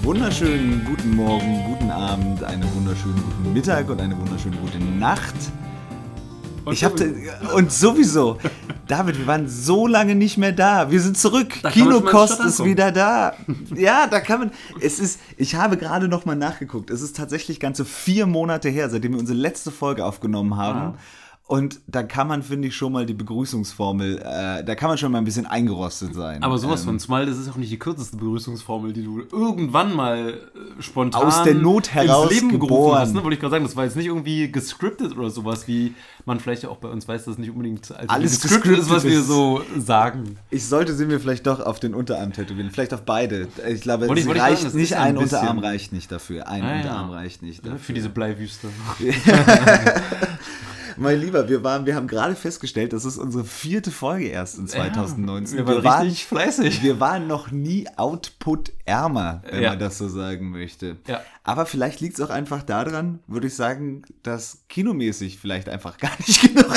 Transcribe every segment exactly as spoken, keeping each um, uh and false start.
wunderschönen guten Morgen, guten Abend, einen wunderschönen guten Mittag und eine wunderschöne gute Nacht. Und ich sowieso. Hab und sowieso, David, wir waren so lange nicht mehr da. Wir sind zurück. Kinokost ist wieder da. Ja, da kann man. Es ist. Ich habe gerade noch mal nachgeguckt. Es ist tatsächlich ganze vier Monate her, seitdem wir unsere letzte Folge aufgenommen haben. Ah. Und da kann man, finde ich, schon mal die Begrüßungsformel, äh, da kann man schon mal ein bisschen eingerostet sein. Aber sowas ähm, von, zumal das ist auch nicht die kürzeste Begrüßungsformel, die du irgendwann mal äh, spontan aus der Not heraus ins Leben geboren gerufen hast. Ne? Wollte ich gerade sagen, das war jetzt nicht irgendwie gescriptet oder sowas, wie man vielleicht auch bei uns weiß, dass nicht unbedingt also alles gescriptet ist, was wir so sagen. Ich sollte sie mir vielleicht doch auf den Unterarm tätowieren, vielleicht auf beide. Ich glaube, wollte sie ich, reicht sagen, nicht, ein, ein Unterarm reicht nicht dafür. Ein ah, Unterarm ja. reicht nicht dafür. Für diese Bleiwüste. Mein Lieber, wir waren, wir haben gerade festgestellt, das ist unsere vierte Folge erst in zwanzig neunzehn. Ja, wir waren richtig fleißig. Wir waren noch nie output-ärmer, wenn ja. man das so sagen möchte. Ja. Aber vielleicht liegt es auch einfach daran, würde ich sagen, dass kinomäßig vielleicht einfach gar nicht genug.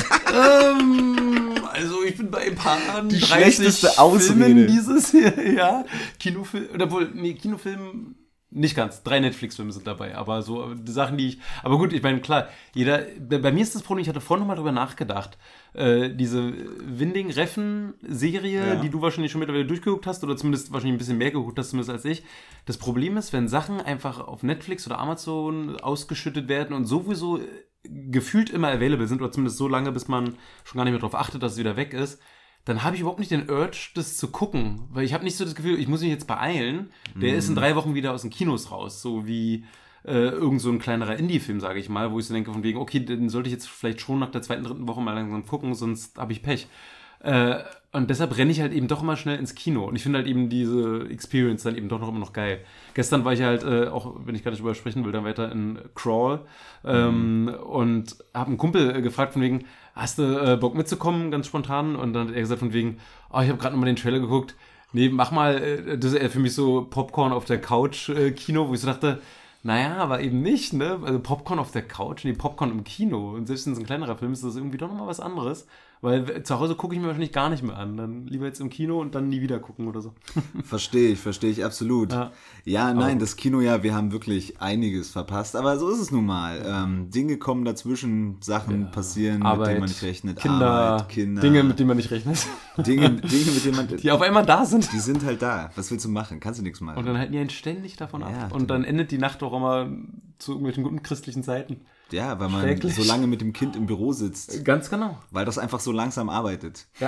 ähm, also ich bin bei ein paar die schlechteste Ausrede Filmen dieses Jahr. Kinofilm, oder wohl, nee, Kinofilm. Nicht ganz, drei Netflix-Filme sind dabei, aber so die Sachen, die ich, aber gut, ich meine, klar, jeder, bei mir ist das Problem, ich hatte vorhin nochmal drüber nachgedacht, äh, diese Winding-Refn-Serie, ja. die du wahrscheinlich schon mittlerweile durchgeguckt hast, oder zumindest wahrscheinlich ein bisschen mehr geguckt hast, zumindest als ich, das Problem ist, wenn Sachen einfach auf Netflix oder Amazon ausgeschüttet werden und sowieso gefühlt immer available sind, oder zumindest so lange, bis man schon gar nicht mehr darauf achtet, dass es wieder weg ist, dann habe ich überhaupt nicht den Urge, das zu gucken. Weil ich habe nicht so das Gefühl, ich muss mich jetzt beeilen. Der mm. ist in drei Wochen wieder aus den Kinos raus. So wie äh, irgend so ein kleinerer Indie-Film, sage ich mal, wo ich so denke von wegen, okay, den sollte ich jetzt vielleicht schon nach der zweiten, dritten Woche mal langsam gucken, sonst habe ich Pech. Äh, und deshalb renne ich halt eben doch immer schnell ins Kino. Und ich finde halt eben diese Experience dann eben doch noch immer noch geil. Gestern war ich halt, äh, auch wenn ich gar nicht drüber sprechen will, dann weiter in Crawl ähm, mm. und habe einen Kumpel äh, gefragt von wegen, hast du äh, Bock mitzukommen, ganz spontan? Und dann hat er gesagt von wegen, oh, ich habe gerade nochmal den Trailer geguckt. Nee, mach mal, äh, das ist eher für mich so Popcorn auf der Couch äh, Kino, wo ich so dachte, naja, aber eben nicht, ne? Also Popcorn auf der Couch, nee, Popcorn im Kino. Und selbst wenn es ein kleinerer Film ist, das irgendwie doch nochmal was anderes. Weil zu Hause gucke ich mir wahrscheinlich gar nicht mehr an. Dann lieber jetzt im Kino und dann nie wieder gucken oder so. Verstehe ich, verstehe ich absolut. Ja, ja nein, das Kino, ja, wir haben wirklich einiges verpasst. Aber so ist es nun mal. Ähm, Dinge kommen dazwischen, Sachen ja. passieren, Arbeit, mit denen man nicht rechnet. Kinder, Arbeit, Kinder. Dinge, mit denen man nicht rechnet. Dinge, Dinge, mit denen man... Die auf einmal da sind. Die sind halt da. Was willst du machen? Kannst du nichts machen. Und dann halten die einen ständig davon ab. Ja, und dann endet die Nacht auch immer zu irgendwelchen guten christlichen Zeiten. Ja, weil man so lange mit dem Kind im Büro sitzt. Ganz genau. Weil das einfach so langsam arbeitet. Ja.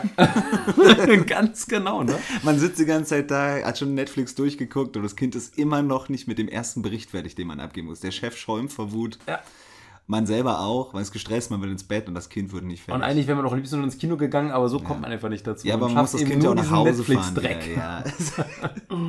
Ganz genau, ne? Man sitzt die ganze Zeit da, hat schon Netflix durchgeguckt und das Kind ist immer noch nicht mit dem ersten Bericht fertig, den man abgeben muss. Der Chef schäumt vor Wut. Ja. Man selber auch, man ist gestresst, man will ins Bett und das Kind wird nicht fertig. Und eigentlich wäre man auch am liebsten nur ins Kino gegangen, aber so ja. kommt man einfach nicht dazu. Ja, aber man, man muss das Kind ja auch nach Hause fahren. Ja, ja.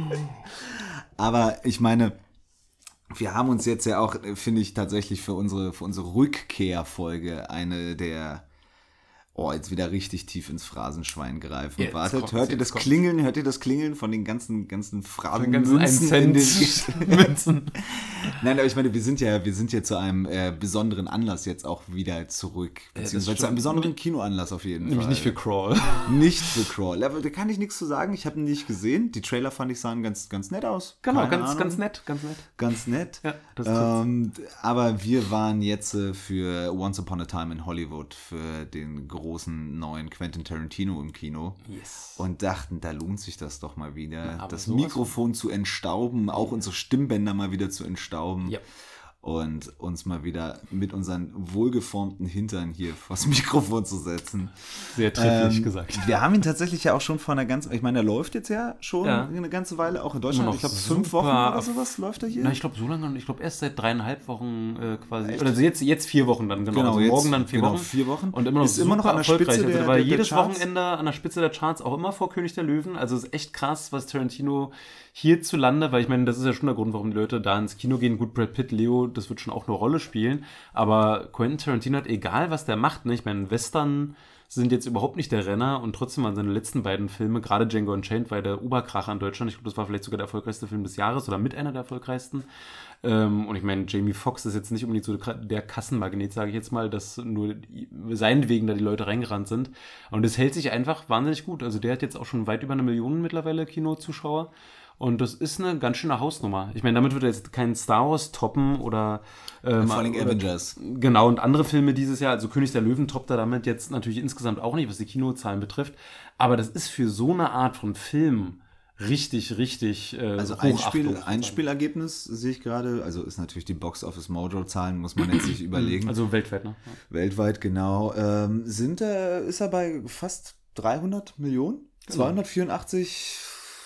Aber ich meine... Wir haben uns jetzt ja auch, finde ich, tatsächlich für unsere, für unsere Rückkehrfolge eine der, oh, jetzt wieder richtig tief ins Phrasenschwein greifen. Jetzt Wartet, kommt, hört ihr das kommt. Klingeln? Hört ihr das Klingeln von den ganzen, ganzen Phrasenmünzen in den Münzen? Nein, aber ich meine, wir sind ja, wir sind ja zu einem äh, besonderen Anlass jetzt auch wieder zurück. Beziehungsweise ja, zu einem besonderen Kinoanlass auf jeden Nämlich Fall. Nämlich nicht für Crawl. Nicht für Crawl. Aber da kann ich nichts zu sagen. Ich habe ihn nicht gesehen. Die Trailer fand ich sahen ganz, ganz nett aus. Genau, Keine ganz, Ahnung. ganz nett, ganz nett. Ganz nett. Ja, das ähm, aber wir waren jetzt äh, für Once Upon a Time in Hollywood für den großen neuen Quentin Tarantino im Kino yes. und dachten, da lohnt sich das doch mal wieder, ja, das Mikrofon zu entstauben, auch unsere Stimmbänder mal wieder zu entstauben. Ja. Und uns mal wieder mit unseren wohlgeformten Hintern hier vors Mikrofon zu setzen. Sehr trefflich ähm, gesagt. Wir haben ihn tatsächlich ja auch schon vor einer ganzen, ich meine, der läuft jetzt ja schon ja. eine ganze Weile, auch in Deutschland. Ich glaube, fünf Wochen oder sowas läuft er hier. Nein, ich glaube, so lange, ich glaube, erst seit dreieinhalb Wochen äh, quasi. Echt? Oder also jetzt, jetzt vier Wochen dann, genau. genau also jetzt, morgen dann vier genau, Wochen. vier Wochen. Und immer noch ist immer noch an der Spitze der, also, war der, jedes der Wochenende an der Spitze der Charts, auch immer vor König der Löwen. Also es ist echt krass, was Tarantino hierzulande, weil ich meine, das ist ja schon der Grund, warum die Leute da ins Kino gehen. Gut, Brad Pitt, Leo, das wird schon auch eine Rolle spielen, aber Quentin Tarantino hat, egal was der macht, ne? Ich meine, Western sind jetzt überhaupt nicht der Renner und trotzdem waren seine letzten beiden Filme, gerade Django Unchained war der Oberkracher in Deutschland, ich glaube, das war vielleicht sogar der erfolgreichste Film des Jahres oder mit einer der erfolgreichsten. Ähm, und ich meine, Jamie Foxx ist jetzt nicht unbedingt so der Kassenmagnet, sage ich jetzt mal, dass nur seinetwegen da die Leute reingerannt sind. Und es hält sich einfach wahnsinnig gut. Also der hat jetzt auch schon weit über eine Million mittlerweile Kinozuschauer. Und das ist eine ganz schöne Hausnummer. Ich meine, damit wird er jetzt kein Star Wars toppen oder ähm, vor allem Avengers. Genau, und andere Filme dieses Jahr, also König der Löwen toppt er damit jetzt natürlich insgesamt auch nicht, was die Kinozahlen betrifft. Aber das ist für so eine Art von Film richtig, richtig äh, Also Einspiel, Einspielergebnis sehe ich gerade, also ist natürlich die Box-Office-Mojo-Zahlen, muss man jetzt sich überlegen. Also weltweit, ne? Ja. Weltweit, genau. Ähm, sind, äh, ist er bei fast dreihundert Millionen? Genau. zweihundertvierundachtzig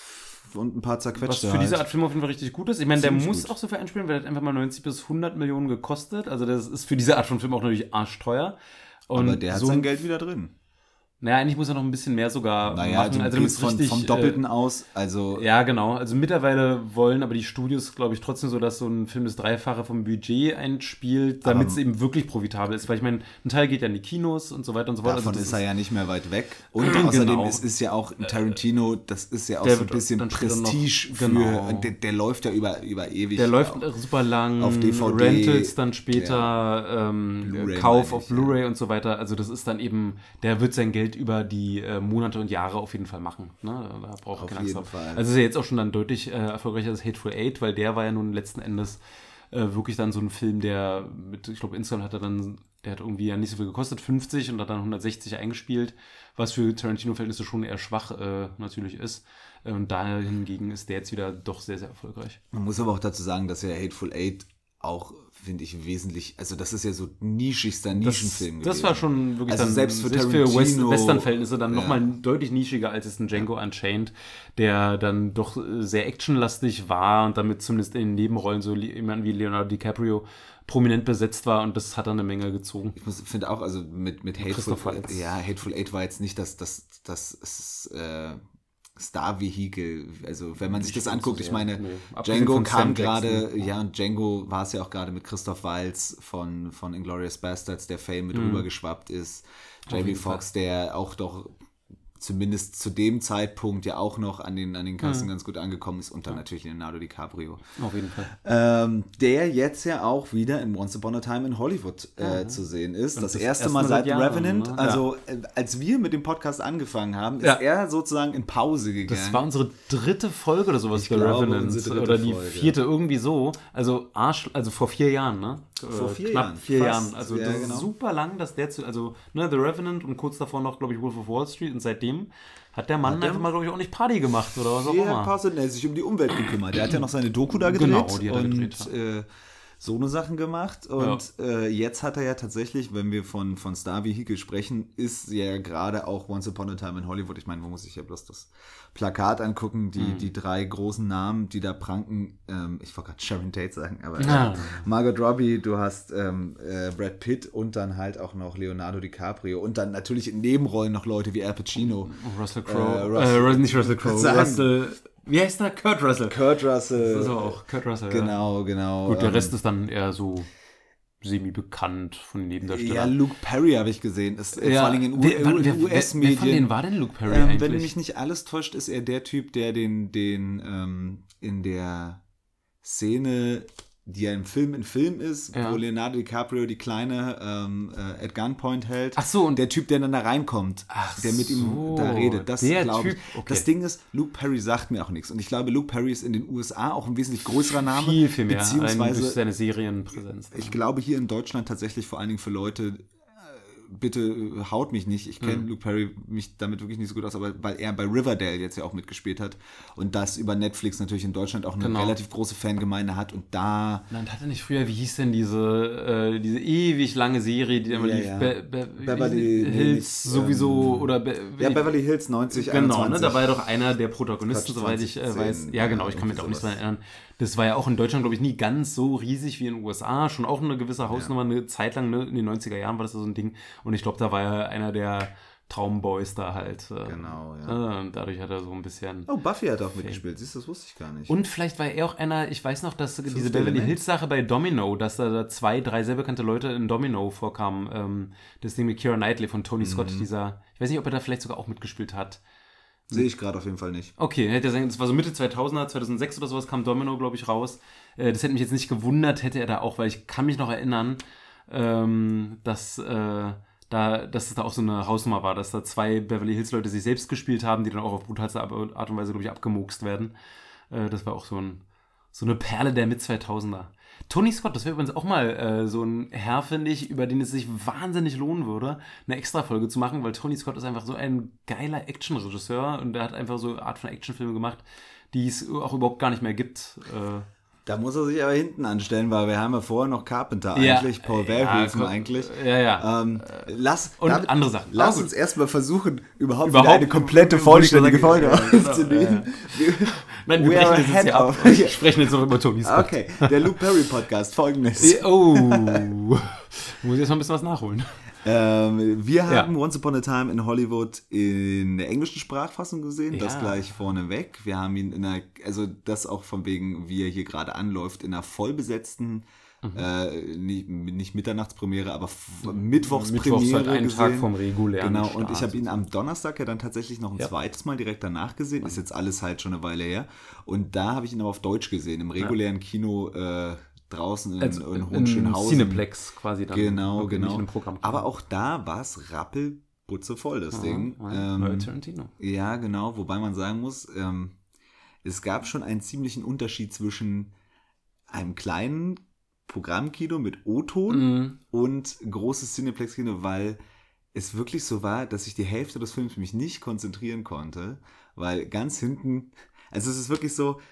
und ein paar zerquetschte. Was für halt. diese Art Film auf jeden Fall richtig gut ist. Ich meine, der Ziemlich muss gut. auch so viel einspielen, weil er hat einfach mal neunzig bis hundert Millionen gekostet. Also das ist für diese Art von Film auch natürlich arschteuer. Und aber der hat so sein Geld wieder drin. Naja, eigentlich muss er noch ein bisschen mehr sogar naja, machen. Du also gehst von, richtig, vom Doppelten äh, aus. Also ja, genau. Also mittlerweile wollen aber die Studios, glaube ich, trotzdem so, dass so ein Film das Dreifache vom Budget einspielt, damit es eben wirklich profitabel ist. Weil ich meine, ein Teil geht ja in die Kinos und so weiter und so fort. Davon also ist er ja nicht mehr weit weg. Und außerdem genau. ist, ist ja auch ein Tarantino, das ist ja auch der so ein bisschen dann Prestige noch, für, genau. und der, der läuft ja über, über ewig. Der läuft super lang, auf D V D, Rentals dann später, ja. ähm, Blu-ray Kauf auf ich, Blu-ray ja. und so weiter. Also das ist dann eben, der wird sein Geld über die äh, Monate und Jahre auf jeden Fall machen. Ne? Da braucht keine Angst drauf. Also ist ja jetzt auch schon dann deutlich äh, erfolgreicher als Hateful Eight, weil der war ja nun letzten Endes äh, wirklich dann so ein Film, der mit, ich glaube insgesamt hat er dann, der hat irgendwie ja nicht so viel gekostet, fünfzig und hat dann hundertsechzig eingespielt, was für Tarantino-Verhältnisse schon eher schwach äh, natürlich ist. Und da hingegen ist der jetzt wieder doch sehr, sehr erfolgreich. Man muss aber auch dazu sagen, dass ja Hateful Eight auch, finde ich, wesentlich, also das ist ja so nischigster Nischenfilm Das, das war schon wirklich also dann, selbst für, selbst Tarantino, für West, Western-Verhältnisse dann ja. nochmal deutlich nischiger als es ein Django Unchained, der dann doch sehr actionlastig war und damit zumindest in den Nebenrollen so jemand wie Leonardo DiCaprio prominent besetzt war und das hat dann eine Menge gezogen. Ich finde auch, also mit, mit Hateful Eight, ja, Hateful Eight war jetzt nicht das, das, das, das äh, Star-Vehikel, also wenn man sich das anguckt, ich meine, nee. Django kam gerade, ja, und Django war es ja auch gerade mit Christoph Waltz von, von Inglourious Basterds, der Fame mit mm. rübergeschwappt ist, Jamie Foxx, der auch doch zumindest zu dem Zeitpunkt ja auch noch an den, an den Kassen mhm. ganz gut angekommen ist und dann ja. natürlich Leonardo DiCaprio. Auf jeden Fall. Ähm, der jetzt ja auch wieder in Once Upon a Time in Hollywood äh, ja. zu sehen ist. Das, das erste Mal seit Jahren, Revenant. Ne? Also ja. äh, als wir mit dem Podcast angefangen haben, ist ja. er sozusagen in Pause gegangen. Das war unsere dritte Folge oder sowas, der Revenant. Oder die Folge. vierte, irgendwie so. Also Arsch, also vor vier Jahren, ne? Vor vier Knapp Jahren. vier Fast. Jahren. Also ja, das genau. ist super lang, dass der zu, also ne, The Revenant und kurz davor noch, glaube ich, Wolf of Wall Street und seitdem hat der Mann hat einfach mal, glaube ich, auch nicht Party gemacht oder was auch immer. Pause, der hat sich um die Umwelt gekümmert. Der hat ja noch seine Doku da gedreht. Genau, die hat er und, gedreht. Äh, so eine Sachen gemacht und ja. äh, jetzt hat er ja tatsächlich, wenn wir von, von Star Vehicle sprechen, ist ja gerade auch Once Upon a Time in Hollywood, ich meine, man muss sich ja bloß das Plakat angucken, die, mhm. die drei großen Namen, die da pranken, ähm, ich wollte gerade Sharon Tate sagen, aber ja. äh, Margot Robbie, du hast ähm, äh, Brad Pitt und dann halt auch noch Leonardo DiCaprio und dann natürlich in Nebenrollen noch Leute wie Al Pacino. Russell Crowe, äh, Russell, äh, nicht Russell Crowe, Russell... Wie heißt der? Kurt Russell. Kurt Russell. Das ist auch Kurt Russell, Genau, ja. genau. Gut, der Rest ist dann eher so semi-bekannt von den Nebendarstellern. Ja, Luke Perry habe ich gesehen. Ist ja, vor allem in U S-Medien. Wer von denen war denn Luke Perry ähm, eigentlich? Wenn mich nicht alles täuscht, ist er der Typ, der den, den ähm, in der Szene, die ja im Film in Film ist, ja. wo Leonardo DiCaprio die Kleine ähm, äh, at Gunpoint hält. Ach so. Und der Typ, der dann da reinkommt, Ach der mit ihm so, da redet. Das glaube ich. Okay. Das Ding ist, Luke Perry sagt mir auch nichts. Und ich glaube, Luke Perry ist in den U S A auch ein wesentlich größerer Name. Viel, viel mehr. Beziehungsweise durch seine Serienpräsenz. Ich glaube, hier in Deutschland tatsächlich vor allen Dingen für Leute, bitte haut mich nicht, ich kenne mhm. Luke Perry mich damit wirklich nicht so gut aus, aber weil er bei Riverdale jetzt ja auch mitgespielt hat und das über Netflix natürlich in Deutschland auch eine genau. relativ große Fangemeinde hat und da... Nein, hat er nicht früher, wie hieß denn diese, äh, diese ewig lange Serie, die immer ja, lief, ja. Be- Be- Beverly Hills ähm, sowieso, oder... Be- ja, Beverly Hills neunzig, genau, einundzwanzig. Ne, da war ja doch einer der Protagonisten, soweit ich äh, weiß. Ja, genau, ich kann mich auch nicht daran erinnern. Das war ja auch in Deutschland, glaube ich, nie ganz so riesig wie in den U S A. Schon auch eine gewisse Hausnummer, ja. eine Zeit lang, ne, in den neunziger Jahren war das so ein Ding. Und ich glaube, da war er einer der Traumboys da halt. Äh, genau, ja. Äh, und dadurch hat er so ein bisschen... Oh, Buffy hat auch mitgespielt. Siehst du, das wusste ich gar nicht. Und vielleicht war er auch einer, ich weiß noch, dass das diese Beverly Hills-Sache bei Domino, dass da, da zwei, drei sehr bekannte Leute in Domino vorkamen. Ähm, das Ding mit Keira Knightley von Tony mhm. Scott, dieser... Ich weiß nicht, ob er da vielleicht sogar auch mitgespielt hat. Sehe ich gerade auf jeden Fall nicht. Okay, hätte er sagen, das war so Mitte zweitausender, zweitausendsechs oder sowas kam Domino, glaube ich, raus. Äh, das hätte mich jetzt nicht gewundert, hätte er da auch, weil ich kann mich noch erinnern, ähm, dass, äh, da, dass es da auch so eine Hausnummer war, dass da zwei Beverly Hills Leute sich selbst gespielt haben, die dann auch auf brutalste Art und Weise, glaube ich, abgemokst werden. Äh, das war auch so, ein, so eine Perle der Mit-zweitausender. Tony Scott, das wäre übrigens auch mal äh, so ein Herr, finde ich, über den es sich wahnsinnig lohnen würde, eine Extra-Folge zu machen, weil Tony Scott ist einfach so ein geiler Action-Regisseur und der hat einfach so eine Art von Actionfilme gemacht, die es auch überhaupt gar nicht mehr gibt. Äh, Da muss er sich aber hinten anstellen, weil wir haben ja vorher noch Carpenter eigentlich, ja, Paul Verhoeven ja, eigentlich. Ja, ja. Ähm, lass, und damit, andere Sachen. Lass uns erstmal versuchen, überhaupt, überhaupt wieder eine komplette, vollständige Folge aufzunehmen. Ja, ja. Nein, wir brechen jetzt hier ab. Wir sprechen jetzt noch über Tony Scott. Okay, der Luke Perry Podcast, folgendes. Oh, muss ich jetzt mal ein bisschen was nachholen. Ähm, wir haben ja. Once Upon a Time in Hollywood in der englischen Sprachfassung gesehen, ja. das gleich vorneweg. Wir haben ihn in einer, also das auch von wegen, wie er hier gerade anläuft, in einer vollbesetzten, mhm. äh, nicht, nicht Mitternachtspremiere, aber F- Mittwochspremiere Mittwochs halt einen gesehen. Tag vom regulären Genau, Start. Und ich habe ihn am Donnerstag ja dann tatsächlich noch ein ja. zweites Mal direkt danach gesehen. Ist jetzt alles halt schon eine Weile her. Und da habe ich ihn aber auf Deutsch gesehen, im regulären ja. Kino, äh, draußen in, also in Hohenschönhausen. Cineplex quasi dann. Genau, genau. Im Programm. Aber auch da war es rappelbutze voll, das ja, Ding. Ja, ähm, Tarantino. Ja, genau. Wobei man sagen muss, ähm, es gab schon einen ziemlichen Unterschied zwischen einem kleinen Programmkino mit O-Ton mhm. und großes Cineplex-Kino, weil es wirklich so war, dass ich die Hälfte des Films mich nicht konzentrieren konnte, weil ganz hinten, also es ist wirklich so,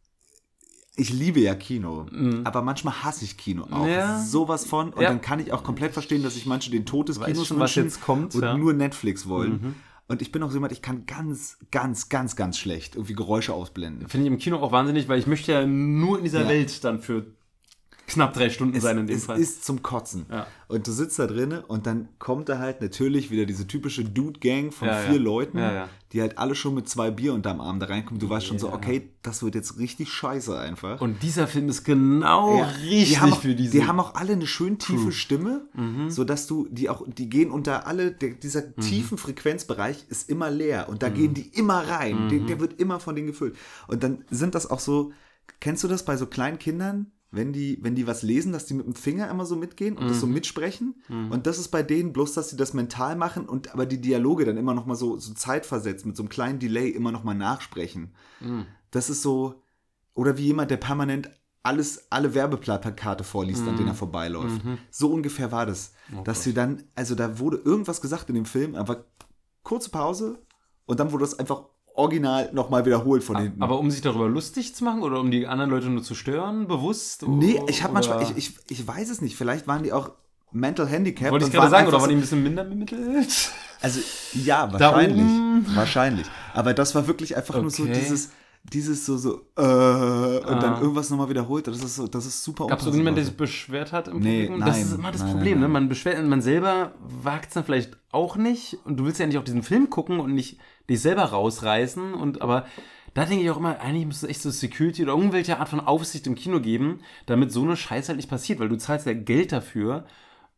ich liebe ja Kino, mm. aber manchmal hasse ich Kino auch. Ja. Sowas von. Und ja. dann kann ich auch komplett verstehen, dass sich manche den Tod des Weiß Kinos schon, was jetzt kommt, und ja. nur Netflix wollen. Mhm. Und ich bin auch so jemand, ich kann ganz, ganz, ganz, ganz schlecht irgendwie Geräusche ausblenden. Finde ich im Kino auch wahnsinnig, weil ich möchte ja nur in dieser ja. Welt dann für knapp drei Stunden es, sein in dem es Fall. Es ist zum Kotzen. Ja. Und du sitzt da drin und dann kommt da halt natürlich wieder diese typische Dude-Gang von ja, vier ja. Leuten, ja, ja. die halt alle schon mit zwei Bier unterm Arm da reinkommen. Du weißt schon so, okay, das wird jetzt richtig scheiße einfach. Und dieser Film ist genau ja. richtig die haben auch, für diese. Die haben auch alle eine schön tiefe True. Stimme, mhm. sodass du, die auch, die gehen unter alle, der, dieser mhm. tiefen Frequenzbereich ist immer leer und da mhm. gehen die immer rein. Mhm. Der, der wird immer von denen gefüllt. Und dann sind das auch so, kennst du das bei so kleinen Kindern? Wenn die, wenn die was lesen, dass die mit dem Finger immer so mitgehen und mhm. das so mitsprechen. Mhm. Und das ist bei denen bloß, dass sie das mental machen und aber die Dialoge dann immer noch mal so, so zeitversetzt mit so einem kleinen Delay immer noch mal nachsprechen. Mhm. Das ist so, oder wie jemand, der permanent alles, alle Werbeplakate vorliest, mhm. an denen er vorbeiläuft. Mhm. So ungefähr war das. Oh dass Gott. sie dann, also da wurde irgendwas gesagt in dem Film, aber kurze Pause und dann wurde das einfach original nochmal wiederholt von hinten. Aber um sich darüber lustig zu machen oder um die anderen Leute nur zu stören, bewusst? Nee, ich habe manchmal, ich, ich, ich weiß es nicht, vielleicht waren die auch mental handicapped. Wollte ich gerade sagen, oder waren die ein bisschen minder bemittelt? Also, ja, wahrscheinlich. Wahrscheinlich. Aber das war wirklich einfach okay. nur so dieses, dieses so, so, äh, und ah. dann irgendwas nochmal wiederholt. Das ist so, das ist super. Gab es irgendjemanden, der sich beschwert hat im nee, Publikum? Nein, das ist immer das nein, Problem, nein, nein. ne? Man beschwert, man selber wagt es dann vielleicht auch nicht und du willst ja nicht auf diesen Film gucken und nicht dich selber rausreißen und aber da denke ich auch immer, eigentlich müsste es echt so Security oder irgendwelche Art von Aufsicht im Kino geben, damit so eine Scheiße halt nicht passiert, weil du zahlst ja Geld dafür,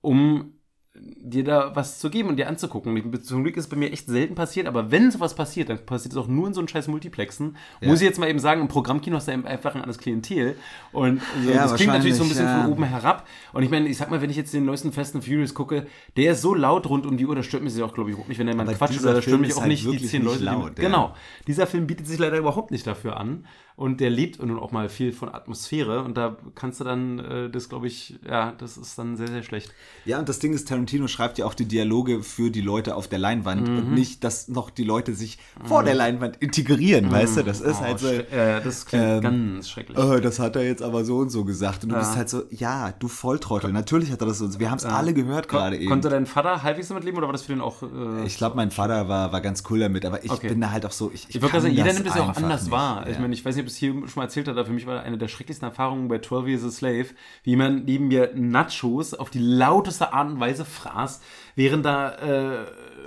um dir da was zu geben und dir anzugucken. Zum Glück ist es bei mir echt selten passiert, aber wenn sowas passiert, dann passiert es auch nur in so einem scheiß Multiplexen. Ja. Muss ich jetzt mal eben sagen, im Programmkino hast du einfach ein anderes Klientel und so, ja, das klingt natürlich so ein bisschen ja. von oben herab und ich meine, ich sag mal, wenn ich jetzt den neuesten Fast and Furious gucke, der ist so laut rund um die Uhr, das stört mich auch, glaube ich, überhaupt nicht, wenn der mal Quatsch oder das stört mich auch halt nicht, die zehn Leute. Laut, die, ja. Genau. Dieser Film bietet sich leider überhaupt nicht dafür an und der lebt nun auch mal viel von Atmosphäre und da kannst du dann, äh, das glaube ich, ja, das ist dann sehr, sehr schlecht. Ja, und das Ding ist, Tarantino schreibt ja auch die Dialoge für die Leute auf der Leinwand mhm. und nicht, dass noch die Leute sich mhm. vor der Leinwand integrieren, mhm. weißt du? Das ist oh, halt so... Ja, das klingt ähm, ganz schrecklich. Oh, das hat er jetzt aber so und so gesagt und du ja. bist halt so, ja, du Volltrottel, natürlich hat er das so, wir haben es ja. alle gehört Kon- gerade eben. Konnte dein Vater halbwegs damit leben oder war das für den auch... Äh, ich glaube, mein Vater war, war ganz cool damit, aber ich okay. bin da halt auch so, ich, ich, ich würde sagen, jeder nimmt es ja auch anders nicht. wahr. Ja. Ich meine, ich weiß nicht, ob ich es hier schon mal erzählt habe, für mich war eine der schrecklichsten Erfahrungen bei twelve Years a Slave, wie jemand neben mir Nachos auf die lauteste Art und Weise fraß, während da äh,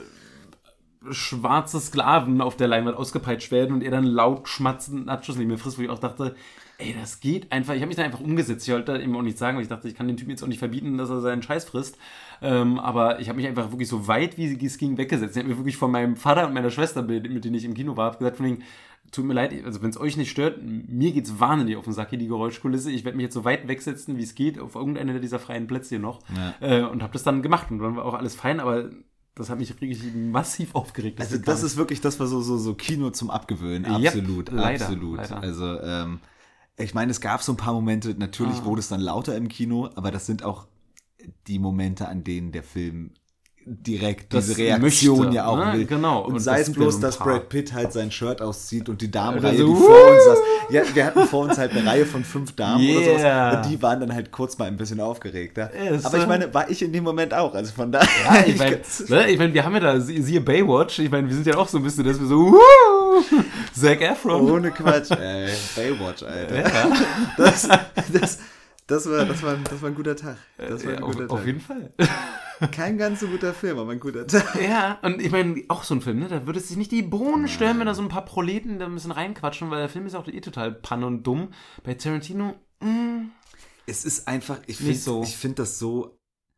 schwarze Sklaven auf der Leinwand ausgepeitscht werden und er dann laut schmatzend Nachos neben mir frisst, wo ich auch dachte, ey, das geht einfach. Ich habe mich da einfach umgesetzt. Ich wollte da eben auch nichts sagen, weil ich dachte, ich kann dem Typen jetzt auch nicht verbieten, dass er seinen Scheiß frisst. Ähm, aber ich habe mich einfach wirklich so weit, wie es ging, weggesetzt. Ich habe mir wirklich von meinem Vater und meiner Schwester, mit denen ich im Kino war, gesagt von wegen, tut mir leid, also wenn es euch nicht stört, mir geht's wahnsinnig auf den Sack hier, die Geräuschkulisse. Ich werde mich jetzt so weit wegsetzen, wie es geht, auf irgendeiner dieser freien Plätze hier noch. Ja. Äh, und habe das dann gemacht und dann war auch alles fein, aber das hat mich richtig massiv aufgeregt. Also das ist wirklich, das war so, so, so Kino zum Abgewöhnen. Absolut, yep, leider, absolut. Leider. Also ähm, ich meine, es gab so ein paar Momente, natürlich ah. wurde es dann lauter im Kino, aber das sind auch die Momente, an denen der Film direkt das diese Reaktion möchte, ja auch ne? will. Genau. Und, und sei es bloß, dass Brad Pitt halt sein Shirt auszieht und die Damenreihe, so, die vor uns saß. Ja, wir hatten vor uns halt eine Reihe von fünf Damen yeah. oder sowas. Und die waren dann halt kurz mal ein bisschen aufgeregter. Yes. Aber ich meine, war ich in dem Moment auch. Also von daher. Ja, ich meine, ne, ich mein, wir haben ja da, siehe Baywatch, ich meine, wir sind ja auch so ein bisschen, dass wir so, wuh, Zac Efron. Ohne Quatsch, ey. Baywatch, Alter. Ja. Das, das, das, war, das, war, das war ein guter Tag. Das war ein ja, guter auf, Tag. Auf jeden Fall. Kein ganz so guter Film, aber ein guter Tag. Ja, und ich meine, auch so ein Film, ne? Da würde es sich nicht die Bohnen stören, wenn da so ein paar Proleten da ein bisschen reinquatschen, weil der Film ist auch eh total panne und dumm. Bei Tarantino, mh, es ist einfach, ich finde so. ich find das so.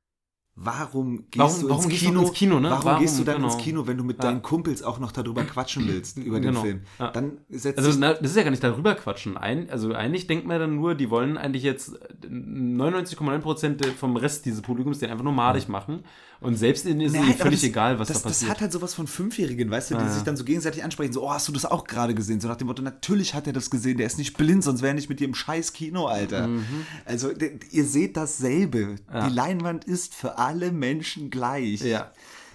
Warum gehst warum, du warum ins Kino? ins Kino ne? Warum, warum gehst du dann genau. ins Kino, wenn du mit ja. deinen Kumpels auch noch darüber quatschen willst, über den genau. Film? Ja. Dann setzt also na, das ist ja gar nicht darüber quatschen. Ein, also eigentlich denkt man dann nur, die wollen eigentlich jetzt neunundneunzig Komma neun Prozent vom Rest dieses Publikums den einfach nur madig machen. Und selbst ihnen ist es völlig das, egal, was das, da passiert. Das hat halt sowas von Fünfjährigen, weißt du, die ja. sich dann so gegenseitig ansprechen. So, oh, hast du das auch gerade gesehen? So nach dem Motto, natürlich hat er das gesehen. Der ist nicht blind, sonst wäre er nicht mit dir im scheiß Kino, Alter. Mhm. Also ihr seht dasselbe. Ja. Die Leinwand ist für alle Menschen gleich. Ja.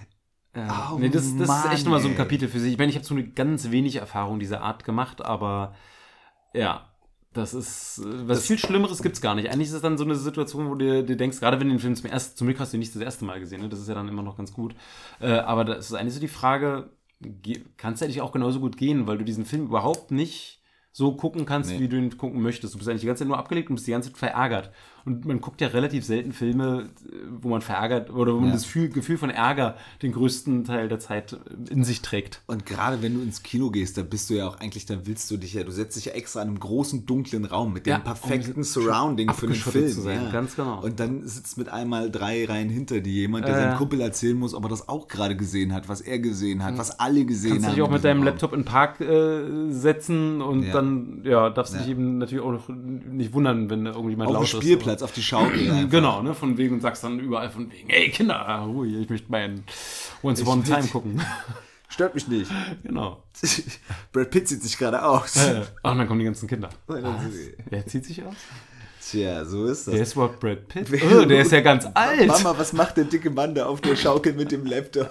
Ja. Oh, nee, das, das Mann, ist echt nochmal so ein ey. Kapitel für sich. Ich meine, ich habe so eine ganz wenig Erfahrung dieser Art gemacht, aber ja, das ist, was das viel Schlimmeres gibt es gar nicht. Eigentlich ist es dann so eine Situation, wo du dir denkst, gerade wenn du den Film zum ersten, zum Glück hast du ihn nicht das erste Mal gesehen, ne? Das ist ja dann immer noch ganz gut. Äh, aber das ist eigentlich so die Frage, kann es eigentlich auch genauso gut gehen, weil du diesen Film überhaupt nicht so gucken kannst, nee. wie du ihn gucken möchtest. Du bist eigentlich die ganze Zeit nur abgelegt und bist die ganze Zeit verärgert. Und man guckt ja relativ selten Filme, wo man verärgert oder wo man ja. das Gefühl, Gefühl von Ärger den größten Teil der Zeit in sich trägt. Und gerade wenn du ins Kino gehst, da bist du ja auch eigentlich, dann willst du dich ja, du setzt dich ja extra in einem großen, dunklen Raum mit dem ja, perfekten um Surrounding für den Film. Zu sein. Ja. Ganz genau. Und dann sitzt mit einmal drei Reihen hinter dir jemand, der äh. seinem Kumpel erzählen muss, ob er das auch gerade gesehen hat, was er gesehen hat, was alle gesehen haben. Kannst du dich auch mit deinem Raum. Laptop in den Park äh, setzen und ja. dann ja, darfst du ja. dich eben natürlich auch noch nicht wundern, wenn irgendjemand laut ist. Auf dem Spielplatz, auf die Schaukel. Genau, ne, von wegen und sagst dann überall von wegen, ey Kinder, ruhig, ich möchte meinen Once Upon a Time gucken. Stört mich nicht. Genau. Brad Pitt zieht sich gerade aus. Äh, ach, und dann kommen die ganzen Kinder. Wer zieht sich aus? Tja, so ist das. Der ist überhaupt Brad Pitt? Oh, der ist ja ganz alt. Mama, was macht der dicke Mann da auf der Schaukel mit dem Laptop?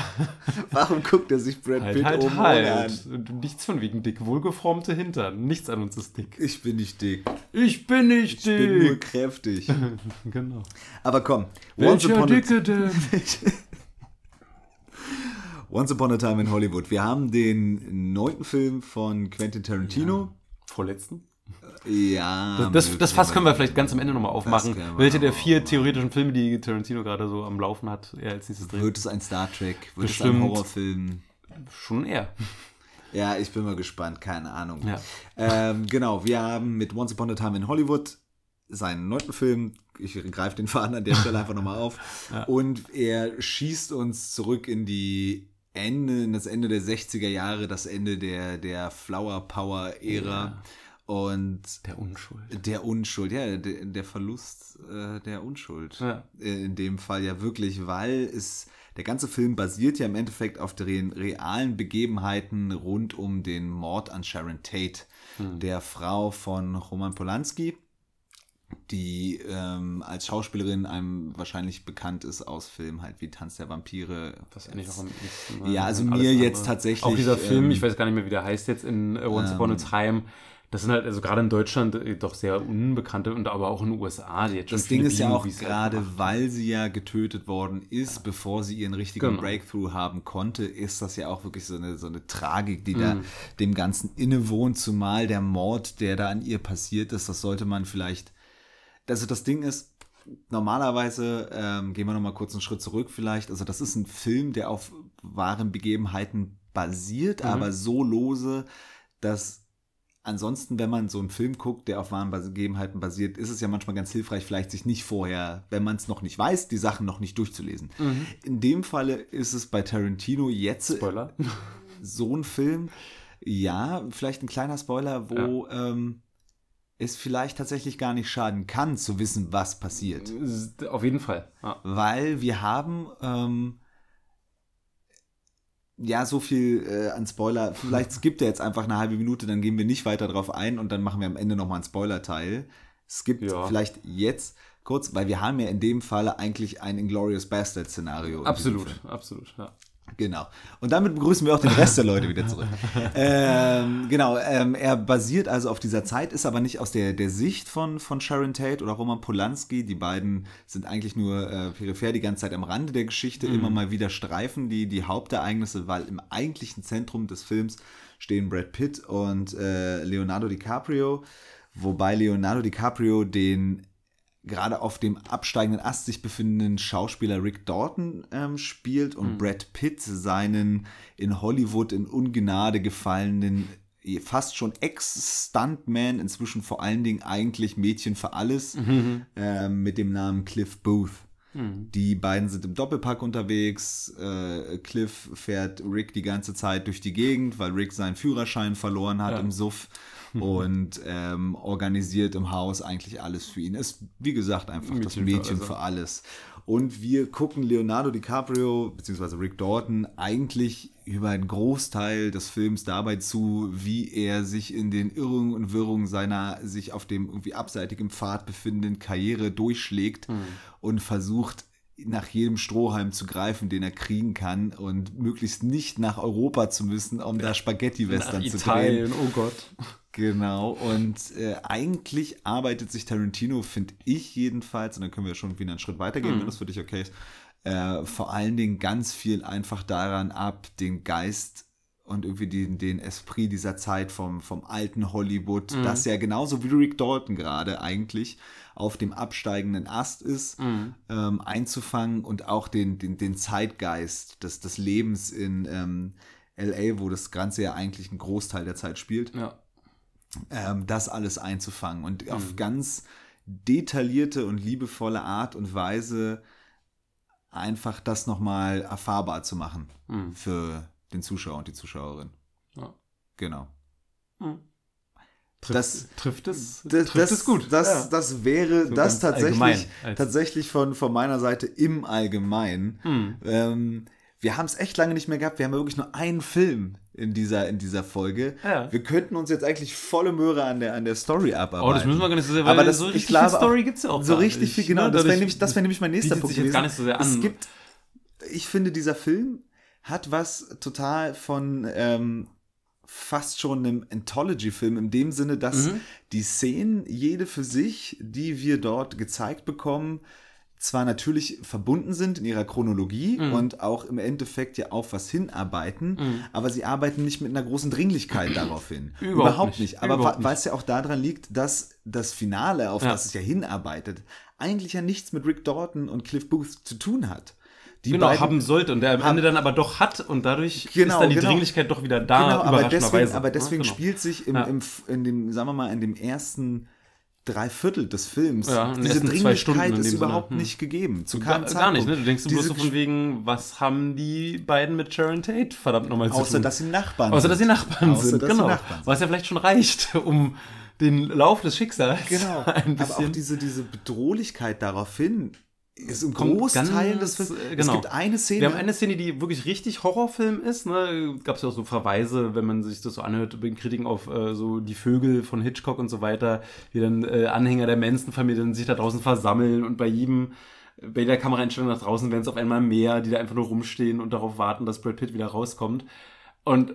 Warum guckt er sich Brad halt, Pitt halt, oben halt. an? Nichts von wegen dick. Wohlgeformte Hintern. Nichts an uns ist dick. Ich bin nicht dick. Ich bin nicht ich dick. Ich bin nur kräftig. Genau. Aber komm. Welcher Once Dicke denn? Once Upon a Time in Hollywood. Wir haben den neunten Film von Quentin Tarantino. Ja. Vorletzten? Ja. Das, das, das Fass können wir vielleicht ganz am Ende nochmal aufmachen. Welche der vier theoretischen Filme, die Tarantino gerade so am Laufen hat, er als nächstes dreht. Wird es ein Star Trek? Wird Bestimmt. es ein Horrorfilm? Schon eher. Ja, ich bin mal gespannt. Keine Ahnung. Ja. Ähm, genau, wir haben mit Once Upon a Time in Hollywood seinen neunten Film. Ich greife den Faden an der Stelle einfach nochmal auf. Ja. Und er schießt uns zurück in die Ende, in das Ende der sechziger Jahre, das Ende der, der Flower Power Ära. Ja. Und der Unschuld. Der Unschuld, ja, der, der Verlust äh, der Unschuld. Ja. In dem Fall ja wirklich, weil es, der ganze Film basiert ja im Endeffekt auf den realen Begebenheiten rund um den Mord an Sharon Tate, hm. der Frau von Roman Polanski, die ähm, als Schauspielerin einem wahrscheinlich bekannt ist aus Filmen halt wie Tanz der Vampire. Was eigentlich auch am nächsten, ja, also mir jetzt tatsächlich. Auch dieser Film, ähm, ich weiß gar nicht mehr, wie der heißt jetzt in Once Upon a Time. Das sind halt, also gerade in Deutschland doch sehr unbekannte und aber auch in den U S A. Die jetzt schon das Ding ist ja auch Movies gerade, halt weil sie ja getötet worden ist, ja. bevor sie ihren richtigen genau. Breakthrough haben konnte, ist das ja auch wirklich so eine, so eine Tragik, die mhm. da dem Ganzen innewohnt, zumal der Mord, der da an ihr passiert ist, das sollte man vielleicht, also das Ding ist, normalerweise, ähm, gehen wir nochmal kurz einen Schritt zurück vielleicht, also das ist ein Film, der auf wahren Begebenheiten basiert, mhm. aber so lose, dass ansonsten, wenn man so einen Film guckt, der auf wahren Begebenheiten basiert, ist es ja manchmal ganz hilfreich, vielleicht sich nicht vorher, wenn man es noch nicht weiß, die Sachen noch nicht durchzulesen. Mhm. In dem Falle ist es bei Tarantino jetzt Spoiler. so ein Film, ja, vielleicht ein kleiner Spoiler, wo ja. ähm, es vielleicht tatsächlich gar nicht schaden kann, zu wissen, was passiert. Auf jeden Fall. Ja. Weil wir haben ähm, ja, so viel äh, an Spoiler. Vielleicht skippt er jetzt einfach eine halbe Minute, dann gehen wir nicht weiter drauf ein und dann machen wir am Ende nochmal einen Spoiler-Teil. Skippt ja. vielleicht jetzt kurz, weil wir haben ja in dem Falle eigentlich ein Inglourious Bastard-Szenario. Absolut, absolut, ja. Genau. Und damit begrüßen wir auch den Rest der Leute wieder zurück. ähm, genau, ähm, er basiert also auf dieser Zeit, ist aber nicht aus der, der Sicht von, von Sharon Tate oder Roman Polanski. Die beiden sind eigentlich nur äh, peripher die ganze Zeit am Rande der Geschichte, mhm. immer mal wieder streifen die, die Hauptereignisse, weil im eigentlichen Zentrum des Films stehen Brad Pitt und äh, Leonardo DiCaprio, wobei Leonardo DiCaprio den gerade auf dem absteigenden Ast sich befindenden Schauspieler Rick Dalton ähm, spielt und mhm. Brad Pitt seinen in Hollywood in Ungnade gefallenen, fast schon Ex-Stuntman, inzwischen vor allen Dingen eigentlich Mädchen für alles, mhm. ähm, mit dem Namen Cliff Booth. Mhm. Die beiden sind im Doppelpack unterwegs. Äh, Cliff fährt Rick die ganze Zeit durch die Gegend, weil Rick seinen Führerschein verloren hat ja. im Suff. Und ähm, organisiert im Haus eigentlich alles für ihn. Ist, wie gesagt, einfach Mädchen das Mädchen für, also. für alles. Und wir gucken Leonardo DiCaprio, beziehungsweise Rick Dalton, eigentlich über einen Großteil des Films dabei zu, wie er sich in den Irrungen und Wirrungen seiner sich auf dem irgendwie abseitigen Pfad befindenden Karriere durchschlägt mhm. und versucht, nach jedem Strohhalm zu greifen, den er kriegen kann und möglichst nicht nach Europa zu müssen, um da Spaghetti-Western zu drehen. Oh Gott. Genau, und äh, eigentlich arbeitet sich Tarantino, finde ich jedenfalls, und dann können wir schon wieder einen Schritt weitergehen, mhm. wenn das für dich okay ist, äh, vor allen Dingen ganz viel einfach daran ab, den Geist und irgendwie den, den Esprit dieser Zeit vom, vom alten Hollywood, mhm. das ja genauso wie Rick Dalton gerade eigentlich auf dem absteigenden Ast ist, mhm. ähm, einzufangen und auch den, den, den Zeitgeist des, des Lebens in ähm, L A, wo das Ganze ja eigentlich einen Großteil der Zeit spielt, ja. ähm, das alles einzufangen und mhm. auf ganz detaillierte und liebevolle Art und Weise einfach das nochmal erfahrbar zu machen mhm. für den Zuschauer und die Zuschauerin. Ja. Genau. Mhm. Trifft, das, trifft es, das, trifft das, es gut. Das, ja. das wäre so das tatsächlich, tatsächlich von, von meiner Seite im Allgemeinen. Hm. Ähm, wir haben es echt lange nicht mehr gehabt. Wir haben ja wirklich nur einen Film in dieser, in dieser Folge. Ja. Wir könnten uns jetzt eigentlich volle Möhre an der, an der Story abarbeiten. Oh, das müssen wir gar nicht so sehr, weil aber das, so richtig ich glaube, viel Story gibt es ja auch So richtig viel, genau. Ne? Das wäre nämlich, das wär nämlich mein nächster Punkt gewesen. Gar nicht so sehr an. Es gibt, ich finde, dieser Film hat was total von ähm, fast schon einem Anthology-Film in dem Sinne, dass mhm. die Szenen, jede für sich, die wir dort gezeigt bekommen, zwar natürlich verbunden sind in ihrer Chronologie mhm. und auch im Endeffekt ja auf was hinarbeiten, mhm. aber sie arbeiten nicht mit einer großen Dringlichkeit darauf hin. Überhaupt, Überhaupt nicht. nicht. Aber weil es ja auch daran liegt, dass das Finale, auf ja. das es ja hinarbeitet, eigentlich ja nichts mit Rick Dalton und Cliff Booth zu tun hat. Die genau, beiden haben sollte und der am Ende dann aber doch hat und dadurch genau, ist dann die genau. Dringlichkeit doch wieder da, genau, aber überraschenderweise. deswegen, aber deswegen ja, genau. spielt sich im, ja. im, in dem, sagen wir mal, in dem ersten Dreiviertel des Films, ja, diese Dringlichkeit ist überhaupt hm. nicht gegeben. Zu keinem gar, gar nicht, ne? Du denkst du bloß so von wegen, was haben die beiden mit Sharon Tate verdammt nochmal zu tun? Außer, dass sie Nachbarn Außer, sind. dass sie Nachbarn Außer, sind, dass genau. sie Nachbarn sind. Was ja vielleicht schon reicht, um den Lauf des Schicksals genau. ein bisschen... Aber auch diese, diese Bedrohlichkeit daraufhin ist im Großteil des Films. Genau. Es gibt eine Szene. Wir haben eine Szene, die wirklich richtig Horrorfilm ist. Ne? Gab es ja auch so Verweise, wenn man sich das so anhört, über Kritiken auf äh, so die Vögel von Hitchcock und so weiter, wie dann äh, Anhänger der Manson-Familie dann sich da draußen versammeln und bei jedem, bei jeder Kameraeinstellung nach draußen werden es auf einmal mehr, die da einfach nur rumstehen und darauf warten, dass Brad Pitt wieder rauskommt. Und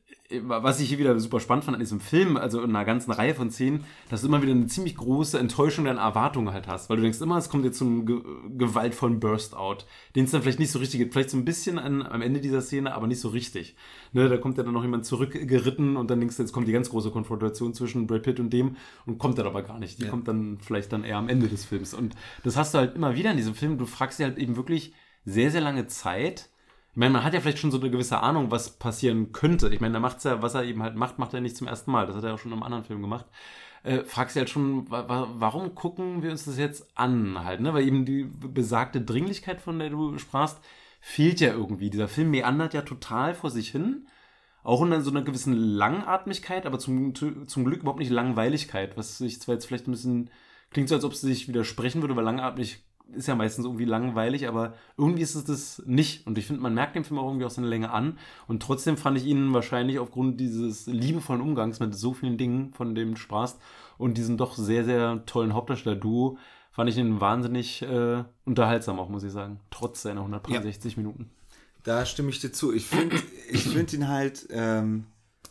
was ich hier wieder super spannend fand an diesem Film, also in einer ganzen Reihe von Szenen, dass du immer wieder eine ziemlich große Enttäuschung deiner Erwartungen halt hast, weil du denkst immer, es kommt jetzt zum ge- gewaltvollen Burst-Out, den es dann vielleicht nicht so richtig gibt, vielleicht so ein bisschen an, am Ende dieser Szene, aber nicht so richtig. Ne, da kommt ja dann noch jemand zurückgeritten und dann denkst du, jetzt kommt die ganz große Konfrontation zwischen Brad Pitt und dem und kommt dann aber gar nicht. Die ja. kommt dann vielleicht dann eher am Ende des Films. Und das hast du halt immer wieder in diesem Film, du fragst dir halt eben wirklich sehr, sehr lange Zeit. Ich meine, man hat ja vielleicht schon so eine gewisse Ahnung, was passieren könnte. Ich meine, da macht's ja, was er eben halt macht, macht er nicht zum ersten Mal. Das hat er auch schon in einem anderen Film gemacht. Äh, fragst du halt schon, wa- wa- warum gucken wir uns das jetzt an halt, ne? Weil eben die besagte Dringlichkeit, von der du sprachst, fehlt ja irgendwie. Dieser Film meandert ja total vor sich hin. Auch in so einer gewissen Langatmigkeit, aber zum, zum Glück überhaupt nicht Langweiligkeit, was sich zwar jetzt vielleicht ein bisschen, klingt so, als ob es sich widersprechen würde, weil langatmig ist ja meistens irgendwie langweilig, aber irgendwie ist es das nicht. Und ich finde, man merkt dem Film auch irgendwie auch seine Länge an. Und trotzdem fand ich ihn wahrscheinlich aufgrund dieses liebevollen Umgangs mit so vielen Dingen, von dem du sprachst, und diesem doch sehr, sehr tollen Hauptdarsteller-Duo, fand ich ihn wahnsinnig äh, unterhaltsam auch, muss ich sagen. Trotz seiner hundertdreiundsechzig ja. Minuten. Da stimme ich dir zu. Ich finde ich find ihn halt, ähm,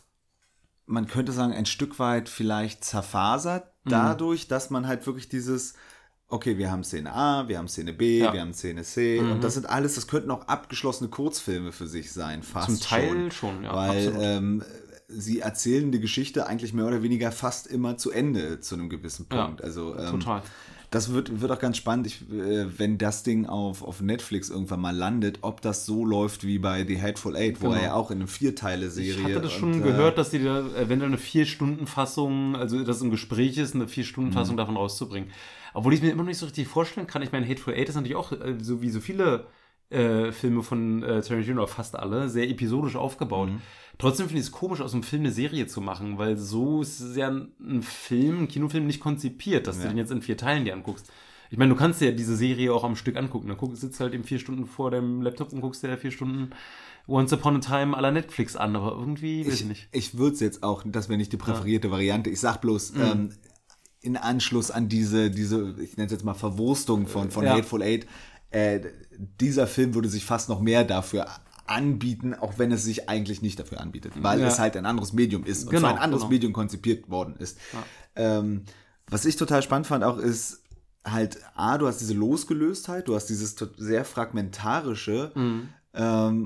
man könnte sagen, ein Stück weit vielleicht zerfasert, mhm. dadurch, dass man halt wirklich dieses okay, wir haben Szene A, wir haben Szene B, ja. wir haben Szene C mhm. und das sind alles, das könnten auch abgeschlossene Kurzfilme für sich sein, fast Zum Teil schon, schon ja, weil ähm, sie erzählen die Geschichte eigentlich mehr oder weniger fast immer zu Ende zu einem gewissen Punkt. Ja, also ähm, total. Das wird, wird auch ganz spannend, ich, äh, wenn das Ding auf, auf Netflix irgendwann mal landet, ob das so läuft wie bei The Hateful Eight, wo genau. er ja auch in einer Vierteile-Serie... Ich hatte das schon und, gehört, dass die da eventuell eine Vier-Stunden-Fassung, also dass im Gespräch ist, eine Vier-Stunden-Fassung mhm. davon rauszubringen. Obwohl ich mir immer noch nicht so richtig vorstellen kann. Ich meine, Hateful Eight ist natürlich auch, äh, so wie so viele äh, Filme von äh, Tarantino, fast alle, sehr episodisch aufgebaut. Mhm. Trotzdem finde ich es komisch, aus einem Film eine Serie zu machen, weil so ist ja ein Film, ein Kinofilm nicht konzipiert, dass ja. du den jetzt in vier Teilen dir anguckst. Ich meine, du kannst dir ja diese Serie auch am Stück angucken. Dann guck, sitzt halt eben vier Stunden vor deinem Laptop und guckst dir ja vier Stunden Once Upon a Time à la Netflix an, aber irgendwie, weiß ich nicht. Ich würde es jetzt auch, das wäre nicht die präferierte ja. Variante. Ich sag bloß, mhm. ähm, in Anschluss an diese, diese ich nenne es jetzt mal Verwurstung von, von ja. Hateful Eight, äh, dieser Film würde sich fast noch mehr dafür anbieten, auch wenn es sich eigentlich nicht dafür anbietet, weil ja. es halt ein anderes Medium ist und genau, zwar ein anderes genau. Medium konzipiert worden ist. Ja. Ähm, was ich total spannend fand auch ist halt, A, du hast diese Losgelöstheit, du hast dieses sehr fragmentarische mhm. ähm,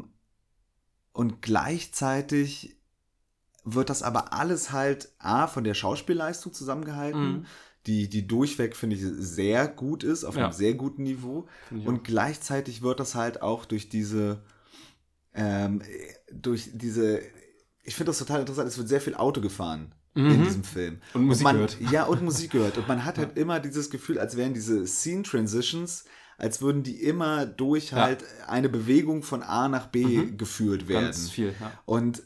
und gleichzeitig wird das aber alles halt A, von der Schauspielleistung zusammengehalten, mhm. die, die durchweg, finde ich, sehr gut ist, auf ja. einem sehr guten Niveau und gleichzeitig wird das halt auch durch diese Ähm, durch diese, ich finde das total interessant, es wird sehr viel Auto gefahren mhm. in diesem Film. Und Musik und man, gehört. Ja, und Musik gehört. Und man hat halt immer dieses Gefühl, als wären diese Scene-Transitions, als würden die immer durch ja. halt eine Bewegung von A nach B mhm. geführt werden. Ganz viel, ja. Und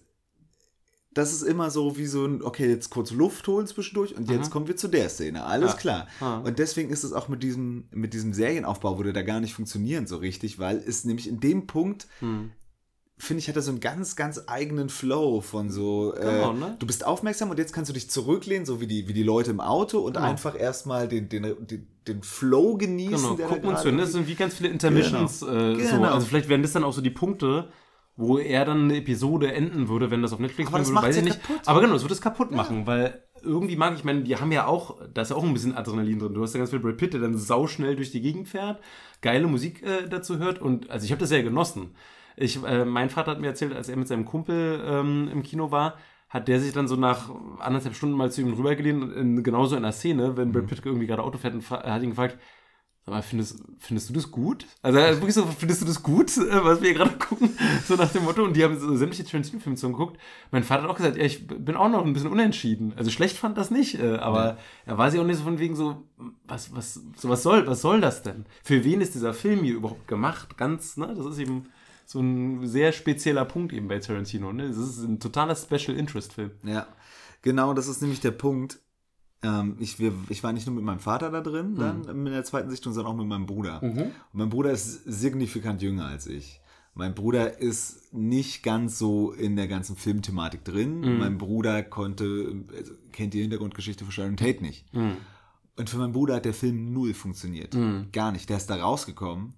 das ist immer so wie so ein, okay, jetzt kurz Luft holen zwischendurch und jetzt mhm. kommen wir zu der Szene. Alles ja. klar. Mhm. Und deswegen ist es auch mit diesem, mit diesem Serienaufbau würde da gar nicht funktionieren so richtig, weil es nämlich in dem Punkt mhm. finde ich, hat er so einen ganz, ganz eigenen Flow von so, genau, äh, ne? du bist aufmerksam und jetzt kannst du dich zurücklehnen, so wie die, wie die Leute im Auto und genau. einfach erstmal den, den, den, den Flow genießen. Genau, der gucken uns zu. Das sind wie ganz viele Intermissions. Genau. Äh, genau. So. Also vielleicht wären das dann auch so die Punkte, wo er dann eine Episode enden würde, wenn das auf Netflix aber würde, weiß ich nicht. Kaputt. Aber genau, das würde es kaputt ja. machen, weil irgendwie mag ich, meine, die haben ja auch, da ist ja auch ein bisschen Adrenalin drin. Du hast ja ganz viel Brad Pitt, der dann sauschnell durch die Gegend fährt, geile Musik äh, dazu hört und also ich habe das sehr genossen. Ich, äh, mein Vater hat mir erzählt, als er mit seinem Kumpel ähm, im Kino war, hat der sich dann so nach anderthalb Stunden mal zu ihm rübergelehnt und in, genauso in der Szene, wenn mhm. Brad Pitt irgendwie gerade Auto fährt, und er hat ihn gefragt, sag mal, findest, findest du das gut? Also wirklich so, findest du das gut, was wir hier gerade gucken? So nach dem Motto. Und die haben so sämtliche Tarantino-Filme zugeguckt. Mein Vater hat auch gesagt, ja, ich bin auch noch ein bisschen unentschieden. Also schlecht fand das nicht, aber ja. er war sich auch nicht so von wegen so, was, was, so was soll, was soll das denn? Für wen ist dieser Film hier überhaupt gemacht? Ganz, ne, das ist eben so ein sehr spezieller Punkt eben bei Tarantino. Ne? Das ist ein totaler Special-Interest-Film. Ja, genau, das ist nämlich der Punkt. Ähm, ich, wir, ich war nicht nur mit meinem Vater da drin, dann mhm. in der zweiten Sichtung, sondern auch mit meinem Bruder. Mhm. Und mein Bruder ist signifikant jünger als ich. Mein Bruder ist nicht ganz so in der ganzen Filmthematik drin. Mhm. Mein Bruder konnte, also, kennt die Hintergrundgeschichte von Sharon Tate nicht. Mhm. Und für meinen Bruder hat der Film null funktioniert. Mhm. Gar nicht. Der ist da rausgekommen.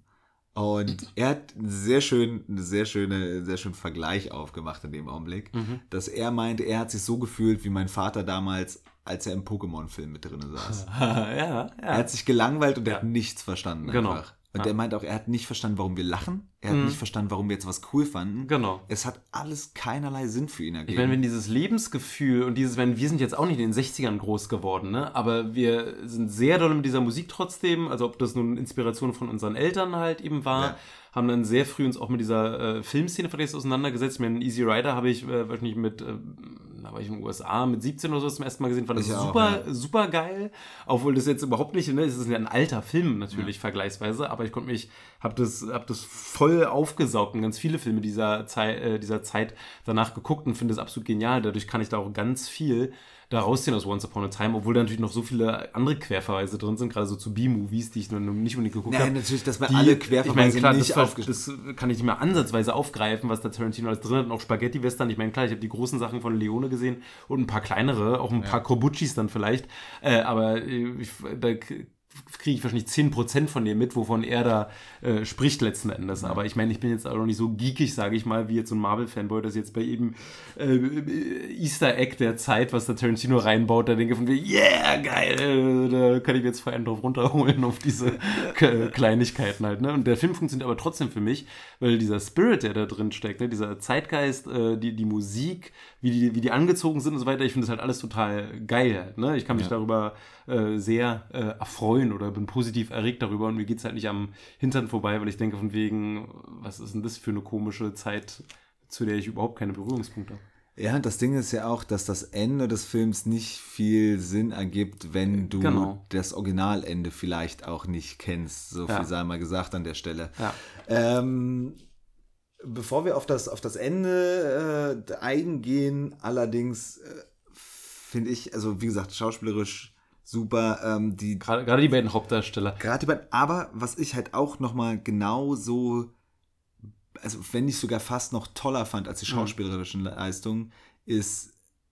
Und er hat einen sehr schön, eine sehr schöne, sehr schönen Vergleich aufgemacht in dem Augenblick, mhm. dass er meinte, er hat sich so gefühlt wie mein Vater damals, als er im Pokémon-Film mit drin saß. ja, ja. Er hat sich gelangweilt und er ja. hat nichts verstanden genau. einfach. Und ja. er meint auch, er hat nicht verstanden, warum wir lachen. Er hat mhm. nicht verstanden, warum wir jetzt was cool fanden. Genau. Es hat alles keinerlei Sinn für ihn ergeben. Ich meine, wenn dieses Lebensgefühl und dieses, wenn wir sind jetzt auch nicht in den sechzigern groß geworden, ne? Aber wir sind sehr doll mit dieser Musik trotzdem, also ob das nun Inspiration von unseren Eltern halt eben war, ja. haben dann sehr früh uns auch mit dieser äh, Filmszene vielleicht auseinandergesetzt. Ich meine, Easy Rider habe ich äh, wahrscheinlich mit, äh, da war ich in den U S A mit siebzehn oder so zum ersten Mal gesehen, fand das ich super, auch, ja. super geil. Obwohl das jetzt überhaupt nicht, ne, es ist ja ein alter Film natürlich ja. vergleichsweise, aber ich konnte mich, habe das, hab das voll aufgesaugt und ganz viele Filme dieser, Zei- äh, dieser Zeit danach geguckt und finde es absolut genial. Dadurch kann ich da auch ganz viel da rausziehen aus Once Upon a Time, obwohl da natürlich noch so viele andere Querverweise drin sind, gerade so zu B-Movies, die ich noch nicht unbedingt geguckt habe. Nein, natürlich, dass man alle Querverweise ich meine, klar, nicht das, aufgesch- das kann ich nicht mehr ansatzweise aufgreifen, was der Tarantino alles drin hat, und auch Spaghetti-Western. Ich meine, klar, ich habe die großen Sachen von Leone gesehen und ein paar kleinere, auch ein paar ja. Corbuccis dann vielleicht, äh, aber ich, da kriege ich wahrscheinlich zehn Prozent von dem mit, wovon er da äh, spricht letzten Endes. Ja. Aber ich meine, ich bin jetzt auch noch nicht so geekig, sage ich mal, wie jetzt so ein Marvel-Fanboy, das jetzt bei jedem äh, Easter Egg der Zeit, was der Tarantino reinbaut, da denke ich von mir, yeah, geil, da kann ich mir jetzt vor allem drauf runterholen auf diese K- Kleinigkeiten halt. Ne? Und der Film funktioniert aber trotzdem für mich, weil dieser Spirit, der da drin steckt, ne? Dieser Zeitgeist, äh, die, die Musik, wie die, wie die angezogen sind und so weiter, ich finde das halt alles total geil halt. Ne? Ich kann mich ja. darüber äh, sehr äh, erfreuen oder bin positiv erregt darüber und mir geht es halt nicht am Hintern vorbei, weil ich denke von wegen, was ist denn das für eine komische Zeit, zu der ich überhaupt keine Berührungspunkte habe. Ja, das Ding ist ja auch, dass das Ende des Films nicht viel Sinn ergibt, wenn du genau. das Originalende vielleicht auch nicht kennst. So viel ja. sei mal gesagt an der Stelle. Ja. Ähm, bevor wir auf das, auf das Ende äh, eingehen, allerdings äh, finde ich, also wie gesagt, schauspielerisch super. Ähm, die, gerade, gerade die beiden Hauptdarsteller. Gerade die beiden, aber was ich halt auch nochmal genau so, also wenn nicht sogar fast noch toller fand als die schauspielerischen Leistungen, ist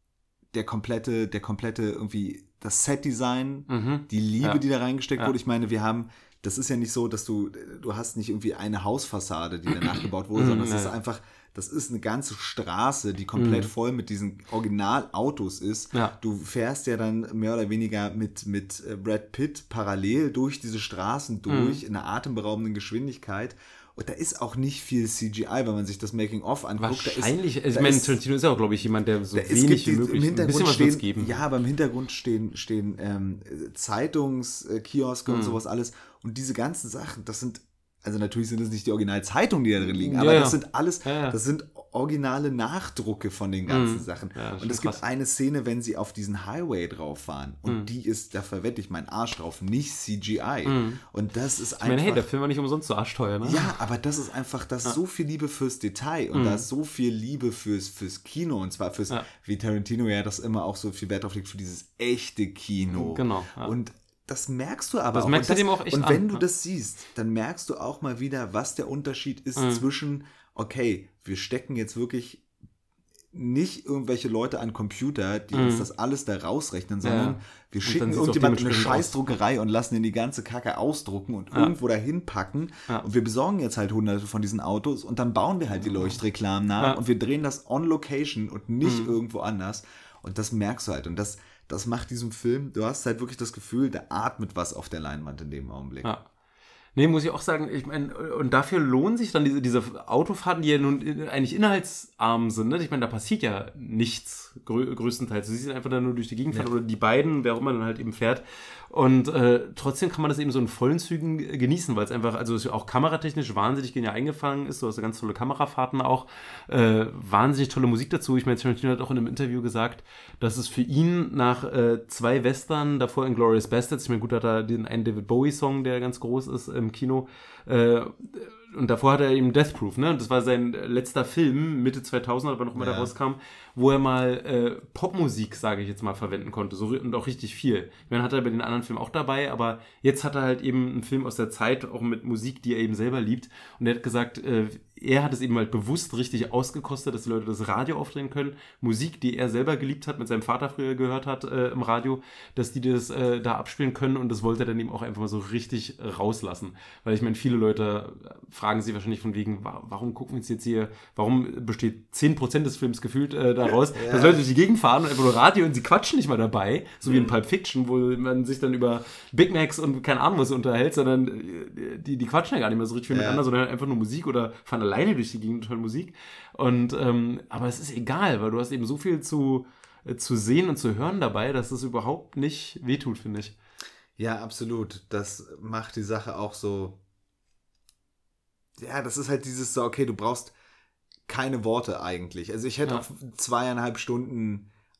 der komplette, der komplette irgendwie das Setdesign, mhm. die Liebe, ja. die da reingesteckt ja. wurde. Ich meine, wir haben, das ist ja nicht so, dass du, du hast nicht irgendwie eine Hausfassade, die danach gebaut wurde, sondern es ist einfach, das ist eine ganze Straße, die komplett mhm. voll mit diesen Originalautos ist. Ja. Du fährst ja dann mehr oder weniger mit, mit Brad Pitt parallel durch diese Straßen durch, mhm. in einer atemberaubenden Geschwindigkeit. Und da ist auch nicht viel C G I, wenn man sich das Making-of anguckt. Wahrscheinlich. Da ist, ich meine, Tarantino ist ja auch, glaube ich, jemand, der so da wenig wie möglich ein bisschen was stehen, geben. Ja, aber im Hintergrund stehen, stehen ähm, Zeitungskioske mhm. und sowas alles. Und diese ganzen Sachen, das sind, also natürlich sind das nicht die Originalzeitungen, die da drin liegen, aber ja, das sind alles, ja, ja. das sind originale Nachdrucke von den ganzen mhm. Sachen. Ja, und es gibt krass. eine Szene, wenn sie auf diesen Highway drauf fahren und mhm. die ist, da verwette ich meinen Arsch drauf, nicht C G I. Mhm. Und das ist einfach... Ich meine, hey, der Film war nicht umsonst so arschteuer, ne? Ja, aber das ist einfach, da ist ja. so viel Liebe fürs Detail und mhm. da ist so viel Liebe fürs, fürs Kino und zwar fürs, ja. wie Tarantino ja das immer auch so viel Wert drauf legt, für dieses echte Kino. Genau. Ja. Und das merkst du aber das auch. Merkst und, das, du dem auch echt und wenn an, du ne? das siehst, dann merkst du auch mal wieder, was der Unterschied ist mhm. zwischen, okay, wir stecken jetzt wirklich nicht irgendwelche Leute an Computer, die mhm. uns das alles da rausrechnen, sondern ja. wir und schicken irgendjemand in eine Scheißdruckerei und lassen den die ganze Kacke ausdrucken und ja. irgendwo dahin packen ja. und wir besorgen jetzt halt hunderte von diesen Autos und dann bauen wir halt die Leuchtreklamen nach ja. und wir drehen das on location und nicht mhm. irgendwo anders und das merkst du halt und das Das macht diesen Film, du hast halt wirklich das Gefühl, da atmet was auf der Leinwand in dem Augenblick. Ja. Nee, muss ich auch sagen, ich meine, und dafür lohnen sich dann diese, diese Autofahrten, die ja nun eigentlich inhaltsarm sind, ne? Ich meine, da passiert ja nichts grö- größtenteils. Du siehst einfach dann nur durch die Gegend fahren ja. oder die beiden, wer auch immer dann halt eben fährt. Und äh, trotzdem kann man das eben so in vollen Zügen genießen, weil es einfach, also es auch kameratechnisch wahnsinnig genial eingefangen ist. Du hast ja ganz tolle Kamerafahrten auch, äh, wahnsinnig tolle Musik dazu. Ich meine, Tarantino hat auch in einem Interview gesagt, dass es für ihn nach äh, zwei Western, davor Inglourious Basterds, ich meine, gut, hat er den einen David Bowie-Song, der ganz groß ist im Kino, äh, und davor hat er eben Death Proof, ne? Das war sein letzter Film, Mitte zweitausend, aber noch mal ja. da rauskam, wo er mal äh, Popmusik, sage ich jetzt mal, verwenden konnte. So, und auch richtig viel. Ich meine, hat er bei den anderen Filmen auch dabei, aber jetzt hat er halt eben einen Film aus der Zeit, auch mit Musik, die er eben selber liebt. Und er hat gesagt, äh, er hat es eben halt bewusst richtig ausgekostet, dass die Leute das Radio aufdrehen können. Musik, die er selber geliebt hat, mit seinem Vater früher gehört hat äh, im Radio, dass die das äh, da abspielen können. Und das wollte er dann eben auch einfach mal so richtig rauslassen. Weil ich meine, viele Leute fragen sich wahrscheinlich von wegen, warum gucken wir uns jetzt hier, warum besteht zehn Prozent des Films gefühlt äh, daraus, ja. dass Leute durch die Gegend fahren und einfach nur Radio und sie quatschen nicht mal dabei, so wie in Pulp Fiction, wo man sich dann über Big Macs und keine Ahnung was unterhält, sondern die, die quatschen ja gar nicht mehr so richtig viel ja. miteinander, sondern einfach nur Musik oder fahren alleine durch die Gegend und hören Musik. Und, ähm, aber es ist egal, weil du hast eben so viel zu, äh, zu sehen und zu hören dabei, dass es überhaupt nicht wehtut, finde ich. Ja, absolut. Das macht die Sache auch so. Ja, das ist halt dieses so, okay, du brauchst keine Worte eigentlich. Also ich hätte ja. auch zweieinhalb Stunden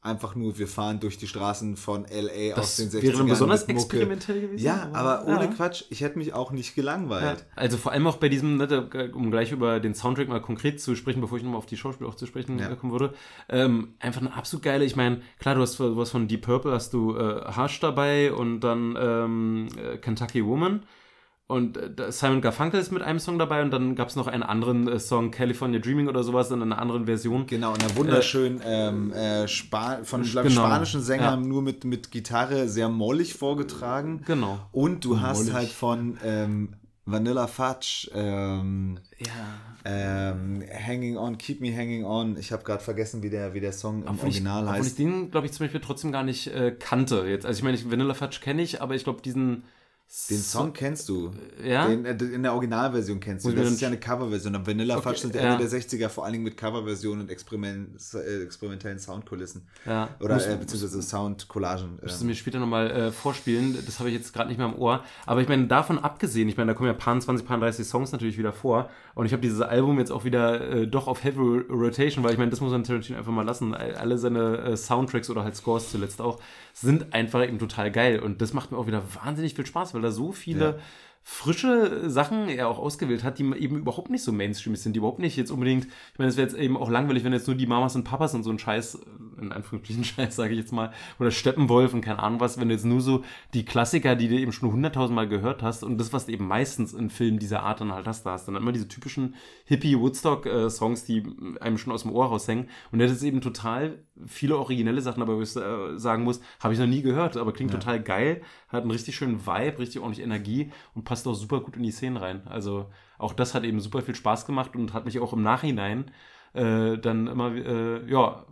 einfach nur, wir fahren durch die Straßen von L A das aus den sechzigern. Das wäre besonders experimentell gewesen. Ja, aber ohne ja. Quatsch, ich hätte mich auch nicht gelangweilt. Ja. Also vor allem auch bei diesem, ne, um gleich über den Soundtrack mal konkret zu sprechen, bevor ich nochmal auf die Schauspieler auch zu sprechen ja. kommen würde, ähm, einfach eine absolut geile, ich meine, klar, du hast was von Deep Purple, hast du äh, Hush dabei und dann ähm, Kentucky Woman. Und äh, Simon Garfunkel ist mit einem Song dabei und dann gab es noch einen anderen äh, Song, California Dreaming oder sowas, in einer anderen Version. Genau, und einer wunderschön äh, ähm, äh, Spa- von genau. spanischen Sängern ja. nur mit, mit Gitarre, sehr mollig vorgetragen. Genau. Und du hast mollig. halt von ähm, Vanilla Fudge ähm, ja. ähm, Hanging On, Keep Me Hanging On. Ich habe gerade vergessen, wie der, wie der Song im obwohl Original ich, heißt. Obwohl ich den, glaube ich, zum Beispiel trotzdem gar nicht äh, kannte. Jetzt. Also ich meine, Vanilla Fudge kenne ich, aber ich glaube, diesen... Den Song kennst du. Ja? Den, in der Originalversion kennst du. Das ist ja eine Coverversion. Und Vanilla okay, Fudge sind ja. Ende der sechziger vor allem mit Coverversionen und Experiment, äh, experimentellen Soundkulissen. Ja. Oder muss, äh, beziehungsweise Soundcollagen. Musst du mir später nochmal äh, vorspielen. Das habe ich jetzt gerade nicht mehr im Ohr. Aber ich meine, davon abgesehen, ich meine, da kommen ja paar zwanzig, paar dreißig Songs natürlich wieder vor. Und ich habe dieses Album jetzt auch wieder äh, doch auf Heavy Rotation, weil ich meine, das muss man Tarantino einfach mal lassen. Alle seine äh, Soundtracks oder halt Scores zuletzt auch sind einfach eben total geil. Und das macht mir auch wieder wahnsinnig viel Spaß, weil da so viele ja. frische Sachen er auch ausgewählt hat, die eben überhaupt nicht so mainstreamig sind, die überhaupt nicht jetzt unbedingt, ich meine, es wäre jetzt eben auch langweilig, wenn jetzt nur die Mamas und Papas und so ein Scheiß, in Anführungsstrichen Scheiß, sage ich jetzt mal, oder Steppenwolf und keine Ahnung was, wenn du jetzt nur so die Klassiker, die du eben schon hunderttausend Mal gehört hast und das, was du eben meistens in Filmen dieser Art dann halt hast, da hast dann immer diese typischen Hippie-Woodstock-Songs, die einem schon aus dem Ohr raushängen und er hat jetzt eben total viele originelle Sachen, aber wo ich äh, sagen muss, habe ich noch nie gehört, aber klingt ja. total geil, hat einen richtig schönen Vibe, richtig ordentlich Energie und passt auch super gut in die Szenen rein. Also auch das hat eben super viel Spaß gemacht und hat mich auch im Nachhinein äh, dann immer, äh, ja,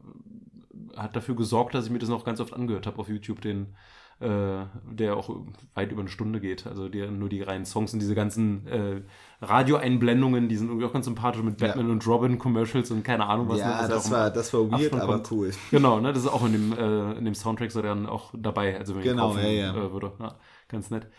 hat dafür gesorgt, dass ich mir das noch ganz oft angehört habe auf YouTube, den äh, der auch weit über eine Stunde geht. Also der, nur die reinen Songs und diese ganzen äh, Radioeinblendungen, die sind irgendwie auch ganz sympathisch mit Batman ja. und Robin Commercials und keine Ahnung was. Ja, ne, das, war, das war weird, aber kommt. Cool. Genau, ne, das ist auch in dem, äh, in dem Soundtrack so dann auch dabei, also wenn ich genau, kaufen ja, ja. Äh, würde. Ja, ganz nett.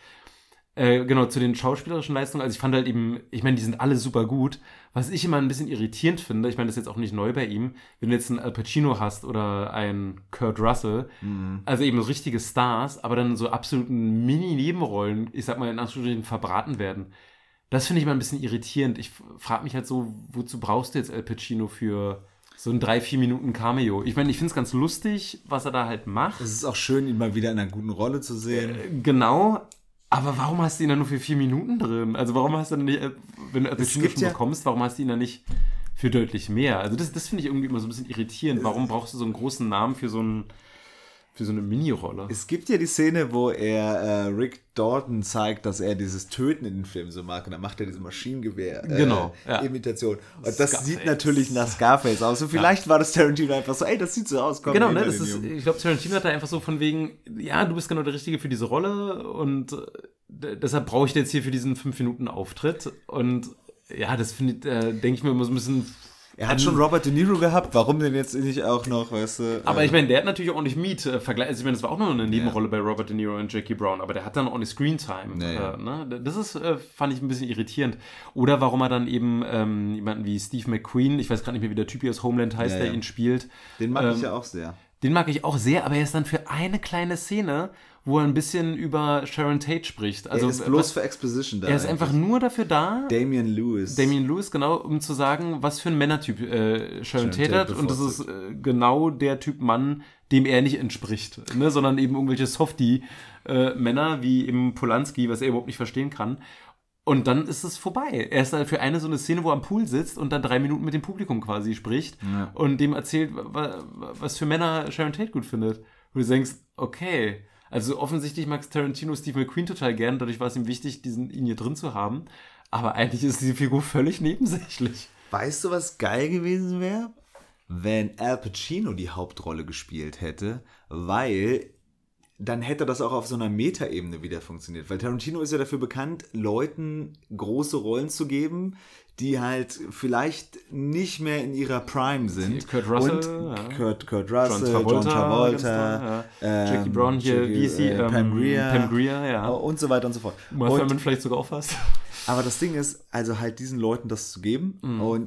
Äh, genau, zu den schauspielerischen Leistungen, also ich fand halt eben, ich meine, die sind alle super gut. Was ich immer ein bisschen irritierend finde, ich meine, das ist jetzt auch nicht neu bei ihm, wenn du jetzt einen Al Pacino hast oder einen Kurt Russell, mhm. also eben so richtige Stars, aber dann so absoluten Mini-Nebenrollen, ich sag mal in Anführungsstrichen, verbraten werden. Das finde ich immer ein bisschen irritierend. Ich frage mich halt so, wozu brauchst du jetzt Al Pacino für so ein drei, vier Minuten Cameo? Ich meine, ich finde es ganz lustig, was er da halt macht. Es ist auch schön, ihn mal wieder in einer guten Rolle zu sehen. Äh, genau. Aber warum hast du ihn dann nur für vier Minuten drin? Also warum hast du dann nicht, wenn du Al Pacino schon ja bekommst, warum hast du ihn dann nicht für deutlich mehr? Also das, das finde ich irgendwie immer so ein bisschen irritierend. Warum brauchst du so einen großen Namen für so, ein, für so eine Mini-Rolle? Es gibt ja die Szene, wo er äh, Rick Dalton zeigt, dass er dieses Töten in den Filmen so mag. Und dann macht er diese Maschinengewehr-Imitation. Äh, genau, ja. Und das Scarface. Sieht natürlich nach Scarface aus. Und vielleicht ja. war das Tarantino einfach so, ey, das sieht so aus. Komm, genau, ne, das ist, ich glaube, Tarantino hat da einfach so von wegen, ja, du bist genau der Richtige für diese Rolle und äh, deshalb brauche ich jetzt hier für diesen fünf Minuten Auftritt. Und ja, das finde äh, denke ich mir immer so ein bisschen... Er hat schon Robert De Niro gehabt, warum denn jetzt nicht auch noch, weißt du? Aber äh, ich meine, der hat natürlich auch ordentlich Meat äh, vergleicht. Also ich meine, das war auch noch eine Nebenrolle ja. bei Robert De Niro und Jackie Brown, aber der hat dann ordentlich Screentime. Nee, ja. äh, ne? Das ist, äh, fand ich ein bisschen irritierend. Oder warum er dann eben ähm, jemanden wie Steve McQueen, ich weiß gerade nicht mehr, wie der Typ hier aus Homeland heißt, ja, der ja. ihn spielt. Den mag ähm, ich ja auch sehr. Den mag ich auch sehr, aber er ist dann für eine kleine Szene, wo er ein bisschen über Sharon Tate spricht. Also, er ist bloß was, für Exposition da. Er ist eigentlich. einfach nur dafür da. Damian Lewis. Damian Lewis, genau, um zu sagen, was für ein Männertyp äh, Sharon, Sharon Tate hat. Und das ist äh, genau der Typ Mann, dem er nicht entspricht. Ne? Sondern eben irgendwelche Softie-Männer, äh, wie eben Polanski, was er überhaupt nicht verstehen kann. Und dann ist es vorbei. Er ist halt für eine so eine Szene, wo er am Pool sitzt und dann drei Minuten mit dem Publikum quasi spricht ja. und dem erzählt, was für Männer Sharon Tate gut findet. Und du denkst, okay, also offensichtlich mag Tarantino Steve McQueen total gern, dadurch war es ihm wichtig, diesen, ihn hier drin zu haben. Aber eigentlich ist diese Figur völlig nebensächlich. Weißt du, was geil gewesen wäre? Wenn Al Pacino die Hauptrolle gespielt hätte, weil... dann hätte das auch auf so einer Metaebene wieder funktioniert. Weil Tarantino ist ja dafür bekannt, Leuten große Rollen zu geben, die halt vielleicht nicht mehr in ihrer Prime sind. Kurt Russell, und ja. Kurt, Kurt Russell, John Travolta, John Travolta ja. ähm, Jackie Brown hier, Jackie, wie ist sie? Äh, Ähm, Pam Grier, Pam Grier, ja. Und so weiter und so fort. Uma Thurman vielleicht sogar auch fast. Aber das Ding ist, also halt diesen Leuten das zu geben mhm. und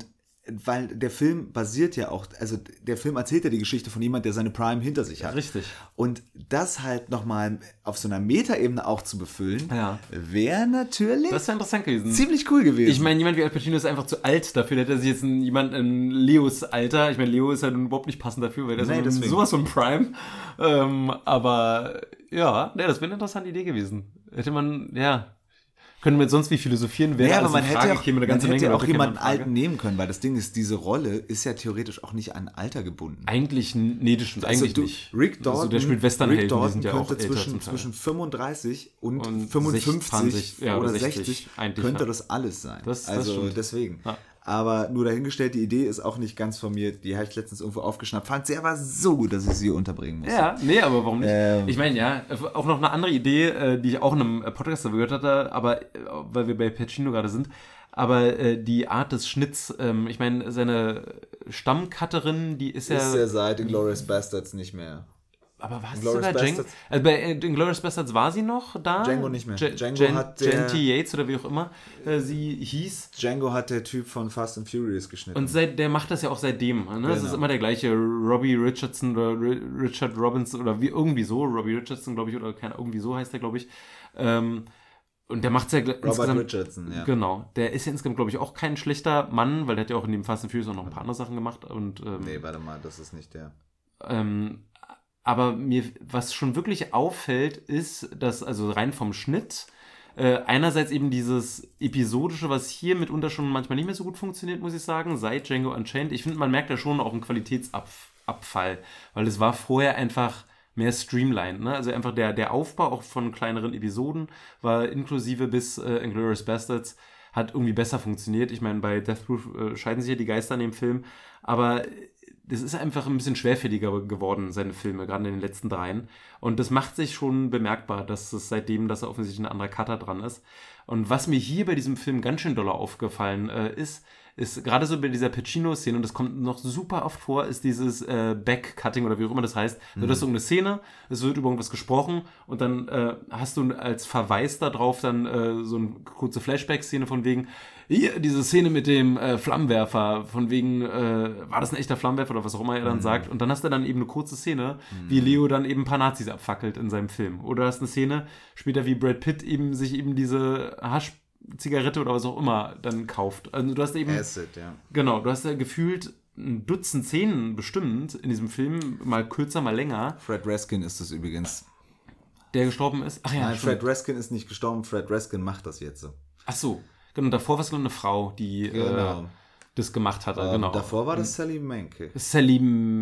weil der Film basiert ja auch, also der Film erzählt ja die Geschichte von jemand, der seine Prime hinter sich hat. Richtig. Und das halt nochmal auf so einer Metaebene auch zu befüllen, ja. wäre natürlich das wäre interessant gewesen. Ziemlich cool gewesen. Ich meine, jemand wie Al Pacino ist einfach zu alt dafür, da hätte sich jetzt ein, jemand in Leos Alter, ich meine, Leo ist ja nun überhaupt nicht passend dafür, weil der nee, ist so sowas von Prime. Ähm, aber ja, nee, das wäre eine interessante Idee gewesen. Hätte man, ja... Können wir jetzt sonst wie philosophieren, wer ja, aber als man Frage hätte, auch, käme, eine ganze man hätte Menge auch jemanden Alten nehmen können, weil das Ding ist, diese Rolle ist ja theoretisch auch nicht an Alter gebunden. Eigentlich, nee, das stimmt, also eigentlich du, nicht. Rick Dalton, also der spielt Westernhelden, die sind ja auch älter zwischen, zwischen fünfunddreißig und, und fünfundfünfzig zwanzig, ja, oder sechzig, sechzig könnte ja. das alles sein. Das, das also stimmt. deswegen. Ja. Aber nur dahingestellt, die Idee ist auch nicht ganz von mir. Die habe ich letztens irgendwo aufgeschnappt. Fand sie aber so gut, dass ich sie unterbringen muss. Ja, nee, aber warum nicht? Ähm, ich meine, ja, auch noch eine andere Idee, die ich auch in einem Podcast gehört hatte, aber weil wir bei Pacino gerade sind, aber äh, die Art des Schnitts, ähm, ich meine, seine Stammcutterin, die ist ja... Ist ja seit Inglourious Bastards nicht mehr. Aber war es sogar Django? Also bei Inglourious Bastards war sie noch da? Django nicht mehr. J- Django Jen- hat der, Jen T. Yates oder wie auch immer äh, sie hieß. Django hat der Typ von Fast and Furious geschnitten. Und seit, der macht das ja auch seitdem. Ne? Genau. Das ist immer der gleiche. Robbie Richardson oder Richard Robinson oder wie irgendwie so. Robbie Richardson, glaube ich, oder keine, irgendwie so heißt der, glaube ich. Ähm, und der macht es ja Robert insgesamt... Richardson, ja. Genau. Der ist ja insgesamt, glaube ich, auch kein schlechter Mann, weil der hat ja auch in dem Fast and Furious auch noch ein paar andere Sachen gemacht. Und, ähm, nee, warte mal, das ist nicht der. Ähm, aber mir, was schon wirklich auffällt, ist, dass, also rein vom Schnitt, äh, einerseits eben dieses Episodische, was hier mitunter schon manchmal nicht mehr so gut funktioniert, muss ich sagen, seit Django Unchained. Ich finde, man merkt da schon auch einen Qualitätsabfall, weil es war vorher einfach mehr streamlined. Ne? Also einfach der, der Aufbau auch von kleineren Episoden war inklusive bis äh, Inglourious Bastards hat irgendwie besser funktioniert. Ich meine, bei Death Proof äh, scheiden sich ja die Geister an dem Film, aber das ist einfach ein bisschen schwerfälliger geworden, seine Filme, gerade in den letzten dreien. Und das macht sich schon bemerkbar, dass es seitdem, dass er offensichtlich ein anderer Cutter dran ist. Und was mir hier bei diesem Film ganz schön doll aufgefallen äh, ist, ist gerade so bei dieser Pacino-Szene, und das kommt noch super oft vor, ist dieses äh, Backcutting oder wie auch immer das heißt. Mhm. Du hast so eine Szene, es wird über irgendwas gesprochen und dann äh, hast du als Verweis darauf dann äh, so eine kurze Flashback-Szene von wegen, hier, diese Szene mit dem äh, Flammenwerfer, von wegen, äh, war das ein echter Flammenwerfer oder was auch immer er dann mhm. sagt. Und dann hast du dann eben eine kurze Szene, mhm. wie Leo dann eben ein paar Nazis abfackelt in seinem Film. Oder hast eine Szene später, wie Brad Pitt eben sich eben diese Haschzigarette oder was auch immer dann kauft. Also du hast eben... Acid, ja. Genau, du hast ja gefühlt ein Dutzend Szenen bestimmt in diesem Film, mal kürzer, mal länger. Fred Raskin ist es übrigens. Der gestorben ist? Ach ja, Nein, stimmt. Fred Raskin ist nicht gestorben, Fred Raskin macht das jetzt so. Ach so. Genau, davor war es eine Frau, die genau. äh, das gemacht hatte. Ähm, genau. Davor war das Sally Menke. Sally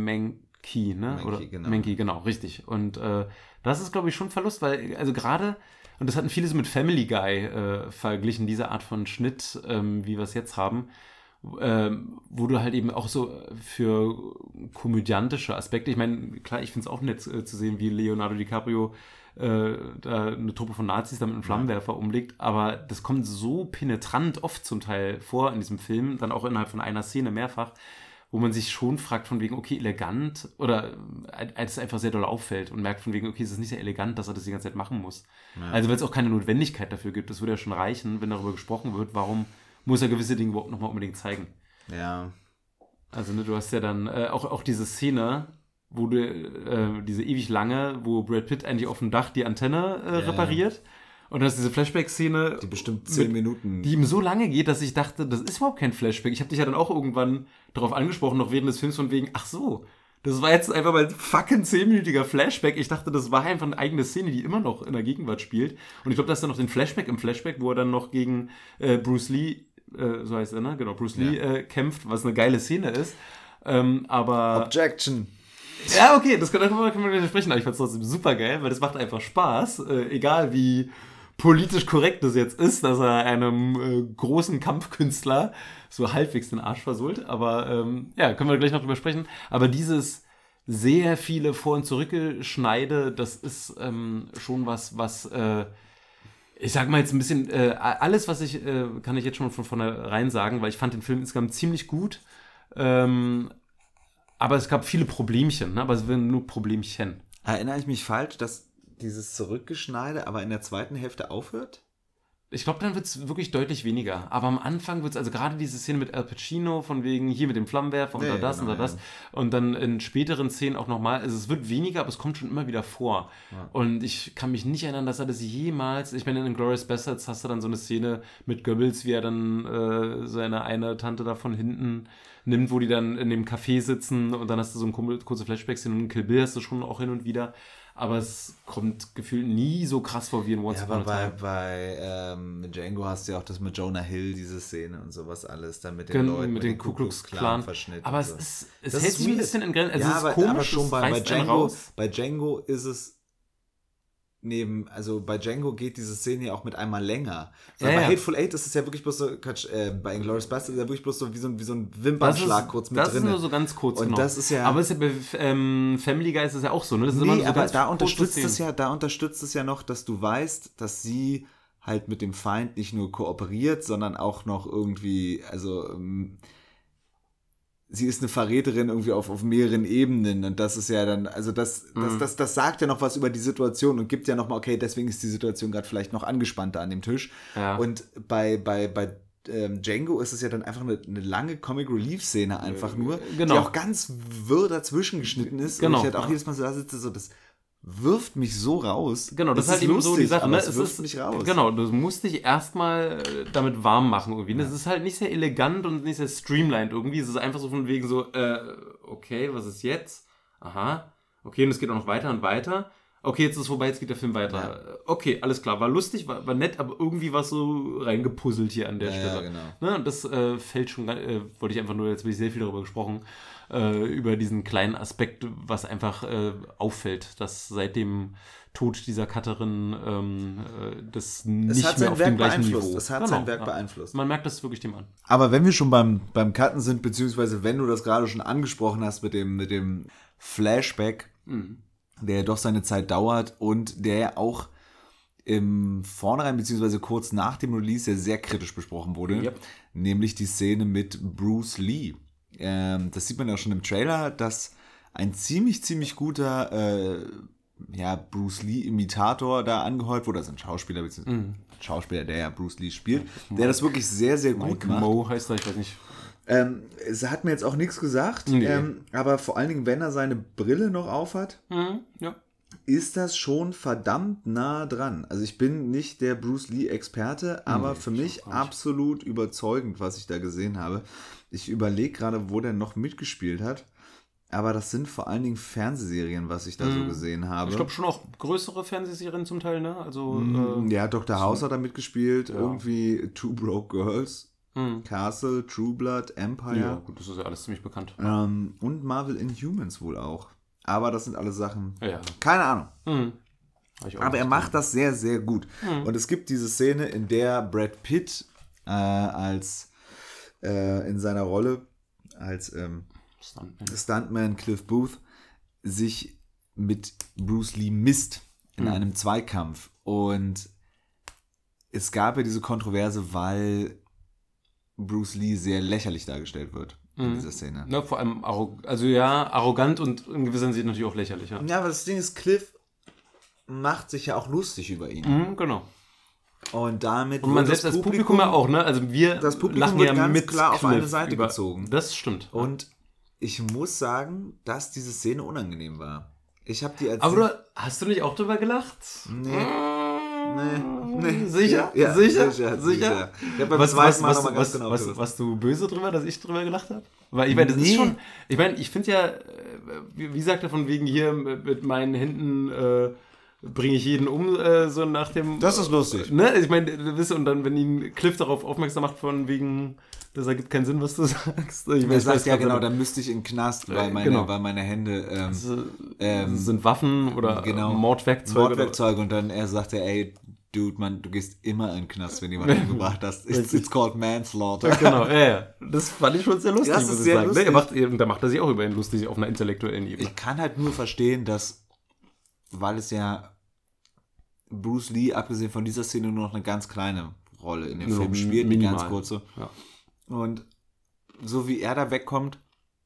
Menke, ne? Menke, Oder genau. Menke, genau, richtig. Und äh, das ist, glaube ich, schon ein Verlust, weil, also gerade, und das hatten viele so mit Family Guy äh, verglichen, diese Art von Schnitt, ähm, wie wir es jetzt haben, ähm, wo du halt eben auch so für komödiantische Aspekte, ich meine, klar, ich finde es auch nett äh, zu sehen, wie Leonardo DiCaprio Äh, da eine Truppe von Nazis damit einen Flammenwerfer umlegt, aber das kommt so penetrant oft zum Teil vor in diesem Film, dann auch innerhalb von einer Szene mehrfach, wo man sich schon fragt von wegen, okay, elegant, oder es einfach sehr doll auffällt und merkt von wegen, okay, es ist nicht sehr elegant, dass er das die ganze Zeit machen muss. Ja. Also weil es auch keine Notwendigkeit dafür gibt, das würde ja schon reichen, wenn darüber gesprochen wird, warum muss er gewisse Dinge überhaupt nochmal unbedingt zeigen. Ja. Also ne, du hast ja dann äh, auch, auch diese Szene, wo du äh, diese ewig lange, wo Brad Pitt eigentlich auf dem Dach die Antenne äh, ja. repariert. Und dann ist diese Flashback-Szene, die bestimmt zehn mit, Minuten, die ihm so lange geht, dass ich dachte, das ist überhaupt kein Flashback. Ich habe dich ja dann auch irgendwann darauf angesprochen, noch während des Films von wegen, ach so, das war jetzt einfach mal ein fucking zehnminütiger Flashback. Ich dachte, das war einfach eine eigene Szene, die immer noch in der Gegenwart spielt. Und ich glaube, da ist dann noch den Flashback im Flashback, wo er dann noch gegen äh, Bruce Lee, äh, so heißt er, ne? Genau, Bruce Lee ja. äh, kämpft, was eine geile Szene ist. Ähm, aber... Objection! Ja, okay, das können, darüber können wir gleich sprechen, aber ich fand es trotzdem super geil, weil das macht einfach Spaß, äh, egal wie politisch korrekt das jetzt ist, dass er einem äh, großen Kampfkünstler so halbwegs den Arsch versohlt, aber ähm, ja, können wir gleich noch drüber sprechen, aber dieses sehr viele Vor- und Zurückgeschneide, das ist ähm, schon was, was äh, ich sag mal jetzt ein bisschen, äh, alles, was ich, äh, kann ich jetzt schon von vornherein sagen, weil ich fand den Film insgesamt ziemlich gut, ähm, aber es gab viele Problemchen, ne? Aber es waren nur Problemchen. Erinnere ich mich falsch, dass dieses Zurückgeschneide aber in der zweiten Hälfte aufhört? Ich glaube, dann wird es wirklich deutlich weniger. Aber am Anfang wird es, also gerade diese Szene mit Al Pacino, von wegen hier mit dem Flammenwerfer und Nee, da das genau, und da das. ja. Und dann in späteren Szenen auch nochmal. Also es wird weniger, aber es kommt schon immer wieder vor. Ja. Und ich kann mich nicht erinnern, dass er das jemals, ich meine, in Inglourious Basterds hast du dann so eine Szene mit Goebbels, wie er dann äh, seine eine Tante da von hinten nimmt, wo die dann in dem Café sitzen und dann hast du so eine kurze Flashback-Szene und Kill Bill hast du schon auch hin und wieder. Aber es kommt gefühlt nie so krass vor wie in Once Ja, Upon a aber bei, Time. bei ähm, Django hast du ja auch das mit Jonah Hill, diese Szene und sowas alles, dann mit den Gen- Leuten, mit den Ku Klux Klan Verschnitt. Aber und es so. ist, es Das hält ist sich ein weird. bisschen in Grenzen. Also ja, es ist aber, komisch, aber schon es bei, bei, reißt einen Django, raus. bei Django ist es neben, also bei Django geht diese Szene ja auch mit einmal länger. So, Ja, bei ja. Hateful Eight ist es ja wirklich bloß so, Quatsch, äh, bei Inglourious Basterds ist es ja wirklich bloß so wie so ein, wie so ein Wimpernschlag kurz mit das drin. ist nur so ganz kurz, Und genau. das ist ja- Aber es ist ja bei ähm, Family Guy ist es ja auch so, ne? Das ist immer Nee, nur so aber ganz da kurze unterstützt Szenen. es ja, da unterstützt es ja noch, dass du weißt, dass sie halt mit dem Feind nicht nur kooperiert, sondern auch noch irgendwie, also ähm, sie ist eine Verräterin irgendwie auf, auf mehreren Ebenen und das ist ja dann, also das, das, das, das sagt ja noch was über die Situation und gibt ja noch mal, okay, deswegen ist die Situation gerade vielleicht noch angespannter an dem Tisch. Ja. Und bei, bei, bei ähm, Django ist es ja dann einfach eine, eine lange Comic-Relief-Szene einfach nur, genau. die auch ganz wirr dazwischen geschnitten ist Genau, und ich halt auch ja. jedes Mal so da sitze, so das wirft mich so raus. Genau, das Es ist halt eben so die Sache, aber ne? es wirft mich raus. Genau, du musst dich erstmal äh, damit warm machen irgendwie. Das ist halt nicht sehr elegant und nicht sehr streamlined irgendwie. Es ist einfach so von wegen so, äh, okay, was ist jetzt? Aha, okay, und es geht auch noch weiter und weiter. Okay, jetzt ist es vorbei, jetzt geht der Film weiter. Okay, alles klar, war lustig, war, war nett, aber irgendwie war es so reingepuzzelt hier an der Ja, Stelle. ja, genau. Ne? Und das äh, fällt schon, äh, wollte ich einfach nur, jetzt habe ich sehr viel darüber gesprochen, äh, über diesen kleinen Aspekt, was einfach äh, auffällt, dass seit dem Tod dieser Cutterin ähm, äh, das nicht Es hat mehr sein auf Werk dem gleichen beeinflusst. Niveau. Es hat Genau, sein Werk ja. beeinflusst. Man merkt das wirklich dem an. Aber wenn wir schon beim, beim Cutten sind, beziehungsweise wenn du das gerade schon angesprochen hast mit dem, mit dem Flashback, Mhm. der ja doch seine Zeit dauert und der ja auch im Vornherein, beziehungsweise kurz nach dem Release ja sehr kritisch besprochen wurde, Yep. nämlich die Szene mit Bruce Lee. Ähm, das sieht man ja schon im Trailer, dass ein ziemlich, ziemlich guter äh, ja, Bruce Lee-Imitator da angeheuert wurde, also ein Schauspieler, beziehungsweise Mhm. ein Schauspieler, der ja Bruce Lee spielt, der das wirklich sehr, sehr gut Mike macht. Mo heißt er, ich weiß nicht. Ähm, es hat mir jetzt auch nichts gesagt, Nee. ähm, aber vor allen Dingen, wenn er seine Brille noch aufhat, Mhm. Ja. ist das schon verdammt nah dran. Also ich bin nicht der Bruce Lee-Experte, aber Nee, für ich mich auch gar nicht. absolut überzeugend, was ich da gesehen habe. Ich überlege gerade, wo der noch mitgespielt hat, aber das sind vor allen Dingen Fernsehserien, was ich da so gesehen habe. Ich glaube schon auch größere Fernsehserien zum Teil, ne? Also, Mm, äh, ja, Doktor House hat da mitgespielt, Ja. irgendwie Two Broke Girls, Mhm. Castle, True Blood, Empire. ja, gut, das ist ja alles ziemlich bekannt. Ähm, und Marvel Inhumans wohl auch. Aber das sind alles Sachen, Ja. keine Ahnung. Mhm. Hab ich auch Aber er nicht macht das sehr, sehr gut. Mhm. Und es gibt diese Szene, in der Brad Pitt äh, als äh, in seiner Rolle als ähm, Stuntman. Stuntman Cliff Booth sich mit Bruce Lee misst in Mhm. einem Zweikampf. Und es gab ja diese Kontroverse, weil Bruce Lee sehr lächerlich dargestellt wird in Mhm. dieser Szene. Na, vor allem, arrog- also ja, arrogant und in gewisser Hinsicht natürlich auch lächerlich, ja. Ja, aber das Ding ist, Cliff macht sich ja auch lustig über ihn. Mhm, genau. Und damit Und man wird selbst als Publikum ja auch, ne? Also wir das Publikum lachen wird ja ganz mit klar auf Cliff eine Seite über, gezogen. Das stimmt. Und ich muss sagen, dass diese Szene unangenehm war. Ich habe die als Aber du, hast du nicht auch drüber gelacht? Nee. Nee, nee. Sicher? Ja, ja, sicher? sicher, Sicher? sicher. Ich hab beim Was, zweiten was, Mal was, noch mal ganz was, genau was, aufgepasst. was du böse drüber, dass ich drüber gelacht habe? Weil ich meine, das Nee. ist schon. Ich meine, ich finde ja, äh, wie, wie sagt er von wegen hier mit, mit meinen Händen äh, bringe ich jeden um, äh, so nach dem. Das ist lustig. Ne? Ich meine, du wisst, und dann, wenn ihn Cliff darauf aufmerksam macht, von wegen, das ergibt keinen Sinn, was du sagst. Ich Er weiß, sagt weiß ja grad genau, nicht. dann müsste ich in den Knast, weil meine, genau. weil meine Hände ähm, Das ähm, sind Waffen oder genau. Mordwerkzeuge. Mordwerkzeuge und dann er sagte, ey, Dude, man, du gehst immer in den Knast, wenn jemand umgebracht hast. It's, it's called manslaughter. Oder? Genau, ja, ja. Das fand ich schon sehr lustig, Das muss ist ich sehr sagen. lustig. Ne, er macht, er, da macht er sich auch über ihn lustig auf einer intellektuellen Ebene. Ich kann halt nur verstehen, dass, weil es ja Bruce Lee, abgesehen von dieser Szene, nur noch eine ganz kleine Rolle in dem Nur Film spielt, eine minimal. ganz kurze. Ja. Und so wie er da wegkommt,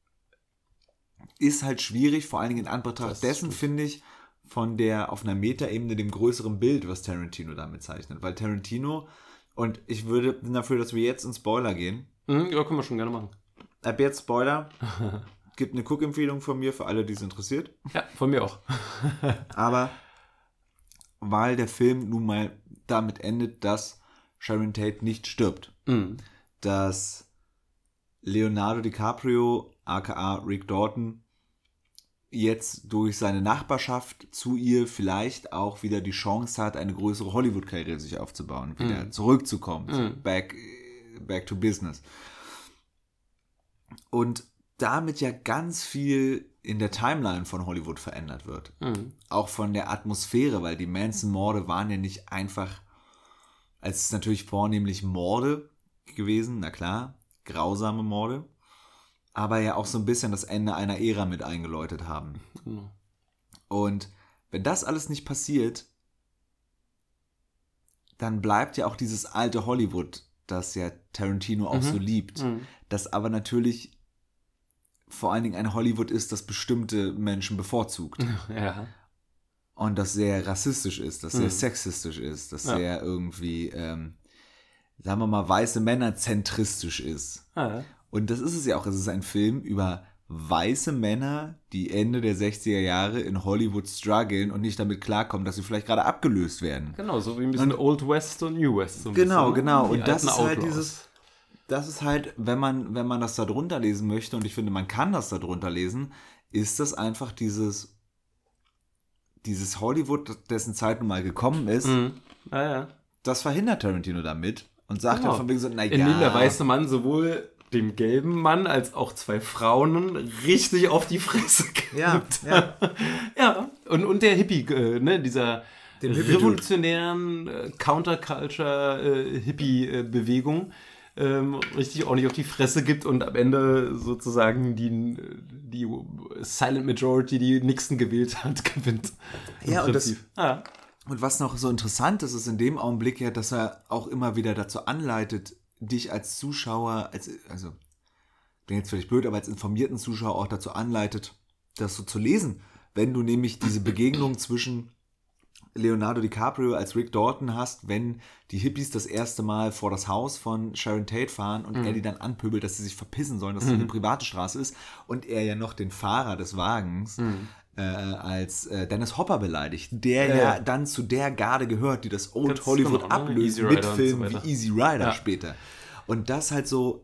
ist halt schwierig, vor allen Dingen in Das Anbetracht ist dessen, gut. finde ich, von der auf einer Metaebene dem größeren Bild, was Tarantino damit zeichnet. Weil Tarantino Und ich würde bin dafür, dass wir jetzt in Spoiler gehen. Mhm, ja, können wir schon gerne machen. Ab jetzt Spoiler. Gibt eine Cook-Empfehlung von mir für alle, die es interessiert. Ja, von mir auch. Aber weil der Film nun mal damit endet, dass Sharon Tate nicht stirbt. Mhm. Dass Leonardo DiCaprio, aka Rick Dalton, jetzt durch seine Nachbarschaft zu ihr vielleicht auch wieder die Chance hat, eine größere Hollywood-Karriere sich aufzubauen, wieder mm. zurückzukommen, mm. so back, back to business. Und damit ja ganz viel in der Timeline von Hollywood verändert wird. Mm. Auch von der Atmosphäre, weil die Manson-Morde waren ja nicht einfach, als es natürlich vornehmlich Morde gewesen, na klar, grausame Morde, aber ja auch so ein bisschen das Ende einer Ära mit eingeläutet haben. Mhm. Und wenn das alles nicht passiert, dann bleibt ja auch dieses alte Hollywood, das ja Tarantino auch mhm. so liebt, mhm. das aber natürlich vor allen Dingen ein Hollywood ist, das bestimmte Menschen bevorzugt. Ja. Und das sehr rassistisch ist, das mhm. sehr sexistisch ist, das ja. sehr irgendwie, ähm, sagen wir mal, weiße Männer zentristisch ist. Ja. Und das ist es ja auch. Es ist ein Film über weiße Männer, die Ende der sechziger Jahre in Hollywood strugglen und nicht damit klarkommen, dass sie vielleicht gerade abgelöst werden. Genau, so wie ein bisschen und, Old West und New West. So genau, bisschen, genau. Und das ist Outlaws. Halt dieses, das ist halt, wenn man, wenn man das da drunter lesen möchte, und ich finde, man kann das da drunter lesen, ist das einfach dieses, dieses Hollywood, dessen Zeit nun mal gekommen ist. Mhm. Ah, ja. Das verhindert Tarantino damit und sagt genau. dann von wegen so, naja. Indem der weiße Mann sowohl dem gelben Mann als auch zwei Frauen richtig auf die Fresse gibt. Ja, ja. ja. Und, und der Hippie, äh, ne, dieser revolutionären äh, Counterculture-Hippie-Bewegung äh, ähm, richtig ordentlich auf die Fresse gibt und am Ende sozusagen die, die Silent Majority, die Nixon gewählt hat, gewinnt. Ja, und das... Ah. Und was noch so interessant ist, ist in dem Augenblick ja, dass er auch immer wieder dazu anleitet, dich als Zuschauer, als, also, bin jetzt vielleicht blöd, aber als informierten Zuschauer auch dazu anleitet, das so zu lesen. Wenn du nämlich diese Begegnung zwischen Leonardo DiCaprio als Rick Dalton hast, wenn die Hippies das erste Mal vor das Haus von Sharon Tate fahren und mhm. er die dann anpöbelt, dass sie sich verpissen sollen, dass es mhm. eine private Straße ist und er ja noch den Fahrer des Wagens mhm. äh, als äh, Dennis Hopper beleidigt, der ja, ja dann zu der Garde gehört, die das Old Ganz Hollywood genau, ablöst mit Filmen so wie Easy Rider ja. später. Und das halt so,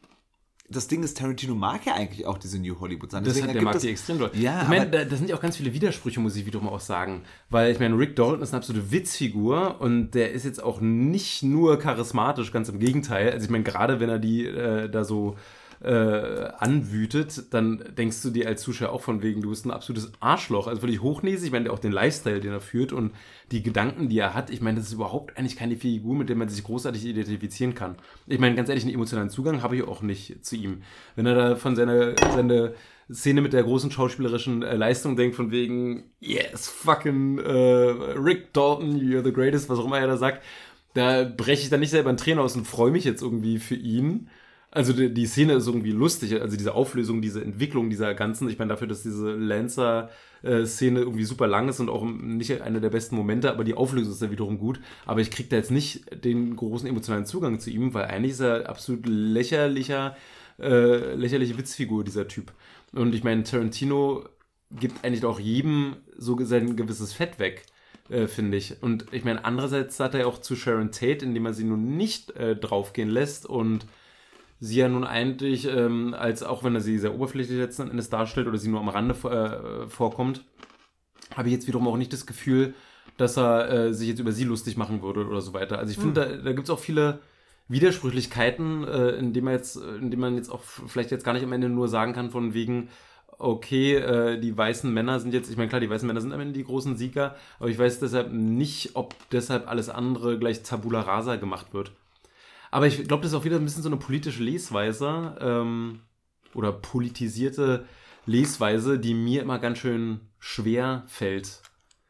das Ding ist, Tarantino mag ja eigentlich auch diese New Hollywood sein. Das hat, der mag das, die extrem doll. Ja, ich meine, da, da sind ja auch ganz viele Widersprüche, muss ich wiederum auch sagen. Weil ich meine, Rick Dalton ist eine absolute Witzfigur und der ist jetzt auch nicht nur charismatisch, ganz im Gegenteil. Also ich meine, gerade wenn er die äh, da so äh, anwütet, dann denkst du dir als Zuschauer auch von wegen, du bist ein absolutes Arschloch. Also völlig hochnäsig. Ich meine, auch den Lifestyle, den er führt und die Gedanken, die er hat. Ich meine, das ist überhaupt eigentlich keine Figur, mit der man sich großartig identifizieren kann. Ich meine, ganz ehrlich, einen emotionalen Zugang habe ich auch nicht zu ihm. Wenn er da von seiner seine Szene mit der großen schauspielerischen äh, Leistung denkt, von wegen, yes, fucking äh, Rick Dalton, you're the greatest, was auch immer er da sagt, da breche ich dann nicht selber ein Tränen aus und freue mich jetzt irgendwie für ihn. Also die, die Szene ist irgendwie lustig, also diese Auflösung, diese Entwicklung dieser ganzen, ich meine dafür, dass diese Lancer-Szene irgendwie super lang ist und auch nicht eine der besten Momente, aber die Auflösung ist ja wiederum gut, aber ich kriege da jetzt nicht den großen emotionalen Zugang zu ihm, weil eigentlich ist er absolut lächerlicher, äh, lächerliche Witzfigur, dieser Typ. Und ich meine, Tarantino gibt eigentlich auch jedem so sein gewisses Fett weg. Äh, finde ich. Und ich meine, andererseits hat er auch zu Sharon Tate, indem er sie nun nicht äh, draufgehen lässt und sie ja nun eigentlich, ähm, als auch wenn er sie sehr oberflächlich letzten Endes darstellt oder sie nur am Rande äh, vorkommt, habe ich jetzt wiederum auch nicht das Gefühl, dass er äh, sich jetzt über sie lustig machen würde oder so weiter. Also ich finde, mhm. da, da gibt es auch viele Widersprüchlichkeiten, äh, indem man jetzt, indem man jetzt auch vielleicht jetzt gar nicht am Ende nur sagen kann von wegen, okay, äh, die weißen Männer sind jetzt, ich meine klar, die weißen Männer sind am Ende die großen Sieger, aber ich weiß deshalb nicht, ob deshalb alles andere gleich Tabula Rasa gemacht wird. Aber ich glaube, das ist auch wieder ein bisschen so eine politische Lesweise ähm, oder politisierte Lesweise, die mir immer ganz schön schwer fällt.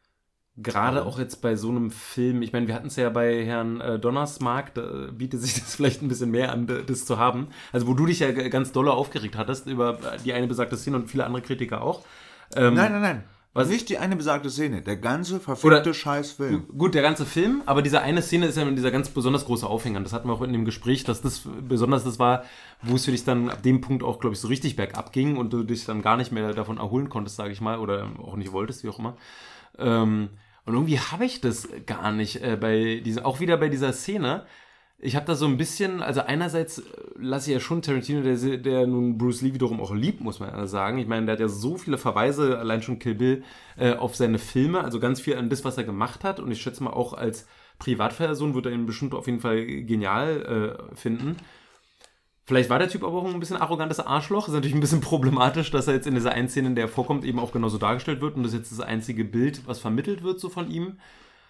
Gerade auch jetzt bei so einem Film, ich meine, wir hatten es ja bei Herrn äh, Donnersmarck, da bietet sich das vielleicht ein bisschen mehr an, das zu haben. Also wo du dich ja ganz doll aufgeregt hattest über die eine besagte Szene und viele andere Kritiker auch. Ähm, nein, nein, nein. Was? Nicht die eine besagte Szene, der ganze verfickte Scheißfilm. Gut, der ganze Film, aber diese eine Szene ist ja dieser ganz besonders große Aufhänger. Das hatten wir auch in dem Gespräch, dass das besonders das war, wo es für dich dann ab dem Punkt auch, glaube ich, so richtig bergab ging und du dich dann gar nicht mehr davon erholen konntest, sage ich mal, oder auch nicht wolltest, wie auch immer. Ähm, und irgendwie habe ich das gar nicht äh, bei diesem, auch wieder bei dieser Szene. Ich habe da so ein bisschen, also einerseits lasse ich ja schon Tarantino, der, der nun Bruce Lee wiederum auch liebt, muss man sagen. Ich meine, der hat ja so viele Verweise, allein schon Kill Bill, äh, auf seine Filme, also ganz viel an das, was er gemacht hat. Und ich schätze mal, auch als Privatperson wird er ihn bestimmt auf jeden Fall genial äh, finden. Vielleicht war der Typ aber auch ein bisschen arrogantes Arschloch. Ist natürlich ein bisschen problematisch, dass er jetzt in dieser einen Szene, in der er vorkommt, eben auch genauso dargestellt wird. Und das ist jetzt das einzige Bild, was vermittelt wird so von ihm.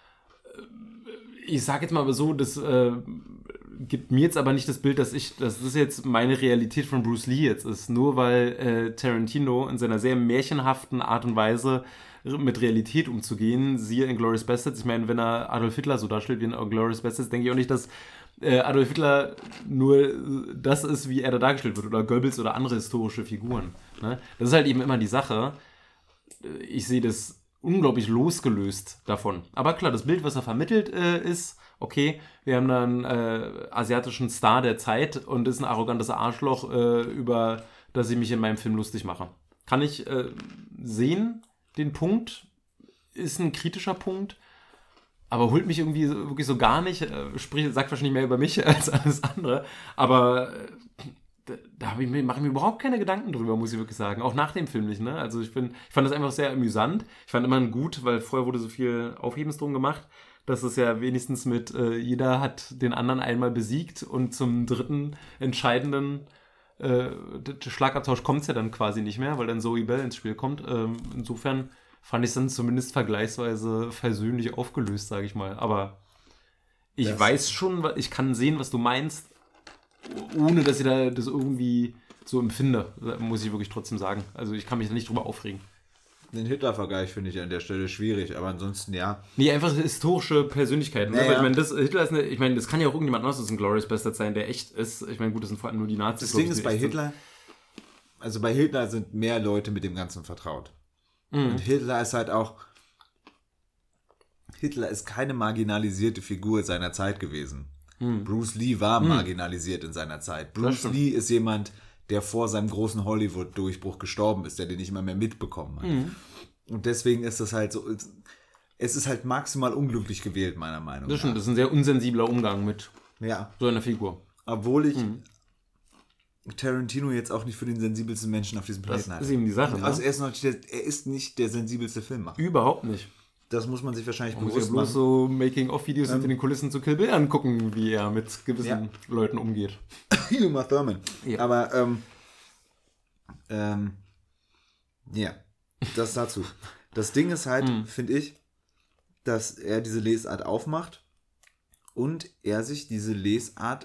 Ich sage jetzt mal so, das äh, gibt mir jetzt aber nicht das Bild, dass ich, dass das jetzt meine Realität von Bruce Lee jetzt ist. Nur weil äh, Tarantino in seiner sehr märchenhaften Art und Weise mit Realität umzugehen, siehe Inglourious Basterds. Ich meine, wenn er Adolf Hitler so darstellt wie in Inglourious Basterds, denke ich auch nicht, dass äh, Adolf Hitler nur das ist, wie er da dargestellt wird. Oder Goebbels oder andere historische Figuren. Ne? Das ist halt eben immer die Sache. Ich sehe das unglaublich losgelöst davon. Aber klar, das Bild, was er vermittelt, äh, ist, okay, wir haben da einen äh, asiatischen Star der Zeit und ist ein arrogantes Arschloch, äh, über das ich mich in meinem Film lustig mache. Kann ich äh, sehen, den Punkt, ist ein kritischer Punkt, aber holt mich irgendwie so, wirklich so gar nicht, äh, sprich, sagt wahrscheinlich mehr über mich als alles andere, aber äh, da, da ich mir, mache ich mir überhaupt keine Gedanken drüber, muss ich wirklich sagen. Auch nach dem Film nicht, ne? Also ich, bin, ich fand das einfach sehr amüsant. Ich fand immer gut, weil vorher wurde so viel Aufhebens drum gemacht, dass es ja wenigstens mit, äh, jeder hat den anderen einmal besiegt und zum dritten entscheidenden äh, Schlagabtausch kommt es ja dann quasi nicht mehr, weil dann Zoe Bell ins Spiel kommt. Ähm, insofern fand ich es dann zumindest vergleichsweise versöhnlich aufgelöst, sage ich mal. Aber ich das weiß schon, ich kann sehen, was du meinst, ohne dass ich da das irgendwie so empfinde, muss ich wirklich trotzdem sagen. Also ich kann mich da nicht drüber aufregen. Den Hitler-Vergleich finde ich an der Stelle schwierig, aber ansonsten ja. Nee, einfach historische Persönlichkeiten. Ne? Ja, ja. Ich meine, das, Hitler ist eine, ich meine, das kann ja auch irgendjemand anderes als ein Inglourious Basterds sein, der echt ist. Ich meine, gut, das sind vor allem nur die Nazis. Das Ding ist bei Hitler, also bei Hitler sind mehr Leute mit dem Ganzen vertraut. Mhm. Und Hitler ist halt auch, Hitler ist keine marginalisierte Figur seiner Zeit gewesen. Hm. Bruce Lee war hm. marginalisiert in seiner Zeit. Bruce Lee ist jemand, der vor seinem großen Hollywood-Durchbruch gestorben ist, der den nicht immer mehr mitbekommen hat. Hm. Und deswegen ist das halt so, es ist halt maximal unglücklich gewählt, meiner Meinung nach. Das stimmt, das ist ein sehr unsensibler Umgang mit ja. so einer Figur. Obwohl ich hm. Tarantino jetzt auch nicht für den sensibelsten Menschen auf diesem Planeten halte. Das ist eben die Sache. Also er ist, noch, er ist nicht der sensibelste Filmmacher. Überhaupt nicht. Das muss man sich wahrscheinlich man bewusst machen. Man muss ja bloß so Making-of-Videos ähm, hinter den Kulissen zu Kill Bill angucken, wie er mit gewissen ja. Leuten umgeht. Uma Thurman. Ja. Aber, ähm, ähm, ja, das dazu. Das Ding ist halt, mm. finde ich, dass er diese Lesart aufmacht und er sich diese Lesart,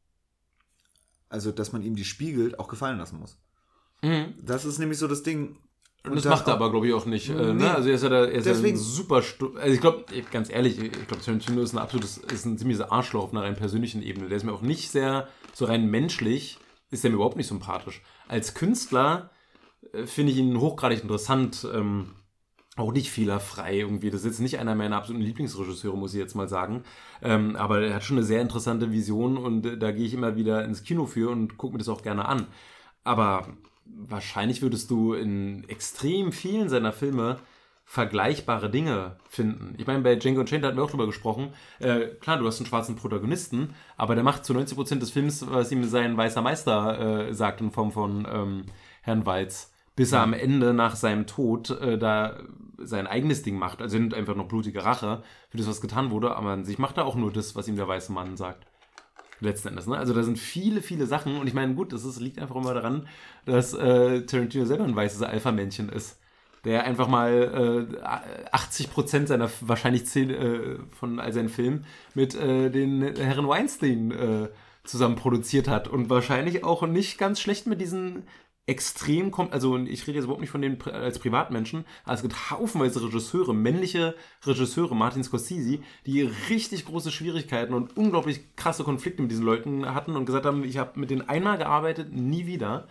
also dass man ihm die spiegelt, auch gefallen lassen muss. Mm. Das ist nämlich so das Ding. Und, und das macht er aber, glaube ich, auch nicht. Nee. Äh, ne? Also er ist ja da, er ist Deswegen. ja ein super... Stu- also ich glaube, ganz ehrlich, ich glaube, Tarantino ist ein absolutes, ist ein ziemliches Arschloch auf einer rein persönlichen Ebene. Der ist mir auch nicht sehr, so rein menschlich, ist der mir überhaupt nicht sympathisch. Als Künstler äh, finde ich ihn hochgradig interessant, ähm, auch nicht fehlerfrei irgendwie. Das ist jetzt nicht einer meiner absoluten Lieblingsregisseure, muss ich jetzt mal sagen. Ähm, aber er hat schon eine sehr interessante Vision und äh, da gehe ich immer wieder ins Kino für und gucke mir das auch gerne an. Aber wahrscheinlich würdest du in extrem vielen seiner Filme vergleichbare Dinge finden. Ich meine, bei Django Unchained hatten wir auch drüber gesprochen. Äh, klar, du hast einen schwarzen Protagonisten, aber der macht zu neunzig Prozent des Films, was ihm sein weißer Meister äh, sagt in Form von ähm, Herrn Waltz, bis er am Ende nach seinem Tod äh, da sein eigenes Ding macht. Also nimmt einfach noch blutige Rache für das, was getan wurde, aber an sich macht er auch nur das, was ihm der weiße Mann sagt. Letzten Endes, ne? Also da sind viele, viele Sachen und ich meine, gut, das ist, liegt einfach immer daran, dass äh, Tarantino selber ein weißes Alpha-Männchen ist, der einfach mal äh, achtzig Prozent seiner, wahrscheinlich zehn äh, von all seinen Filmen mit äh, den Herren Weinstein äh, zusammen produziert hat und wahrscheinlich auch nicht ganz schlecht mit diesen extrem kommt, also ich rede jetzt überhaupt nicht von denen als Privatmenschen, aber es gibt haufenweise Regisseure, männliche Regisseure, Martin Scorsese, die richtig große Schwierigkeiten und unglaublich krasse Konflikte mit diesen Leuten hatten und gesagt haben, ich habe mit denen einmal gearbeitet, nie wieder.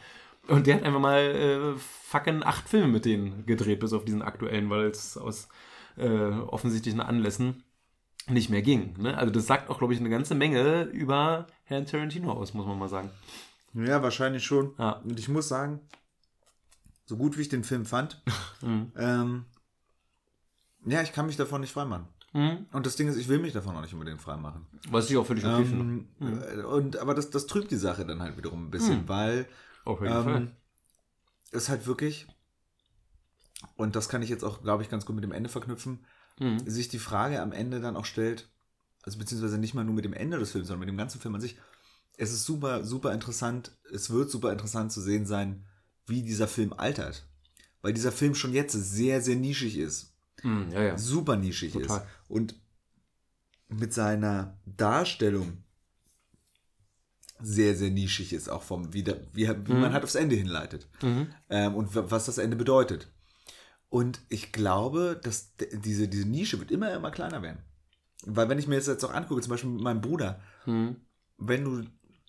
Und der hat einfach mal äh, fucking acht Filme mit denen gedreht, bis auf diesen aktuellen, weil es aus äh, offensichtlichen Anlässen nicht mehr ging. Ne? Also das sagt auch, glaube ich, eine ganze Menge über Herrn Tarantino aus, muss man mal sagen. Ja, wahrscheinlich schon. Ja. Und ich muss sagen, so gut wie ich den Film fand, mhm. ähm, ja, ich kann mich davon nicht freimachen. Mhm. Und das Ding ist, ich will mich davon auch nicht unbedingt freimachen. Was ich auch völlig okay ähm, finde. Mhm. Und, aber das, das trübt die Sache dann halt wiederum ein bisschen, mhm. weil auf jeden ähm, Fall. es halt wirklich, und das kann ich jetzt auch, glaube ich, ganz gut mit dem Ende verknüpfen, mhm. sich die Frage am Ende dann auch stellt, also beziehungsweise nicht mal nur mit dem Ende des Films, sondern mit dem ganzen Film an sich. Es ist super, super interessant, es wird super interessant zu sehen sein, wie dieser Film altert. Weil dieser Film schon jetzt sehr, sehr nischig ist. Mm, ja, ja. Super nischig Total. ist. Und mit seiner Darstellung sehr, sehr nischig ist, auch vom, wie, der, wie, wie mhm. man halt aufs Ende hinleitet. Mhm. Ähm, und w- was das Ende bedeutet. Und ich glaube, dass d- diese, diese Nische wird immer, immer kleiner werden. Weil wenn ich mir das jetzt auch angucke, zum Beispiel mit meinem Bruder, mhm. wenn du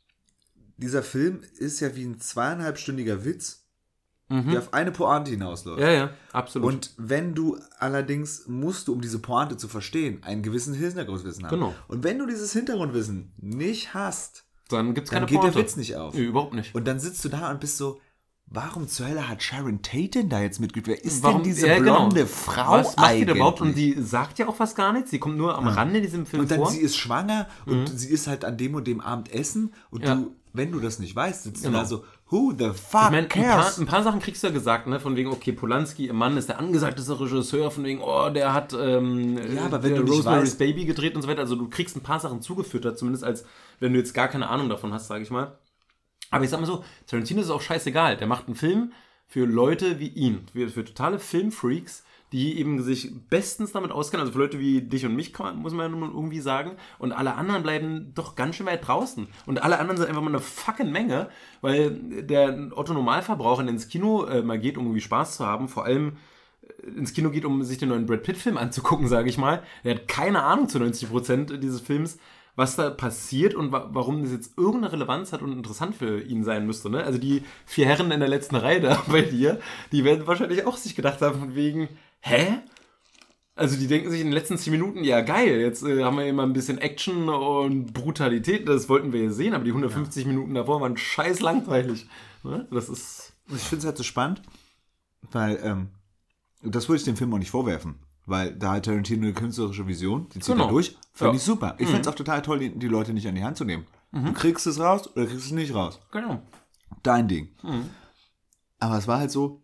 dieser Film ist ja wie ein zweieinhalbstündiger Witz, mhm. der auf eine Pointe hinausläuft. Ja, ja, absolut. Und wenn du allerdings, musst du, um diese Pointe zu verstehen, einen gewissen Hintergrundwissen haben. Genau. Und wenn du dieses Hintergrundwissen nicht hast, dann gibt's keine dann geht Pointe. der Witz nicht auf. Nee, überhaupt nicht. Und dann sitzt du da und bist so, warum zur Hölle hat Sharon Tate denn da jetzt mitgespielt? Wer ist warum, denn diese ja, blonde genau. Frau Was macht eigentlich? die da überhaupt? Und die sagt ja auch fast gar nichts. Sie kommt nur am ja. Rande in diesem Film und dann vor. Sie ist schwanger und mhm. sie ist halt an dem und dem Abend essen. Und ja. du, wenn du das nicht weißt, sitzt genau. du da so, who the fuck ich mein, cares? Ein paar, ein paar Sachen kriegst du ja gesagt, ne? Von wegen, okay, Polanski, ihr Mann ist der angesagteste Regisseur, von wegen, oh, der hat ähm, ja, aber wenn du nicht Rosemary's weißt, Baby gedreht und so weiter. Also du kriegst ein paar Sachen zugefüttert, zumindest als wenn du jetzt gar keine Ahnung davon hast, sage ich mal. Aber ich sag mal so, Tarantino ist auch scheißegal. Der macht einen Film für Leute wie ihn, für, für totale Filmfreaks, die eben sich bestens damit auskennen, also für Leute wie dich und mich, kann man, muss man ja irgendwie sagen, und alle anderen bleiben doch ganz schön weit draußen. Und alle anderen sind einfach mal eine fucking Menge, weil der Otto-Normalverbraucher, der ins Kino äh, mal geht, um irgendwie Spaß zu haben, vor allem ins Kino geht, um sich den neuen Brad Pitt-Film anzugucken, sage ich mal, der hat keine Ahnung zu neunzig Prozent dieses Films, was da passiert und wa- warum das jetzt irgendeine Relevanz hat und interessant für ihn sein müsste. Ne? Also die vier Herren in der letzten Reihe da bei dir, die werden wahrscheinlich auch sich gedacht haben von wegen, hä? Also die denken sich in den letzten zehn Minuten, ja geil, jetzt äh, haben wir immer ein bisschen Action und Brutalität, das wollten wir ja sehen, aber die hundertfünfzig ja. Minuten davor waren scheiß langweilig. Ne? Das ist... Ich finde es halt so spannend, weil ähm, das würde ich dem Film auch nicht vorwerfen. Weil da hat Tarantino eine künstlerische Vision, die zieht genau. er durch. Fand ja. ich super. Ich mhm. finde es auch total toll, die, die Leute nicht an die Hand zu nehmen. Mhm. Du kriegst es raus oder kriegst es nicht raus. Genau. Dein Ding. Mhm. Aber es war halt so,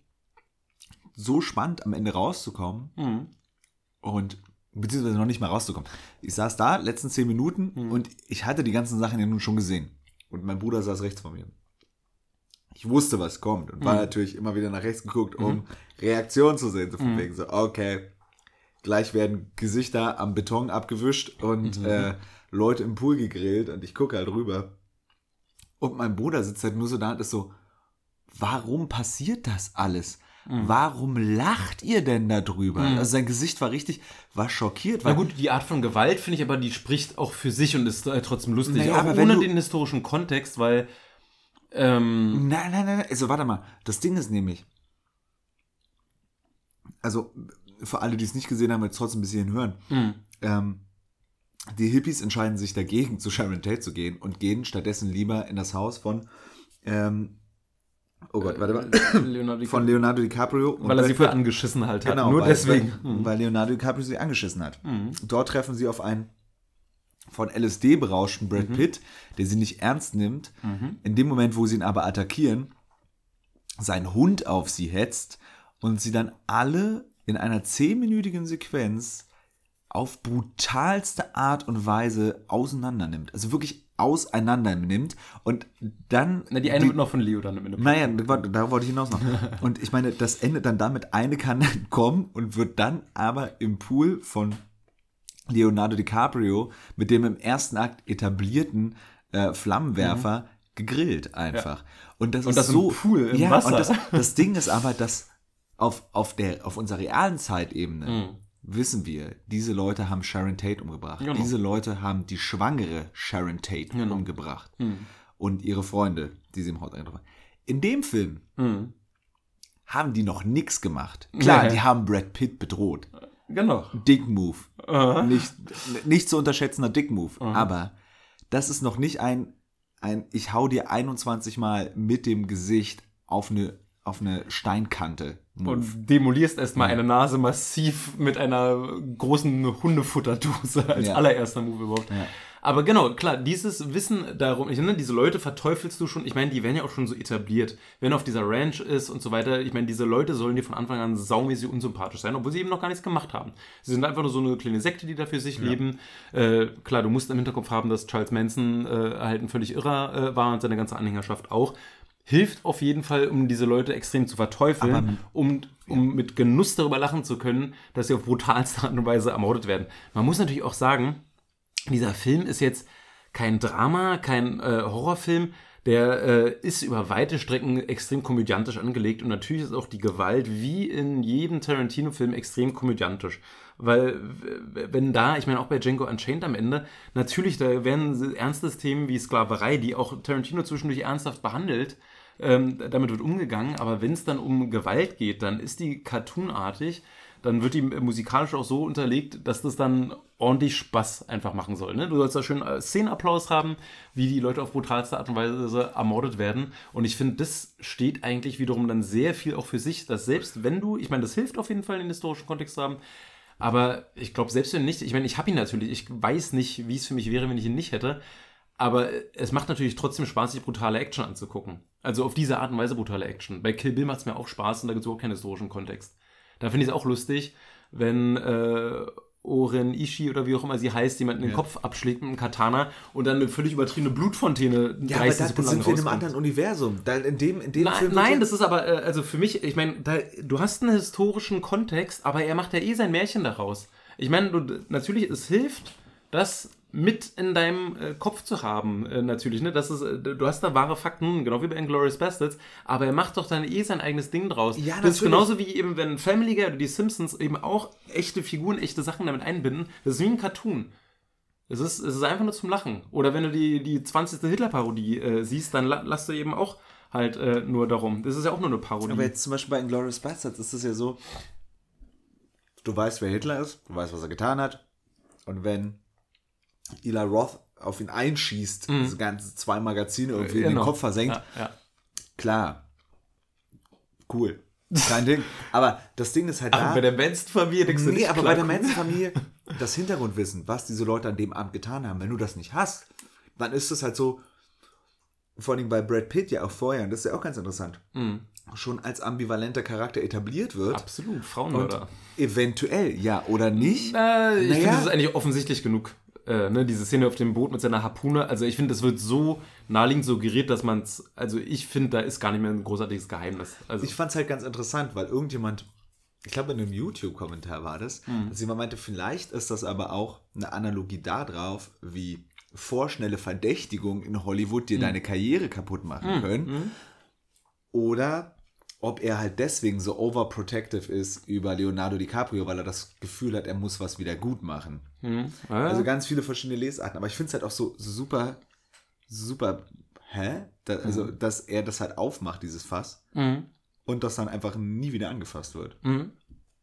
so spannend, am Ende rauszukommen mhm. und beziehungsweise noch nicht mal rauszukommen. Ich saß da, letzten zehn Minuten mhm. und ich hatte die ganzen Sachen ja nun schon gesehen. Und mein Bruder saß rechts von mir. Ich wusste, was kommt und mhm. war natürlich immer wieder nach rechts geguckt, um mhm. Reaktionen zu sehen. So von mhm. wegen so, okay, gleich werden Gesichter am Beton abgewischt und mhm. äh, Leute im Pool gegrillt und ich gucke halt rüber. Und mein Bruder sitzt halt nur so da und ist so, warum passiert das alles? Mhm. Warum lacht ihr denn da drüber? Mhm. Also sein Gesicht war richtig, war schockiert. Na gut, die Art von Gewalt, finde ich aber, die spricht auch für sich und ist äh, trotzdem lustig. Naja, auch aber ohne du, den historischen Kontext, weil ähm, Nein, nein, nein, also warte mal. Das Ding ist nämlich, also für alle, die es nicht gesehen haben, jetzt trotzdem ein bisschen hören. Mhm. Ähm, die Hippies entscheiden sich dagegen, zu Sharon Tate zu gehen und gehen stattdessen lieber in das Haus von ähm, oh Gott, warte mal. Leonardo von Leonardo DiCaprio. Weil er sie für angeschissen halt hat. Genau, nur weil, deswegen. Weil, mhm. weil Leonardo DiCaprio sie angeschissen hat. Mhm. Dort treffen sie auf einen von L S D berauschten Brad Mhm. Pitt, der sie nicht ernst nimmt. Mhm. In dem Moment, wo sie ihn aber attackieren, sein Hund auf sie hetzt und sie dann alle in einer zehnminütigen Sequenz auf brutalste Art und Weise auseinander nimmt. Also wirklich auseinander nimmt und dann... Na, die eine die, wird noch von Leo dann im Ende. Naja, da wollte ich hinaus noch. Und ich meine, das endet dann damit, eine kann dann kommen und wird dann aber im Pool von Leonardo DiCaprio mit dem im ersten Akt etablierten äh, Flammenwerfer mhm. gegrillt einfach. Ja. Und das und ist das so... Im Pool, im ja, Wasser. Und das, das Ding ist aber, dass auf, auf, der, auf unserer realen Zeitebene mhm. wissen wir, diese Leute haben Sharon Tate umgebracht. Genau. Diese Leute haben die schwangere Sharon Tate genau. umgebracht. Mhm. Und ihre Freunde, die sie im Haus eingetroffen haben. In dem Film mhm. haben die noch nichts gemacht. Klar, ja. die haben Brad Pitt bedroht. Genau. Dick Move. Uh-huh. Nicht, nicht zu unterschätzender Dick Move. Uh-huh. Aber das ist noch nicht ein, ein, ich hau dir einundzwanzig Mal mit dem Gesicht auf eine, auf eine Steinkante. Move. Und demolierst erstmal ja. eine Nase massiv mit einer großen Hundefutterdose als ja. allererster Move überhaupt. Ja. Aber genau, klar, dieses Wissen darum, ich meine, diese Leute verteufelst du schon, ich meine, die werden ja auch schon so etabliert, wenn er auf dieser Ranch ist und so weiter, ich meine, diese Leute sollen dir von Anfang an saumäßig unsympathisch sein, obwohl sie eben noch gar nichts gemacht haben. Sie sind einfach nur so eine kleine Sekte, die da für sich ja. leben. Äh, klar, du musst im Hinterkopf haben, dass Charles Manson äh, halt ein völlig Irrer äh, war und seine ganze Anhängerschaft auch. Hilft auf jeden Fall, um diese Leute extrem zu verteufeln, aber, um, um ja. mit Genuss darüber lachen zu können, dass sie auf brutalste Art und Weise ermordet werden. Man muss natürlich auch sagen, dieser Film ist jetzt kein Drama, kein äh, Horrorfilm, der äh, ist über weite Strecken extrem komödiantisch angelegt und natürlich ist auch die Gewalt wie in jedem Tarantino-Film extrem komödiantisch. Weil, wenn da, ich meine auch bei Django Unchained am Ende, natürlich, da werden ernstes Themen wie Sklaverei, die auch Tarantino zwischendurch ernsthaft behandelt, ähm, damit wird umgegangen, aber wenn es dann um Gewalt geht, dann ist die cartoonartig, dann wird die musikalisch auch so unterlegt, dass das dann ordentlich Spaß einfach machen soll. Ne? Du sollst da schön Szenenapplaus haben, wie die Leute auf brutalste Art und Weise ermordet werden. Und ich finde, das steht eigentlich wiederum dann sehr viel auch für sich, dass selbst wenn du, ich meine, das hilft auf jeden Fall, den historischen Kontext zu haben, aber ich glaube, selbst wenn nicht, ich meine, ich habe ihn natürlich, ich weiß nicht, wie es für mich wäre, wenn ich ihn nicht hätte, aber es macht natürlich trotzdem Spaß, sich brutale Action anzugucken. Also auf diese Art und Weise brutale Action. Bei Kill Bill macht es mir auch Spaß und da gibt es überhaupt keinen historischen Kontext. Da finde ich es auch lustig, wenn äh, Oren Ishii oder wie auch immer sie heißt, jemanden den ja. Kopf abschlägt mit einem Katana und dann eine völlig übertriebene Blutfontäne ja, dreißig Sekunden lang rauskommt. Ja, aber da sind wir in einem anderen Universum. Da in dem, in dem Na, Film nein, das ist aber, äh, also für mich, ich meine, du hast einen historischen Kontext, aber er macht ja eh sein Märchen daraus. Ich meine, du, natürlich, es hilft, das mit in deinem äh, Kopf zu haben, äh, natürlich, ne? Das ist, äh, du hast da wahre Fakten, genau wie bei Inglourious Basterds, aber er macht doch dann eh sein eigenes Ding draus. Ja, das natürlich. Ist genauso wie eben, wenn Family Guy oder die Simpsons eben auch echte Figuren, echte Sachen damit einbinden, das ist wie ein Cartoon. Es ist, es ist einfach nur zum Lachen. Oder wenn du die, die zwanzigste Hitler-Parodie äh, siehst, dann la- lass du eben auch halt äh, nur darum. Das ist ja auch nur eine Parodie. Aber jetzt zum Beispiel bei Inglourious Basterds ist es ja so, du weißt, wer Hitler ist, du weißt, was er getan hat, und wenn Eli Roth auf ihn einschießt, mhm. diese ganzen zwei Magazine irgendwie genau. in den Kopf versenkt. Ja, ja. Klar. Cool. Kein Ding. Aber das Ding ist halt aber da. bei der Manson-Familie denkst du nee, nicht aber klar. bei der Manson-Familie das Hintergrundwissen, was diese Leute an dem Abend getan haben, wenn du das nicht hast, dann ist es halt so, vor allem bei Brad Pitt ja auch vorher, und das ist ja auch ganz interessant, mhm. schon als ambivalenter Charakter etabliert wird. Absolut, Frauenmörder. Eventuell, ja, oder nicht? Äh, ich naja. finde, das ist eigentlich offensichtlich genug. Äh, ne, diese Szene auf dem Boot mit seiner Harpune, also ich finde, das wird so naheliegend suggeriert, dass man es, also ich finde, da ist gar nicht mehr ein großartiges Geheimnis. Also ich fand es halt ganz interessant, weil irgendjemand, ich glaube in einem YouTube-Kommentar war das, mhm. dass jemand meinte, vielleicht ist das aber auch eine Analogie darauf, wie vorschnelle Verdächtigungen in Hollywood dir mhm. deine Karriere kaputt machen mhm. können. Mhm. Oder ob er halt deswegen so overprotective ist über Leonardo DiCaprio, weil er das Gefühl hat, er muss was wieder gut machen. Mhm. Ah. Also ganz viele verschiedene Lesarten. Aber ich finde es halt auch so super, super, hä? Da, also, mhm. dass er das halt aufmacht, dieses Fass. Mhm. Und das dann einfach nie wieder angefasst wird. Mhm.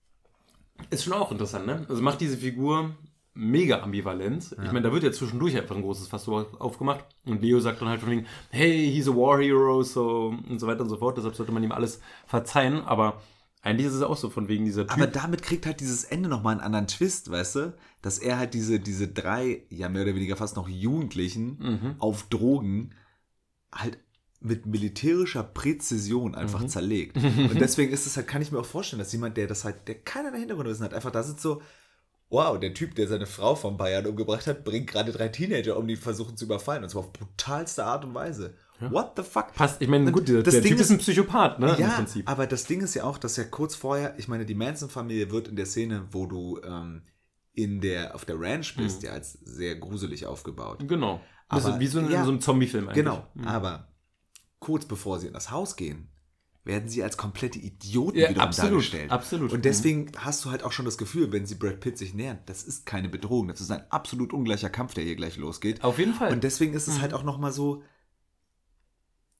Ist schon auch interessant, ne? Also macht diese Figur mega ambivalent. Ja. Ich meine, da wird ja zwischendurch einfach ein großes Fass aufgemacht und Leo sagt dann halt von wegen, hey, he's a war hero, so und so weiter und so fort, deshalb sollte man ihm alles verzeihen, aber eigentlich ist es auch so von wegen dieser Typ. Aber damit kriegt halt dieses Ende nochmal einen anderen Twist, weißt du? Dass er halt diese, diese drei, ja mehr oder weniger fast noch Jugendlichen mhm. auf Drogen halt mit militärischer Präzision einfach mhm. zerlegt. Und deswegen ist es halt, kann ich mir auch vorstellen, dass jemand, der das halt, der keinerlei Hintergrundwissen hat, einfach da sitzt so, wow, der Typ, der seine Frau vor ein paar Jahren umgebracht hat, bringt gerade drei Teenager um, die versuchen zu überfallen. Und zwar auf brutalste Art und Weise. Ja. What the fuck? Passt, ich meine, gut, der, der Typ ist, ist ein Psychopath, ne? Ja, im Prinzip. Aber das Ding ist ja auch, dass ja kurz vorher, ich meine, die Manson-Familie wird in der Szene, wo du ähm, in der, auf der Ranch bist, mhm. ja als sehr gruselig aufgebaut. Genau. Aber, das ist wie so, ein, ja, so ein Zombie-Film eigentlich. Genau, mhm. aber kurz bevor sie in das Haus gehen, werden sie als komplette Idioten ja, wiederum absolut, dargestellt. Absolut. Und deswegen mhm. hast du halt auch schon das Gefühl, wenn sie Brad Pitt sich nähern, das ist keine Bedrohung, das ist ein absolut ungleicher Kampf, der hier gleich losgeht. Auf jeden Fall. Und deswegen ist es mhm. halt auch nochmal so,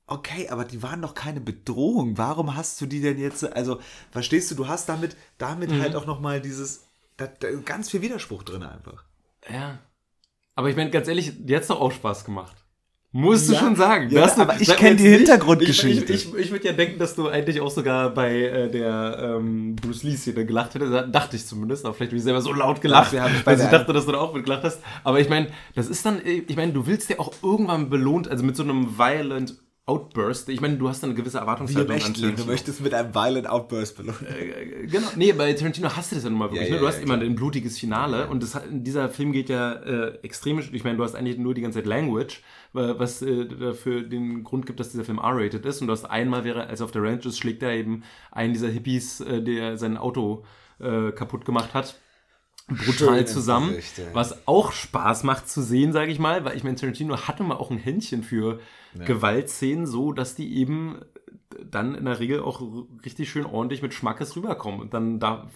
okay, aber die waren doch keine Bedrohung. Warum hast du die denn jetzt, also, verstehst du, du hast damit, damit mhm. halt auch nochmal dieses, da, da, ganz viel Widerspruch drin einfach. Ja. Aber ich meine, ganz ehrlich, die hat es doch auch Spaß gemacht. Musst ja, du schon sagen. Ja, du, aber ich kenne die Hintergrundgeschichte. Ich, ich, ich, ich würde ja denken, dass du eigentlich auch sogar bei äh, der ähm, Bruce Lee-Szene gelacht hättest. Dachte ich zumindest. Aber vielleicht habe ich selber so laut gelacht, Ach, ich dass ich dachte, dass du da auch mitgelacht hast. Aber ich meine, das ist dann, ich meine, du willst ja auch irgendwann belohnt, also mit so einem Violent Outburst. Ich meine, du hast dann eine gewisse Erwartungshaltung an Tarantino. Du möchtest mit einem Violent Outburst belohnt. Äh, genau. Nee, bei Tarantino hast du das ja nun mal wirklich. Ja, ne? Du ja, hast ja, immer klar. ein blutiges Finale. Ja. Und das, dieser Film geht ja äh, extrem. Ich meine, du hast eigentlich nur die ganze Zeit Language, was äh, dafür den Grund gibt, dass dieser Film R-rated ist. Und du hast einmal, wäre, als er auf der Ranch ist, schlägt er eben einen dieser Hippies, äh, der sein Auto äh, kaputt gemacht hat, brutal Schön zusammen. Gesicht, ja. Was auch Spaß macht zu sehen, sage ich mal. Weil ich meine, Tarantino hatte mal auch ein Händchen für ja. Gewaltszenen, so dass die eben dann in der Regel auch richtig schön ordentlich mit Schmackes rüberkommen. Und dann da,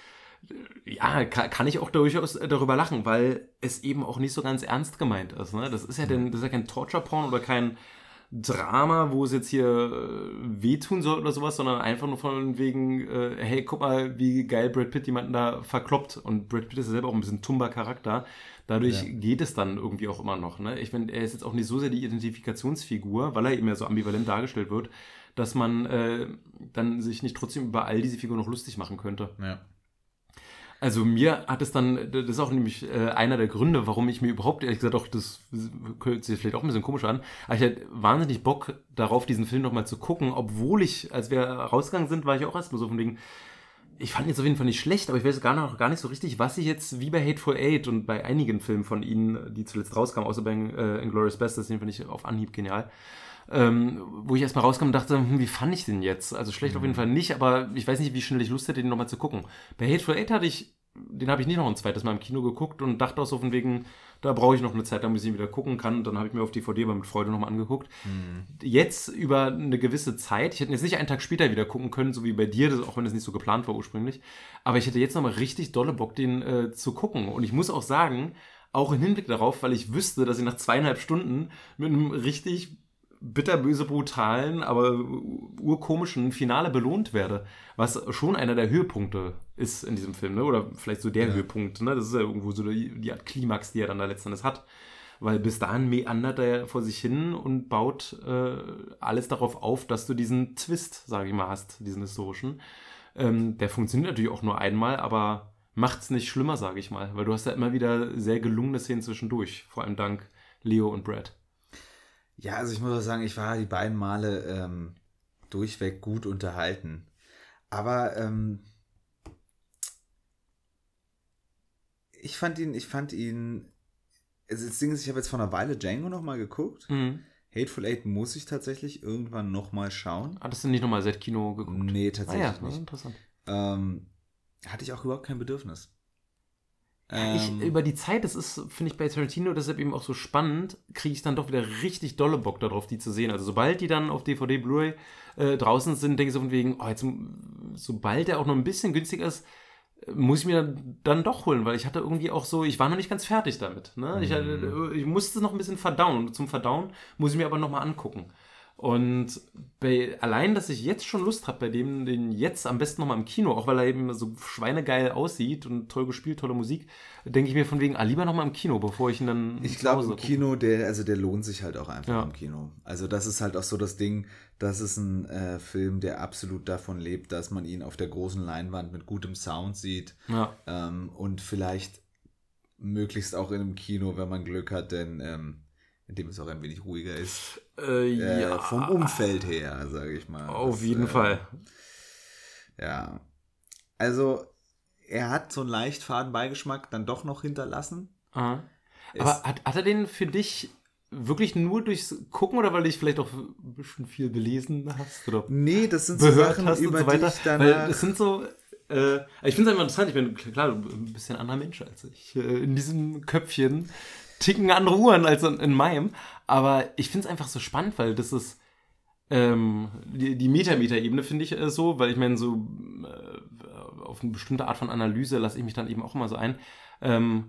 ja, kann, kann ich auch durchaus darüber lachen, weil es eben auch nicht so ganz ernst gemeint ist. Ne? Das ist ja denn, das ist ja kein Torture-Porn oder kein Drama, wo es jetzt hier äh, wehtun soll oder sowas, sondern einfach nur von wegen, äh, hey, guck mal, wie geil Brad Pitt jemanden da verkloppt. Und Brad Pitt ist ja selber auch ein bisschen tumber Charakter. Dadurch ja. geht es dann irgendwie auch immer noch. Ne? Ich finde, er ist jetzt auch nicht so sehr die Identifikationsfigur, weil er eben ja so ambivalent dargestellt wird, dass man äh, dann sich nicht trotzdem über all diese Figuren noch lustig machen könnte. Ja. Also mir hat es dann, das ist auch nämlich äh, einer der Gründe, warum ich mir überhaupt, ehrlich gesagt, auch, das hört sich vielleicht auch ein bisschen komisch an, aber ich hatte wahnsinnig Bock darauf, diesen Film nochmal zu gucken, obwohl ich, als wir rausgegangen sind, war ich auch erstmal so von wegen, ich fand ihn jetzt auf jeden Fall nicht schlecht, aber ich weiß gar, noch, gar nicht so richtig, was ich jetzt, wie bei Hateful Eight und bei einigen Filmen von ihnen, die zuletzt rauskamen, außer bei äh, Inglourious Basterds, den fand ich auf Anhieb genial, ähm, wo ich erstmal rauskam und dachte, hm, wie fand ich den jetzt? Also schlecht mhm. auf jeden Fall nicht, aber ich weiß nicht, wie schnell ich Lust hätte, den nochmal zu gucken. Bei Hateful Eight hatte ich, den habe ich nicht noch ein zweites Mal im Kino geguckt und dachte auch so von wegen, da brauche ich noch eine Zeit, damit ich ihn wieder gucken kann. Und dann habe ich mir auf D V D aber mit Freude nochmal angeguckt. Mhm. Jetzt über eine gewisse Zeit, ich hätte jetzt nicht einen Tag später wieder gucken können, so wie bei dir, das, auch wenn das nicht so geplant war ursprünglich, aber ich hätte jetzt nochmal richtig dolle Bock, den äh, zu gucken. Und ich muss auch sagen, auch im Hinblick darauf, weil ich wüsste, dass ich nach zweieinhalb Stunden mit einem richtig bitterböse, brutalen, aber urkomischen Finale belohnt werde. Was schon einer der Höhepunkte ist in diesem Film, ne? Oder vielleicht so der ja. Höhepunkt, ne? Das ist ja irgendwo so die, die Art Klimax, die er dann da letztendlich hat. Weil bis dahin meandert er vor sich hin und baut äh, alles darauf auf, dass du diesen Twist, sage ich mal, hast, diesen historischen. Ähm, der funktioniert natürlich auch nur einmal, aber macht's nicht schlimmer, sage ich mal. Weil du hast ja immer wieder sehr gelungene Szenen zwischendurch. Vor allem dank Leo und Brad. Ja, also ich muss auch sagen, ich war die beiden Male ähm, durchweg gut unterhalten. Aber ähm, ich fand ihn, ich fand ihn, also das Ding ist, ich habe jetzt vor einer Weile Django nochmal geguckt. Mhm. Hateful Eight muss ich tatsächlich irgendwann nochmal schauen. Hattest du nicht nochmal Z-Kino geguckt? Nee, tatsächlich ah, ja, nicht. Interessant. Ähm, hatte ich auch überhaupt kein Bedürfnis. Ich, über die Zeit, das ist, finde ich, bei Tarantino deshalb eben auch so spannend, kriege ich dann doch wieder richtig dolle Bock darauf, die zu sehen. Also sobald die dann auf D V D, Blu-ray äh, draußen sind, denke ich so von wegen, oh, jetzt, sobald der auch noch ein bisschen günstiger ist, muss ich mir dann, dann doch holen, weil ich hatte irgendwie auch so, ich war noch nicht ganz fertig damit. Ne? Ich, hatte, ich musste es noch ein bisschen verdauen. Und zum Verdauen muss ich mir aber nochmal angucken. Und bei, allein, dass ich jetzt schon Lust habe, bei dem den jetzt am besten nochmal im Kino, auch weil er eben so schweinegeil aussieht und toll gespielt, tolle Musik, denke ich mir von wegen, ah, lieber nochmal im Kino, bevor ich ihn dann Ich glaube, im Kino, der, also der lohnt sich halt auch einfach ja. im Kino. Also das ist halt auch so das Ding, das ist ein äh, Film, der absolut davon lebt, dass man ihn auf der großen Leinwand mit gutem Sound sieht ja. ähm, und vielleicht möglichst auch in einem Kino, wenn man Glück hat, denn ähm, in dem es auch ein wenig ruhiger ist. Äh, äh, ja. Vom Umfeld her, sage ich mal. Auf das, jeden äh, Fall. Ja. Also, er hat so einen leicht faden Beigeschmack dann doch noch hinterlassen. Aha. Aber hat, hat er den für dich wirklich nur durchs Gucken oder weil du dich vielleicht auch ein bisschen viel belesen hast? Oder nee, das sind so Sachen, hast über und so weiter. die ich danach... Weil das sind so... Äh, ich finde es einfach interessant. Ich bin, klar, du bist ein bisschen anderer Mensch als ich. Äh, in diesem Köpfchen ticken andere Uhren als in, in meinem. Aber ich finde es einfach so spannend, weil das ist ähm, die, die Meta-Meta-Ebene finde ich äh, so, weil ich meine, so äh, auf eine bestimmte Art von Analyse lasse ich mich dann eben auch immer so ein. Ähm,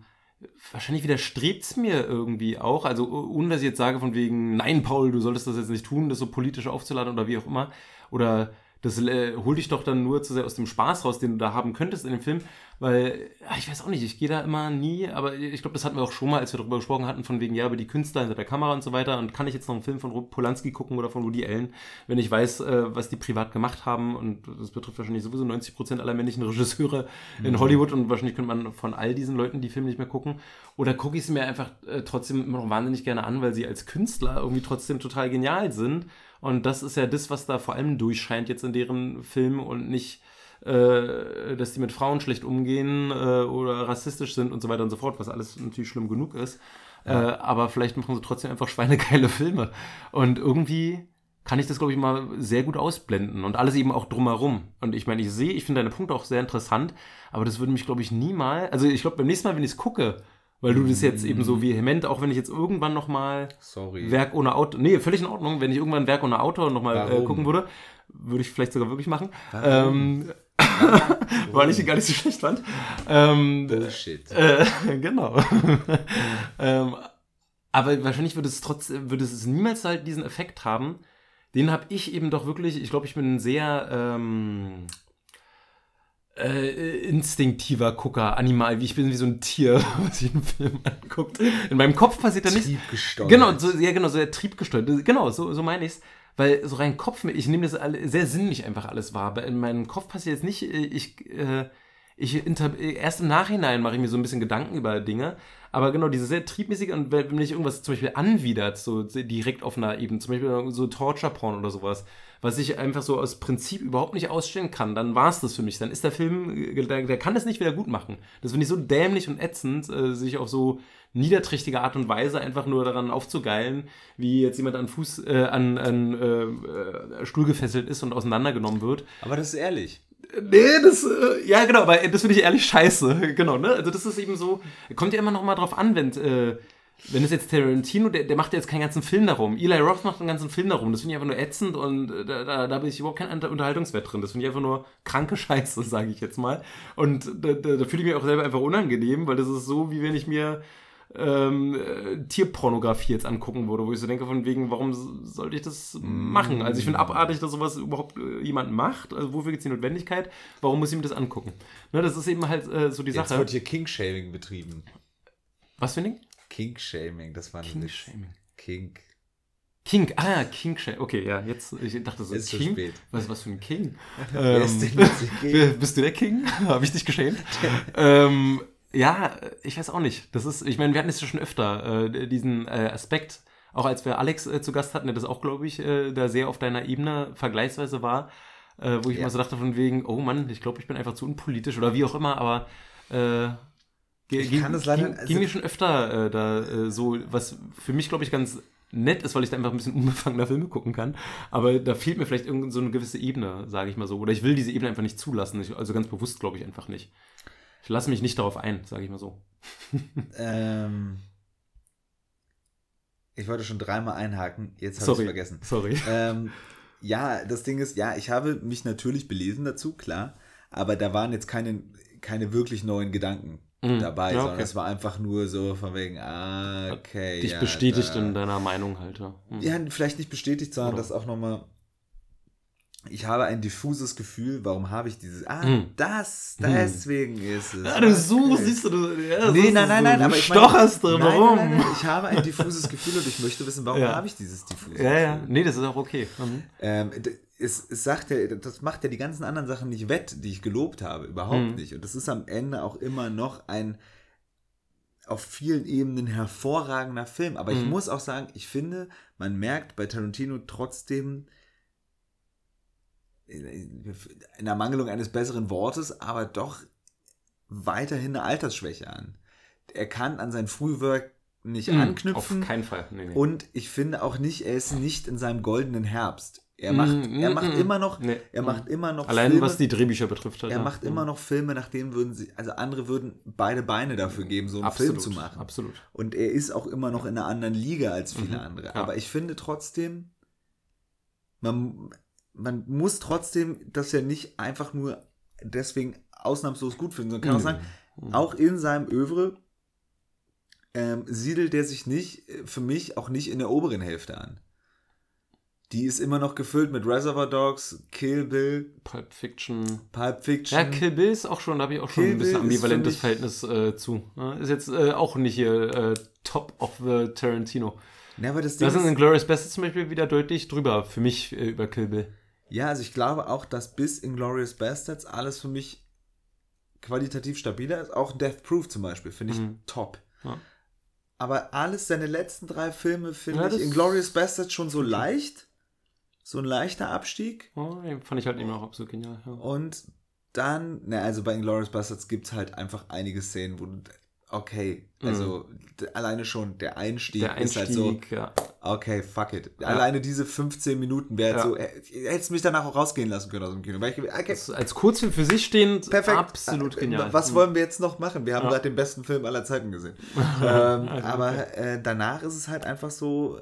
wahrscheinlich widerstrebt es mir irgendwie auch, also ohne dass ich jetzt sage von wegen, nein, Paul, du solltest das jetzt nicht tun, das so politisch aufzuladen oder wie auch immer, oder das äh, hol dich doch dann nur zu sehr aus dem Spaß raus, den du da haben könntest in dem Film, weil, ja, ich weiß auch nicht, ich gehe da immer nie, aber ich glaube, das hatten wir auch schon mal, als wir darüber gesprochen hatten, von wegen, ja, über die Künstler hinter der Kamera und so weiter, und kann ich jetzt noch einen Film von Polanski gucken oder von Woody Allen, wenn ich weiß, äh, was die privat gemacht haben, und das betrifft wahrscheinlich sowieso neunzig Prozent aller männlichen Regisseure mhm. in Hollywood, und wahrscheinlich könnte man von all diesen Leuten die Filme nicht mehr gucken, oder gucke ich es mir einfach äh, trotzdem immer noch wahnsinnig gerne an, weil sie als Künstler irgendwie trotzdem total genial sind. Und das ist ja das, was da vor allem durchscheint jetzt in deren Filmen, und nicht, äh, dass die mit Frauen schlecht umgehen äh, oder rassistisch sind und so weiter und so fort, was alles natürlich schlimm genug ist. Ja. Äh, aber vielleicht machen sie trotzdem einfach schweinegeile Filme. Und irgendwie kann ich das, glaube ich, mal sehr gut ausblenden. Und alles eben auch drumherum. Und ich meine, ich sehe, ich finde deine Punkte auch sehr interessant, aber das würde mich, glaube ich, nie mal, also ich glaube, beim nächsten Mal, wenn ich es gucke, weil du das jetzt eben so vehement, auch wenn ich jetzt irgendwann nochmal Werk ohne Autor, nee, völlig in Ordnung, wenn ich irgendwann Werk ohne Autor nochmal äh, gucken würde, würde ich vielleicht sogar wirklich machen, ähm, weil ich ihn gar nicht so schlecht fand. Ähm, Bullshit. Äh, genau. ähm, aber wahrscheinlich würde es trotzdem, würde es niemals halt diesen Effekt haben. Den habe ich eben doch wirklich, ich glaube, ich bin ein sehr ähm, Äh, instinktiver Gucker, Animal, wie ich bin wie so ein Tier, was sich einen Film anguckt. In meinem Kopf passiert da nichts. Triebgesteuert. Genau, so, ja genau, so der triebgesteuert. Genau, so, so meine ich's. Weil so rein Kopf, ich nehme das alle, sehr sinnlich einfach alles wahr. Aber in meinem Kopf passiert jetzt nicht, ich, äh, ich inter, erst im Nachhinein mache ich mir so ein bisschen Gedanken über Dinge. Aber genau, diese sehr triebmäßige, und wenn mich irgendwas zum Beispiel anwidert, so direkt auf einer Ebene, zum Beispiel so Torture-Porn oder sowas, was ich einfach so aus Prinzip überhaupt nicht ausstellen kann, dann war es das für mich. Dann ist der Film, der, der kann das nicht wieder gut machen. Das finde ich so dämlich und ätzend, äh, sich auf so niederträchtige Art und Weise einfach nur daran aufzugeilen, wie jetzt jemand an Fuß, äh, an, an äh, Stuhl gefesselt ist und auseinandergenommen wird. Aber das ist ehrlich. Nee, das, äh, ja genau, aber das finde ich ehrlich scheiße, genau, ne, also das ist eben so, kommt ja immer noch mal drauf an, wenn, äh, wenn es jetzt Tarantino, der, der macht ja jetzt keinen ganzen Film darum, Eli Roth macht einen ganzen Film darum, das finde ich einfach nur ätzend, und äh, da, da, da bin ich überhaupt kein Unterhaltungswert drin, das finde ich einfach nur kranke Scheiße, sage ich jetzt mal, und da, da, da fühle ich mich auch selber einfach unangenehm, weil das ist so, wie wenn ich mir Ähm, äh, Tierpornografie jetzt angucken würde, wo ich so denke, von wegen, warum sollte ich das machen? Also ich finde abartig, dass sowas überhaupt äh, jemand macht. Also wofür gibt es die Notwendigkeit? Warum muss ich mir das angucken? Ne, das ist eben halt äh, so die jetzt Sache. Jetzt wird hier King-Shaming betrieben. Was für ein Ding? King-Shaming, das war ein King-Shaming. King. King, ah, King-Shaming. Okay, ja, jetzt, ich dachte so, ist King? Zu spät. Was, was für ein King? Wer ähm, ist denn jetzt King? Bist du der King? Habe ich dich geschämt? ähm, Ja, ich weiß auch nicht. Das ist, ich meine, wir hatten es ja schon öfter, äh, diesen äh, Aspekt, auch als wir Alex äh, zu Gast hatten, der das auch, glaube ich, äh, da sehr auf deiner Ebene vergleichsweise war, äh, wo ich ja. mal so dachte von wegen, oh Mann, ich glaube, ich bin einfach zu unpolitisch oder wie auch immer, aber äh, ich ging, kann das leider, ging, also ging mir schon öfter äh, da äh, so, was für mich, glaube ich, ganz nett ist, weil ich da einfach ein bisschen unbefangener Filme gucken kann, aber da fehlt mir vielleicht irgend so eine gewisse Ebene, sage ich mal so, oder ich will diese Ebene einfach nicht zulassen, ich, also ganz bewusst, glaube ich, einfach nicht. Ich lasse mich nicht darauf ein, sage ich mal so. ähm, ich wollte schon dreimal einhaken, jetzt habe ich es vergessen. Sorry. Ähm, ja, das Ding ist, ja, ich habe mich natürlich belesen dazu, klar, aber da waren jetzt keine, keine wirklich neuen Gedanken mhm. dabei, ja, okay. sondern es war einfach nur so von wegen, ah, okay. Dich ja, bestätigt da, in deiner Meinung halt. Ja, mhm. ja vielleicht nicht bestätigt, sondern Oder? das auch nochmal. Ich habe ein diffuses Gefühl, warum habe ich dieses, ah, hm. das, deswegen hm. ist es. Ja, du suchst, siehst du, du ja, nee, nein, nein, nein, so, aber ich stocherst drin, warum? Nein, nein, nein, ich habe ein diffuses Gefühl und ich möchte wissen, warum ja. habe ich dieses diffuse ja, Gefühl? Ja, ja, nee, das ist auch okay. Mhm. Ähm, es, es sagt ja, das macht ja die ganzen anderen Sachen nicht wett, die ich gelobt habe, überhaupt mhm. nicht. Und das ist am Ende auch immer noch ein auf vielen Ebenen hervorragender Film. Aber mhm. ich muss auch sagen, ich finde, man merkt bei Tarantino trotzdem in der Mangelung eines besseren Wortes, aber doch weiterhin eine Altersschwäche an. Er kann an sein Frühwerk nicht mm, anknüpfen. Auf keinen Fall. Nee, nee. Und ich finde auch nicht, er ist nicht in seinem goldenen Herbst. Er macht, mm, er macht mm, immer noch, nee, er macht immer noch Allein Filme, was die Drehbücher betrifft. Halt, er ja. macht immer noch Filme, nach denen würden sie, also andere würden beide Beine dafür geben, so einen absolut, Film zu machen. Absolut. Und er ist auch immer noch in einer anderen Liga als viele mhm, andere. ja. Aber ich finde trotzdem, man man muss trotzdem das ja nicht einfach nur deswegen ausnahmslos gut finden, sondern kann auch sagen, auch in seinem Övre ähm, siedelt der sich nicht, für mich auch nicht in der oberen Hälfte an. Die ist immer noch gefüllt mit Reservoir Dogs, Kill Bill, Pulp Fiction. Pulp Fiction. Ja, Kill Bill ist auch schon, da habe ich auch schon Kill ein bisschen Bill ambivalentes ist Verhältnis äh, zu. Ja, ist jetzt äh, auch nicht hier äh, Top of the Tarantino. Ja, aber das Ding da sind ist, Inglourious Basterds zum Beispiel wieder deutlich drüber für mich äh, über Kill Bill. Ja, also ich glaube auch, dass bis Inglourious Basterds alles für mich qualitativ stabiler ist. Auch Death Proof zum Beispiel finde ich Mhm. top. Ja. Aber alles, seine letzten drei Filme finde Ja, ich das- Inglourious Basterds schon so leicht. So ein leichter Abstieg. Oh, den fand ich halt eben auch absolut genial. Ja. Und dann, na, also bei Inglourious Basterds gibt es halt einfach einige Szenen, wo du, okay, also d- alleine schon der Einstieg, Der Einstieg, ist halt so, ja. okay, fuck it. Alleine diese fünfzehn Minuten wäre Ja. so, äh, hättest mich danach auch rausgehen lassen können aus dem Kino. Weil ich, okay, Das ist als Kurzfilm für sich stehend perfekt. absolut genial. Was wollen wir jetzt noch machen? Wir haben Ja. gerade den besten Film aller Zeiten gesehen. ähm, aber äh, danach ist es halt einfach so,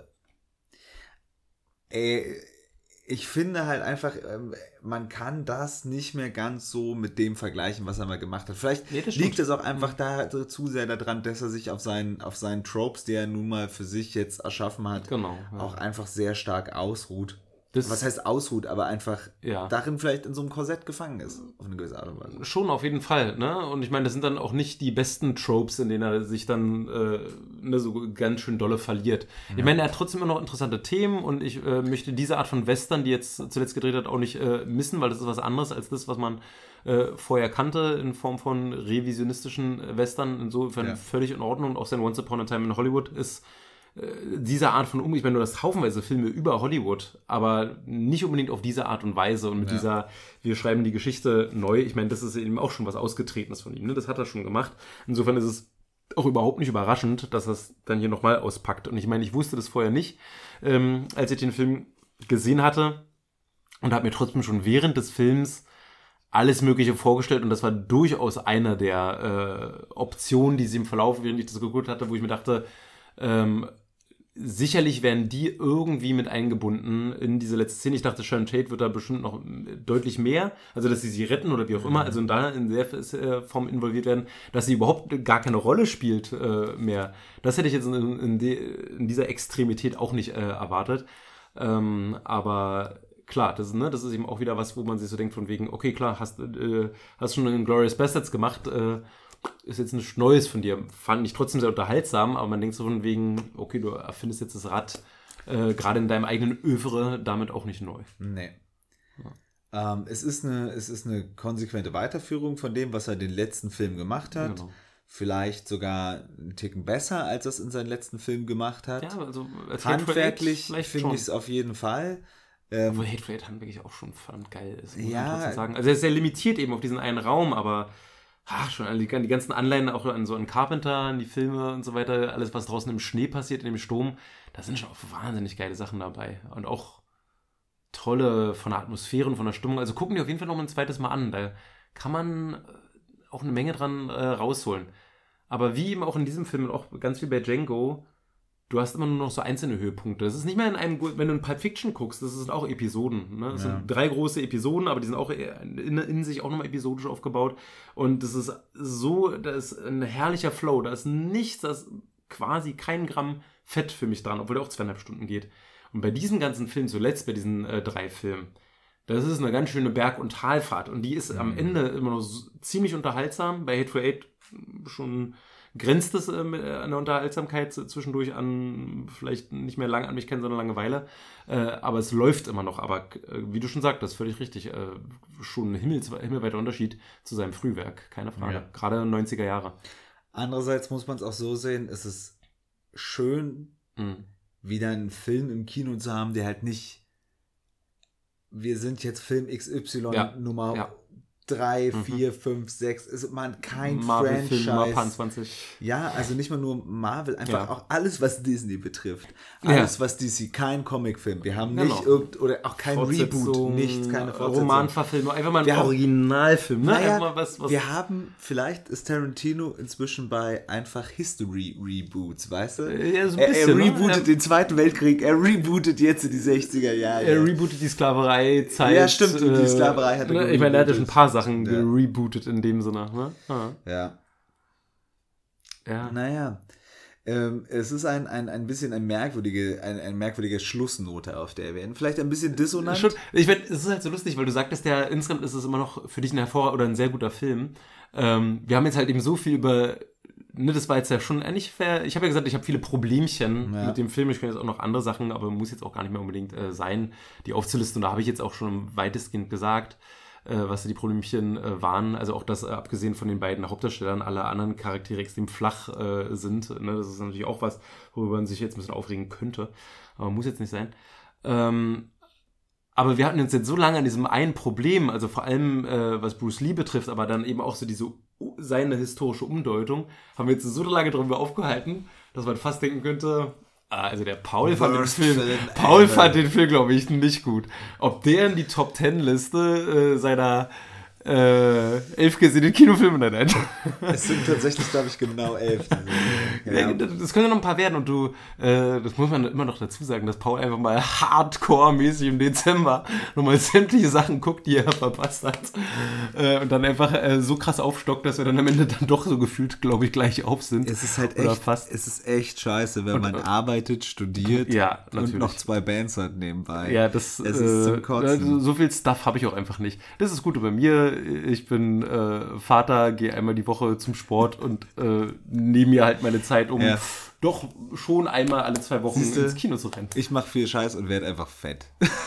ey, ich finde halt einfach, ähm, man kann das nicht mehr ganz so mit dem vergleichen, was er mal gemacht hat. Vielleicht Nee, das stimmt. liegt es auch einfach da zu sehr daran, dass er sich auf seinen, auf seinen Tropes, die er nun mal für sich jetzt erschaffen hat, Genau. Ja. auch einfach sehr stark ausruht. Das- Was heißt ausruht, aber einfach Ja. darin vielleicht in so einem Korsett gefangen ist, auf eine gewisse Art und Weise. Schon, auf jeden Fall. Ne? Und ich meine, das sind dann auch nicht die besten Tropes, in denen er sich dann äh, ne, so ganz schön dolle verliert. Ja. Ich meine, er hat trotzdem immer noch interessante Themen und ich äh, möchte diese Art von Western, die jetzt zuletzt gedreht hat, auch nicht äh, missen, weil das ist was anderes als das, was man äh, vorher kannte in Form von revisionistischen Western. Insofern Ja. völlig in Ordnung. Und auch sein Once Upon a Time in Hollywood ist diese Art von Umgang, ich meine, du hast haufenweise Filme über Hollywood, aber nicht unbedingt auf diese Art und Weise und mit Ja. dieser, wir schreiben die Geschichte neu. Ich meine, das ist eben auch schon was Ausgetretenes von ihm, ne? Das hat er schon gemacht. Insofern ist es auch überhaupt nicht überraschend, dass er es dann hier nochmal auspackt. Und ich meine, ich wusste das vorher nicht, ähm, als ich den Film gesehen hatte und habe mir trotzdem schon während des Films alles Mögliche vorgestellt und das war durchaus einer der äh, Optionen, die sie im Verlauf, während ich das geguckt hatte, wo ich mir dachte, ähm, sicherlich werden die irgendwie mit eingebunden in diese letzte Szene. Ich dachte, Sharon Tate wird da bestimmt noch deutlich mehr, also dass sie sie retten oder wie auch immer, also da in der Form involviert werden, dass sie überhaupt gar keine Rolle spielt äh, mehr. Das hätte ich jetzt in, in, de, in dieser Extremität auch nicht äh, erwartet. Ähm, aber klar, das, ne, das ist eben auch wieder was, wo man sich so denkt von wegen, okay, klar, hast, äh, hast schon Inglourious Basterds gemacht, äh, ist jetzt nichts Neues von dir. Fand ich trotzdem sehr unterhaltsam, aber man denkt so von wegen, okay, du erfindest jetzt das Rad äh, gerade in deinem eigenen Övre damit auch nicht neu. Nee. Ja. Ähm, es ist eine, es ist eine konsequente Weiterführung von dem, was er den letzten Film gemacht hat. Genau. Vielleicht sogar einen Ticken besser, als er es in seinen letzten Film gemacht hat. Ja, also als handwerklich vielleicht finde schon. ich es auf jeden Fall. Ähm, Obwohl Hateful Eight handwerklich auch schon verdammt geil ist, muss Ja. man trotzdem sagen. Also er ist sehr limitiert eben auf diesen einen Raum, aber ach, schon die, die ganzen Anleihen auch an so an Carpenter, an die Filme und so weiter, alles, was draußen im Schnee passiert, in dem Sturm, da sind schon auch wahnsinnig geile Sachen dabei. Und auch tolle von der Atmosphäre und von der Stimmung. Also gucken die auf jeden Fall noch mal ein zweites Mal an. Da kann man auch eine Menge dran äh, rausholen. Aber wie eben auch in diesem Film und auch ganz wie bei Django, du hast immer nur noch so einzelne Höhepunkte. Das ist nicht mehr in einem, wenn du in Pulp Fiction guckst, das sind auch Episoden. Ne? Das Ja. sind drei große Episoden, aber die sind auch in, in sich auch nochmal episodisch aufgebaut. Und das ist so, da ist ein herrlicher Flow. Da ist nichts, da ist quasi kein Gramm Fett für mich dran, obwohl der auch zweieinhalb Stunden geht. Und bei diesen ganzen Filmen, zuletzt bei diesen äh, drei Filmen, das ist eine ganz schöne Berg- und Talfahrt. Und die ist mhm. am Ende immer noch so, ziemlich unterhaltsam. Bei Hateful Eight schon grenzt es äh, an der Unterhaltsamkeit zwischendurch an, vielleicht nicht mehr lang an mich kennen, sondern Langeweile. Äh, aber es läuft immer noch. Aber äh, wie du schon sagtest, völlig richtig, äh, schon ein Himmels, himmelweiter Unterschied zu seinem Frühwerk, keine Frage. Ja. Gerade neunziger Jahre. Andererseits muss man es auch so sehen, es ist schön, mhm. wieder einen Film im Kino zu haben, der halt nicht, wir sind jetzt Film X Y ja. Nummer ja. drei, vier, fünf, sechs, ist man kein Marvel-Film, Franchise. zwanzig. Ja, also nicht mal nur Marvel, einfach ja. auch alles, was Disney betrifft. Alles, ja. was D C, kein Comicfilm. Wir haben genau. nicht irgend, oder auch kein Reboot, nichts, keine Fortsetzung. Romanverfilmung, einfach mal ein wir Originalfilm. Ne? Naja, einfach was, was wir haben, vielleicht ist Tarantino inzwischen bei einfach History-Reboots, weißt du? Ja, so ein er, bisschen, er rebootet ne? den Zweiten Weltkrieg, er rebootet jetzt in die sechziger Jahre. Er rebootet die Sklaverei-Zeit. Ja, stimmt, und die Sklaverei hat er ne? Ich meine, er hat ja schon ein paar Sachen ja. gerebootet in dem Sinne. Ne? Ah. Ja. Ja. Naja. Ähm, es ist ein, ein, ein bisschen eine merkwürdige, ein, eine merkwürdige Schlussnote, auf der wir enden. Vielleicht ein bisschen dissonant. Schon, ich finde, es ist halt so lustig, weil du sagtest ja, insgesamt ist es immer noch für dich ein hervor- oder ein sehr guter Film. Ähm, wir haben jetzt halt eben so viel über, ne, das war jetzt ja schon eigentlich fair. Ich habe ja gesagt, ich habe viele Problemchen ja. mit dem Film. Ich kenne jetzt auch noch andere Sachen, aber muss jetzt auch gar nicht mehr unbedingt äh, sein, die aufzulisten. Und da habe ich jetzt auch schon weitestgehend gesagt, äh, was die Problemchen äh, waren. Also auch, dass äh, abgesehen von den beiden Hauptdarstellern alle anderen Charaktere extrem flach äh, sind. Ne? Das ist natürlich auch was, worüber man sich jetzt ein bisschen aufregen könnte. Aber muss jetzt nicht sein. Ähm, aber wir hatten uns jetzt so lange an diesem einen Problem, also vor allem äh, was Bruce Lee betrifft, aber dann eben auch so diese seine historische Umdeutung, haben wir jetzt so lange darüber aufgehalten, dass man fast denken könnte, ah, also der Paul fand den Film, Paul fand den Film, glaube ich, nicht gut. Ob der in die Top Ten Liste äh, seiner äh, elf gesehenen Kinofilme, nein, nein. Es sind tatsächlich, glaube ich, genau elf. Ja. Das können ja noch ein paar werden und du, äh, das muss man immer noch dazu sagen, dass Paul einfach mal hardcore-mäßig im Dezember nochmal sämtliche Sachen guckt, die er verpasst hat. Äh, und dann einfach äh, so krass aufstockt, dass wir dann am Ende dann doch so gefühlt, glaube ich, gleich auf sind. Es ist halt echt, fast. Es ist echt scheiße, wenn und, man und, arbeitet, studiert ja, und noch zwei Bands hat nebenbei. Ja, das es äh, ist zum Kotzen. So viel Stuff habe ich auch einfach nicht. Das ist gut bei mir. Ich bin äh, Vater, gehe einmal die Woche zum Sport und äh, nehme mir halt meine Zeit, um ja. doch schon einmal alle zwei Wochen Siehste, ins Kino zu rennen. Ich mache viel Scheiß und werde einfach fett.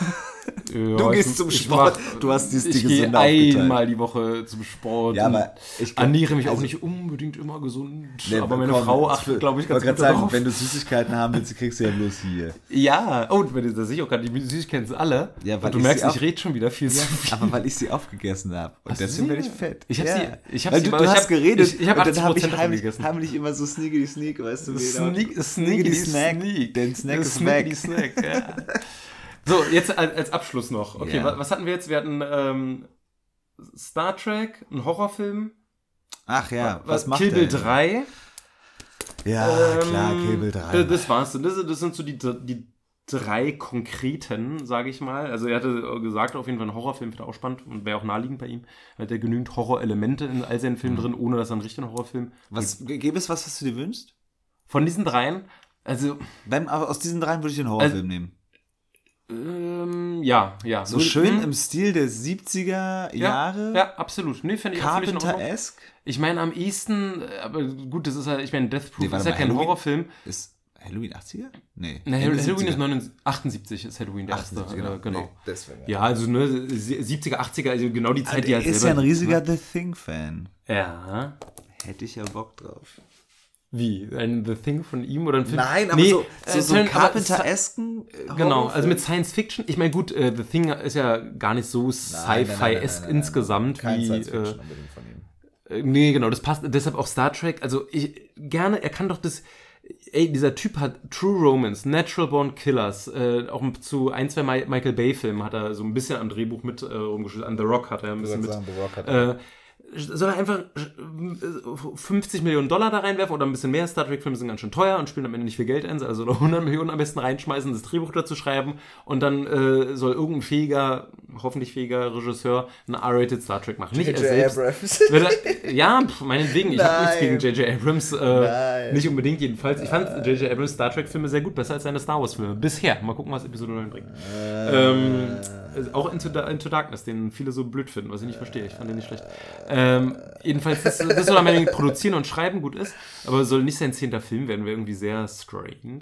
Ja, du gehst zum Sport, mach, du hast dies, die Ich gehe einmal die Woche zum Sport. Ja, aber ich glaub, ernähre mich also, auch nicht unbedingt immer gesund. Ne, aber meine komm, Frau achtet, glaube ich, ganz gut sagen, darauf. Wenn du Süßigkeiten haben willst, kriegst du ja bloß hier. Ja, oh, das sehe ich auch gerade, die Süßigkeiten sind alle. Ja, weil und du merkst, ich rede schon wieder viel ja, zu viel. Aber weil ich sie aufgegessen habe. Und hast deswegen werde ich fett. Ich habe ja. sie, ich habe sie, du, du hast hab, geredet ich, ich hab und dann habe ich heimlich, gegessen. heimlich immer so sneaky sneak, weißt du, Sneak, Sneaky Snack. Den Snack ist weg. Snack, ja. So, jetzt als, als Abschluss noch. Okay, yeah. was hatten wir jetzt? Wir hatten ähm, Star Trek, einen Horrorfilm. Ach ja, was, was macht Kill Bill drei. Ja, ähm, klar, Kill Bill drei. Das, das war's. Das, das sind so die, die drei konkreten, sage ich mal. Also er hatte gesagt, auf jeden Fall ein Horrorfilm finde ich auch spannend und wäre auch naheliegend bei ihm. Er hat ja genügend Horrorelemente in all seinen Filmen mhm. drin, ohne dass er einen richtigen Horrorfilm... Was, gäbe es was, was du dir wünschst? Von diesen dreien? Also... Beim, aber aus diesen dreien würde ich den Horrorfilm also, nehmen. Ähm, ja, ja. So schön im Stil der siebziger Jahre. Ja, ja, absolut. Nee, finde ich Carpenter-esque. Ich meine, am ehesten, aber gut, das ist halt, ich meine, Death Proof nee, ist ja kein Halloween Horrorfilm. Ist Halloween achtziger? Nee. nee Halloween ist neunundsiebzig, achtundsiebzig ist Halloween der erste. Genau. genau. Nee, das ja, also ne, siebziger, achtziger, also genau die Zeit, also, die er ist ja ein riesiger The Thing-Fan. Ja. Hätte ich ja Bock drauf. Wie? Ein The Thing von ihm oder ein Film? Nein, aber nee, so, so, äh, so ein Carpenter-esken Genau, also mit Science Fiction. Ich meine, gut, äh, The Thing ist ja gar nicht so Sci-Fi-esque insgesamt Kein wie... Science Fiction äh, unbedingt von ihm. Äh, nee, genau, das passt. Deshalb auch Star Trek. Also ich gerne, er kann doch das... Ey, dieser Typ hat True Romance, Natural Born Killers, äh, auch zu ein, zwei Ma- Michael Bay-Filmen hat er so ein bisschen am Drehbuch mit äh, rumgeschrieben. An The Rock hat er ein bisschen mit... Sagen, The Rock hat er. Äh, soll er einfach fünfzig Millionen Dollar da reinwerfen oder ein bisschen mehr? Star Trek-Filme sind ganz schön teuer und spielen am Ende nicht viel Geld ein, also hundert Millionen am besten reinschmeißen, das Drehbuch dazu schreiben und dann äh, soll irgendein fähiger, hoffentlich fähiger Regisseur einen R-rated Star Trek machen. Nicht er selbst. Abrams. Er, ja, meinetwegen. Ich habe nichts gegen J J Abrams. Äh, nicht unbedingt jedenfalls. Ich fand J J Abrams Star Trek-Filme sehr gut, besser als seine Star Wars-Filme. Bisher. Mal gucken, was Episode neun bringt. Äh. Ähm, auch Into, Into Darkness, den viele so blöd finden, was ich nicht verstehe. Ich fand den nicht schlecht. Ähm, jedenfalls, das, das soll am Ende produzieren und schreiben gut ist, aber soll nicht sein zehnter Film werden, wäre irgendwie sehr strange.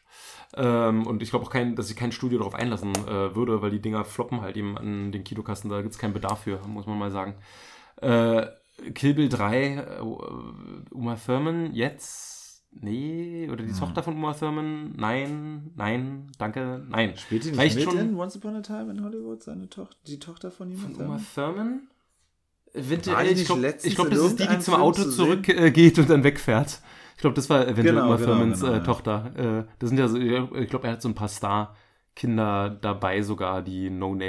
Ähm, und ich glaube auch, kein, dass sich kein Studio darauf einlassen äh, würde, weil die Dinger floppen halt eben an den Kinokassen, da gibt es keinen Bedarf für, muss man mal sagen. Äh, Kill Bill drei, äh, Uma Thurman, jetzt? Nee, oder die hm. Tochter von Uma Thurman? Nein, nein, danke, nein. Spielt die nicht Reicht mit schon in Once Upon a Time in Hollywood, seine Tochter, die Tochter von Uma Thurman? Uma Thurman? Eventuell, ich glaube, glaub, das ist die, die zum Auto zurückgeht äh, und dann wegfährt. Ich glaube, das war eventuell genau, Uma genau, Thurmans genau, äh, ja. Tochter. Äh, das sind ja so, ich glaube, er hat so ein paar Star-Kinder dabei sogar, die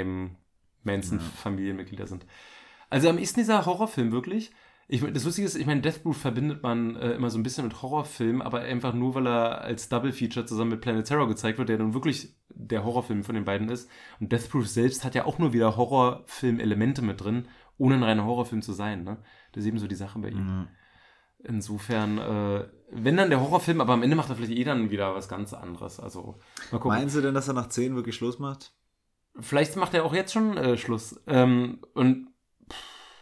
No-Name-Manson-Familienmitglieder sind. Also am ehesten dieser Horrorfilm wirklich. Ich, das Lustige ist, ich meine, Death Proof verbindet man äh, immer so ein bisschen mit Horrorfilm, aber einfach nur, weil er als Double-Feature zusammen mit Planet Terror gezeigt wird, der nun wirklich der Horrorfilm von den beiden ist. Und Death Proof selbst hat ja auch nur wieder Horrorfilm-Elemente mit drin, ohne ein reiner Horrorfilm zu sein. Ne? Das ist eben so die Sache bei ihm. Mhm. insofern, äh, wenn dann der Horrorfilm, aber am Ende macht er vielleicht eh dann wieder was ganz anderes. Also, mal gucken. Meinen Sie denn, dass er nach zehn wirklich Schluss macht? Vielleicht macht er auch jetzt schon äh, Schluss. Ähm, und pff,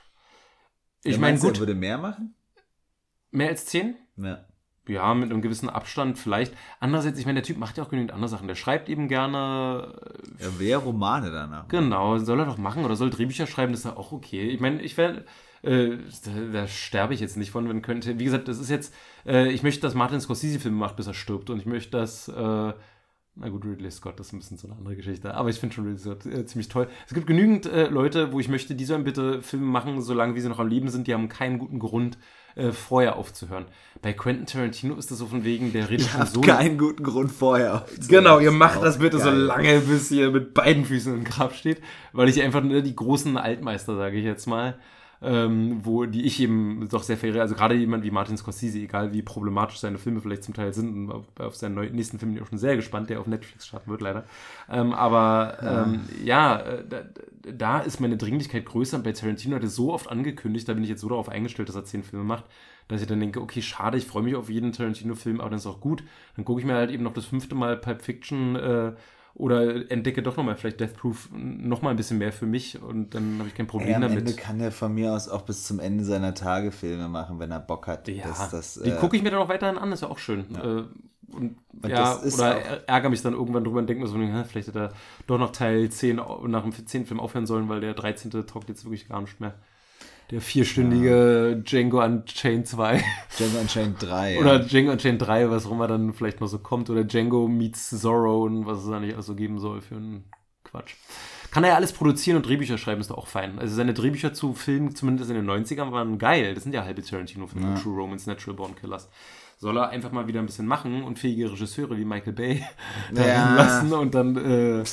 ich meine, gut. Er würde mehr machen? Mehr als zehn? Ja. Ja, mit einem gewissen Abstand vielleicht. Andererseits, ich meine, der Typ macht ja auch genügend andere Sachen. Der schreibt eben gerne... Ja, wer Romane danach. Genau, soll er doch machen oder soll Drehbücher schreiben, das ist ja auch okay. Ich meine, ich werde... Äh, da, da sterbe ich jetzt nicht von, wenn könnte... Wie gesagt, das ist jetzt... Äh, ich möchte, dass Martin Scorsese Filme macht, bis er stirbt. Und ich möchte, dass... Äh, na gut, Ridley Scott, das ist ein bisschen so eine andere Geschichte. Aber ich finde schon Ridley Scott äh, ziemlich toll. Es gibt genügend äh, Leute, wo ich möchte, die sollen bitte Filme machen, solange wie sie noch am Leben sind. Die haben keinen guten Grund, äh, vorher aufzuhören. Bei Quentin Tarantino ist das so von wegen, der redet schon so... keinen guten Grund vorher aufzuhören. Genau, ihr macht das bitte geil. So lange, bis ihr mit beiden Füßen im Grab steht. Weil ich einfach ne, die großen Altmeister, sage ich jetzt mal, Ähm, wo die ich eben doch sehr verehre, also gerade jemand wie Martin Scorsese, egal wie problematisch seine Filme vielleicht zum Teil sind, und auf, auf seinen neu, nächsten Film bin ich auch schon sehr gespannt, der auf Netflix starten wird, leider. Ähm, aber ja, ähm, ja da, da ist meine Dringlichkeit größer und bei Tarantino hat er so oft angekündigt, da bin ich jetzt so darauf eingestellt, dass er zehn Filme macht, dass ich dann denke, okay, schade, ich freue mich auf jeden Tarantino-Film, aber dann ist auch gut. Dann gucke ich mir halt eben noch das fünfte Mal Pulp Fiction äh, oder entdecke doch nochmal vielleicht Death Proof nochmal ein bisschen mehr für mich und dann habe ich kein Problem Ey, am damit. Am Ende kann er von mir aus auch bis zum Ende seiner Tage Filme machen, wenn er Bock hat. Ja, das, das, die äh, gucke ich mir dann auch weiterhin an, ist ja auch schön. Ja. Äh, und, und ja, oder ärgere mich dann irgendwann drüber und denke mir so, ja, vielleicht hätte er doch noch Teil zehn, nach dem zehnten Film aufhören sollen, weil der dreizehnte taugt jetzt wirklich gar nicht mehr. Der vierstündige ja. Django Unchained zwei. Django Unchained drei. Oder ja. Django Unchained drei, was auch immer dann vielleicht noch so kommt. Oder Django meets Zorro und was es da nicht alles so geben soll für einen Quatsch. Kann er ja alles produzieren und Drehbücher schreiben, ist doch auch fein. Also seine Drehbücher zu Filmen, zumindest in den neunzigern, waren geil. Das sind ja halbe Tarantino-Filme. Ja. True Romance, Natural Born Killers. Soll er einfach mal wieder ein bisschen machen und fähige Regisseure wie Michael Bay ja. lassen und dann äh,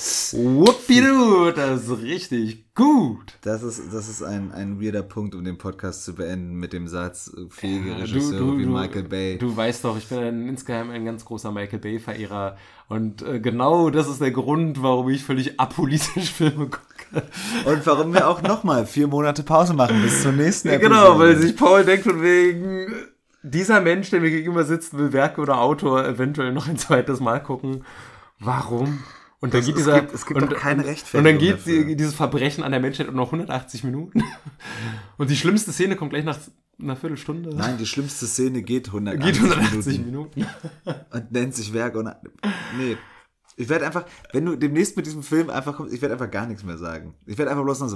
whoopidu, das ist richtig gut. Das ist, das ist ein, ein weirder Punkt, um den Podcast zu beenden mit dem Satz fähige ja, Regisseure du, du, wie du, Michael Bay. Du weißt doch, ich bin ein, insgeheim ein ganz großer Michael Bay-Verehrer und äh, genau das ist der Grund, warum ich völlig apolitisch Filme gucke. Und warum wir auch nochmal vier Monate Pause machen bis zur nächsten Episode. Genau, weil sich Paul denkt von wegen... Dieser Mensch, der mir gegenüber sitzt, will Werke oder Autor eventuell noch ein zweites Mal gucken. Warum? Und dann das, geht es dieser gibt, es gibt und, doch keine Rechtfertigung. Und dann geht die, dieses Verbrechen an der Menschheit noch hundertachtzig Minuten. Und die schlimmste Szene kommt gleich nach einer Viertelstunde. Nein, die schlimmste Szene geht hundertachtzig, geht hundertachtzig Minuten. Minuten. Und nennt sich Werk und nee. Ich werde einfach, wenn du demnächst mit diesem Film einfach kommst, ich werde einfach gar nichts mehr sagen. Ich werde einfach bloß noch so.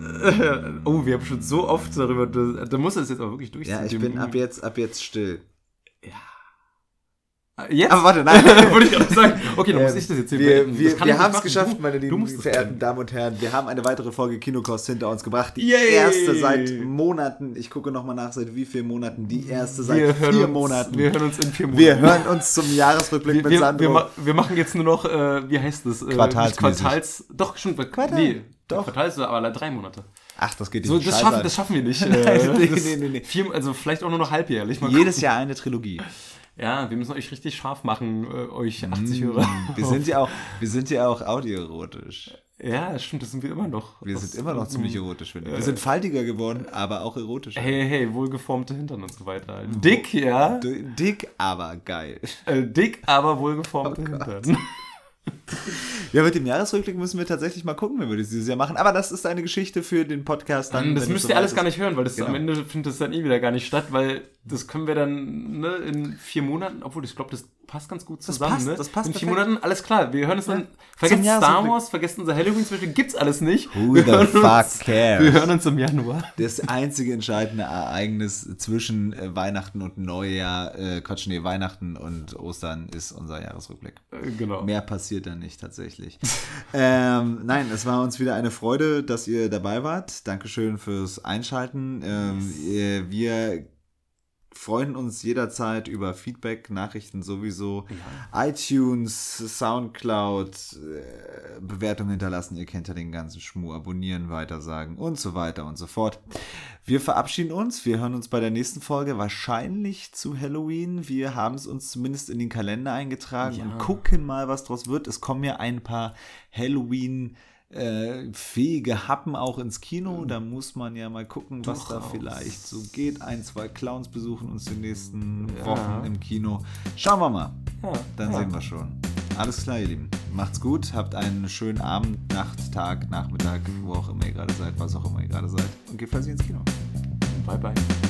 Mm, oh, wir haben schon so oft darüber. Da, da muss es jetzt aber wirklich durchziehen. Ja, ich bin ab jetzt, ab jetzt still. Ja. Jetzt? Aber warte, nein. Wollte ich gerade sagen. Okay, dann ähm, muss ich das jetzt hier Wir, wir, wir haben es geschafft, meine lieben verehrten Damen und Herren. Wir haben eine weitere Folge Kinokost hinter uns gebracht. Die Yay! erste seit Monaten. Ich gucke nochmal nach, seit wie vielen Monaten. Die erste seit wir vier uns, Monaten. Wir hören uns in vier Monaten. Wir hören uns zum Jahresrückblick wir, mit wir, Sandro. Wir, wir machen jetzt nur noch, äh, wie heißt das? Äh, Quartals. Doch, schon. Quartal. Nee, doch. Quartals, aber alle drei Monate. Ach, das geht so, nicht. Das schaffen, das schaffen wir nicht. Nein, nee, nee, nee, nee. Vier, also vielleicht auch nur noch halbjährlich. Mal Jedes gucken. Jahr eine Trilogie. Ja, wir müssen euch richtig scharf machen, äh, euch achtzig mmh, Hörer. Wir sind ja auch, wir sind ja auch audioerotisch. Ja, das stimmt, das sind wir immer noch. Wir sind immer noch ziemlich erotisch, finde ich. Wir sind faltiger geworden, aber auch erotisch. Hey, hey, wohlgeformte Hintern und so weiter. Dick, ja. Dick, aber geil. Äh, dick, aber wohlgeformte oh Hintern. Ja, mit dem Jahresrückblick müssen wir tatsächlich mal gucken, wenn wir das dieses Jahr machen. Aber das ist eine Geschichte für den Podcast. Dann, das müsst ihr alles ist. gar nicht hören, weil das genau. am Ende findet das dann eh wieder gar nicht statt, weil das können wir dann ne, in vier Monaten, obwohl ich glaube, das passt ganz gut zusammen. Das passt, ne? das passt in vier perfekt. Monaten, alles klar. Wir hören es dann, ja. vergessen Star Wars, vergessen unser Halloween-Special, gibt's alles nicht. Who the fuck uns, cares? Wir hören uns im Januar. Das einzige entscheidende Ereignis zwischen äh, Weihnachten und Neujahr, äh, Quatsch, nee, Weihnachten und Ostern ist unser Jahresrückblick. Äh, genau. Mehr passiert dann nicht tatsächlich. ähm, nein, es war uns wieder eine Freude, dass ihr dabei wart. Dankeschön fürs Einschalten. Ähm, yes. Wir freuen uns jederzeit über Feedback, Nachrichten sowieso. Ja. iTunes, Soundcloud, äh, Bewertungen hinterlassen. Ihr kennt ja den ganzen Schmuh. Abonnieren, weitersagen und so weiter und so fort. Wir verabschieden uns. Wir hören uns bei der nächsten Folge wahrscheinlich zu Halloween. Wir haben es uns zumindest in den Kalender eingetragen ja. und gucken mal, was draus wird. Es kommen ja ein paar Halloween äh, fähige Happen auch ins Kino. Da muss man ja mal gucken, was Durchaus. da vielleicht so geht. Ein, zwei Clowns besuchen uns die nächsten ja. Wochen im Kino. Schauen wir mal. Ja. Dann ja. sehen wir schon. Alles klar, ihr Lieben. Macht's gut. Habt einen schönen Abend, Nacht, Tag, Nachmittag, wo auch immer ihr gerade seid, was auch immer ihr gerade seid. Und geht fleißig ins Kino. Bye, bye.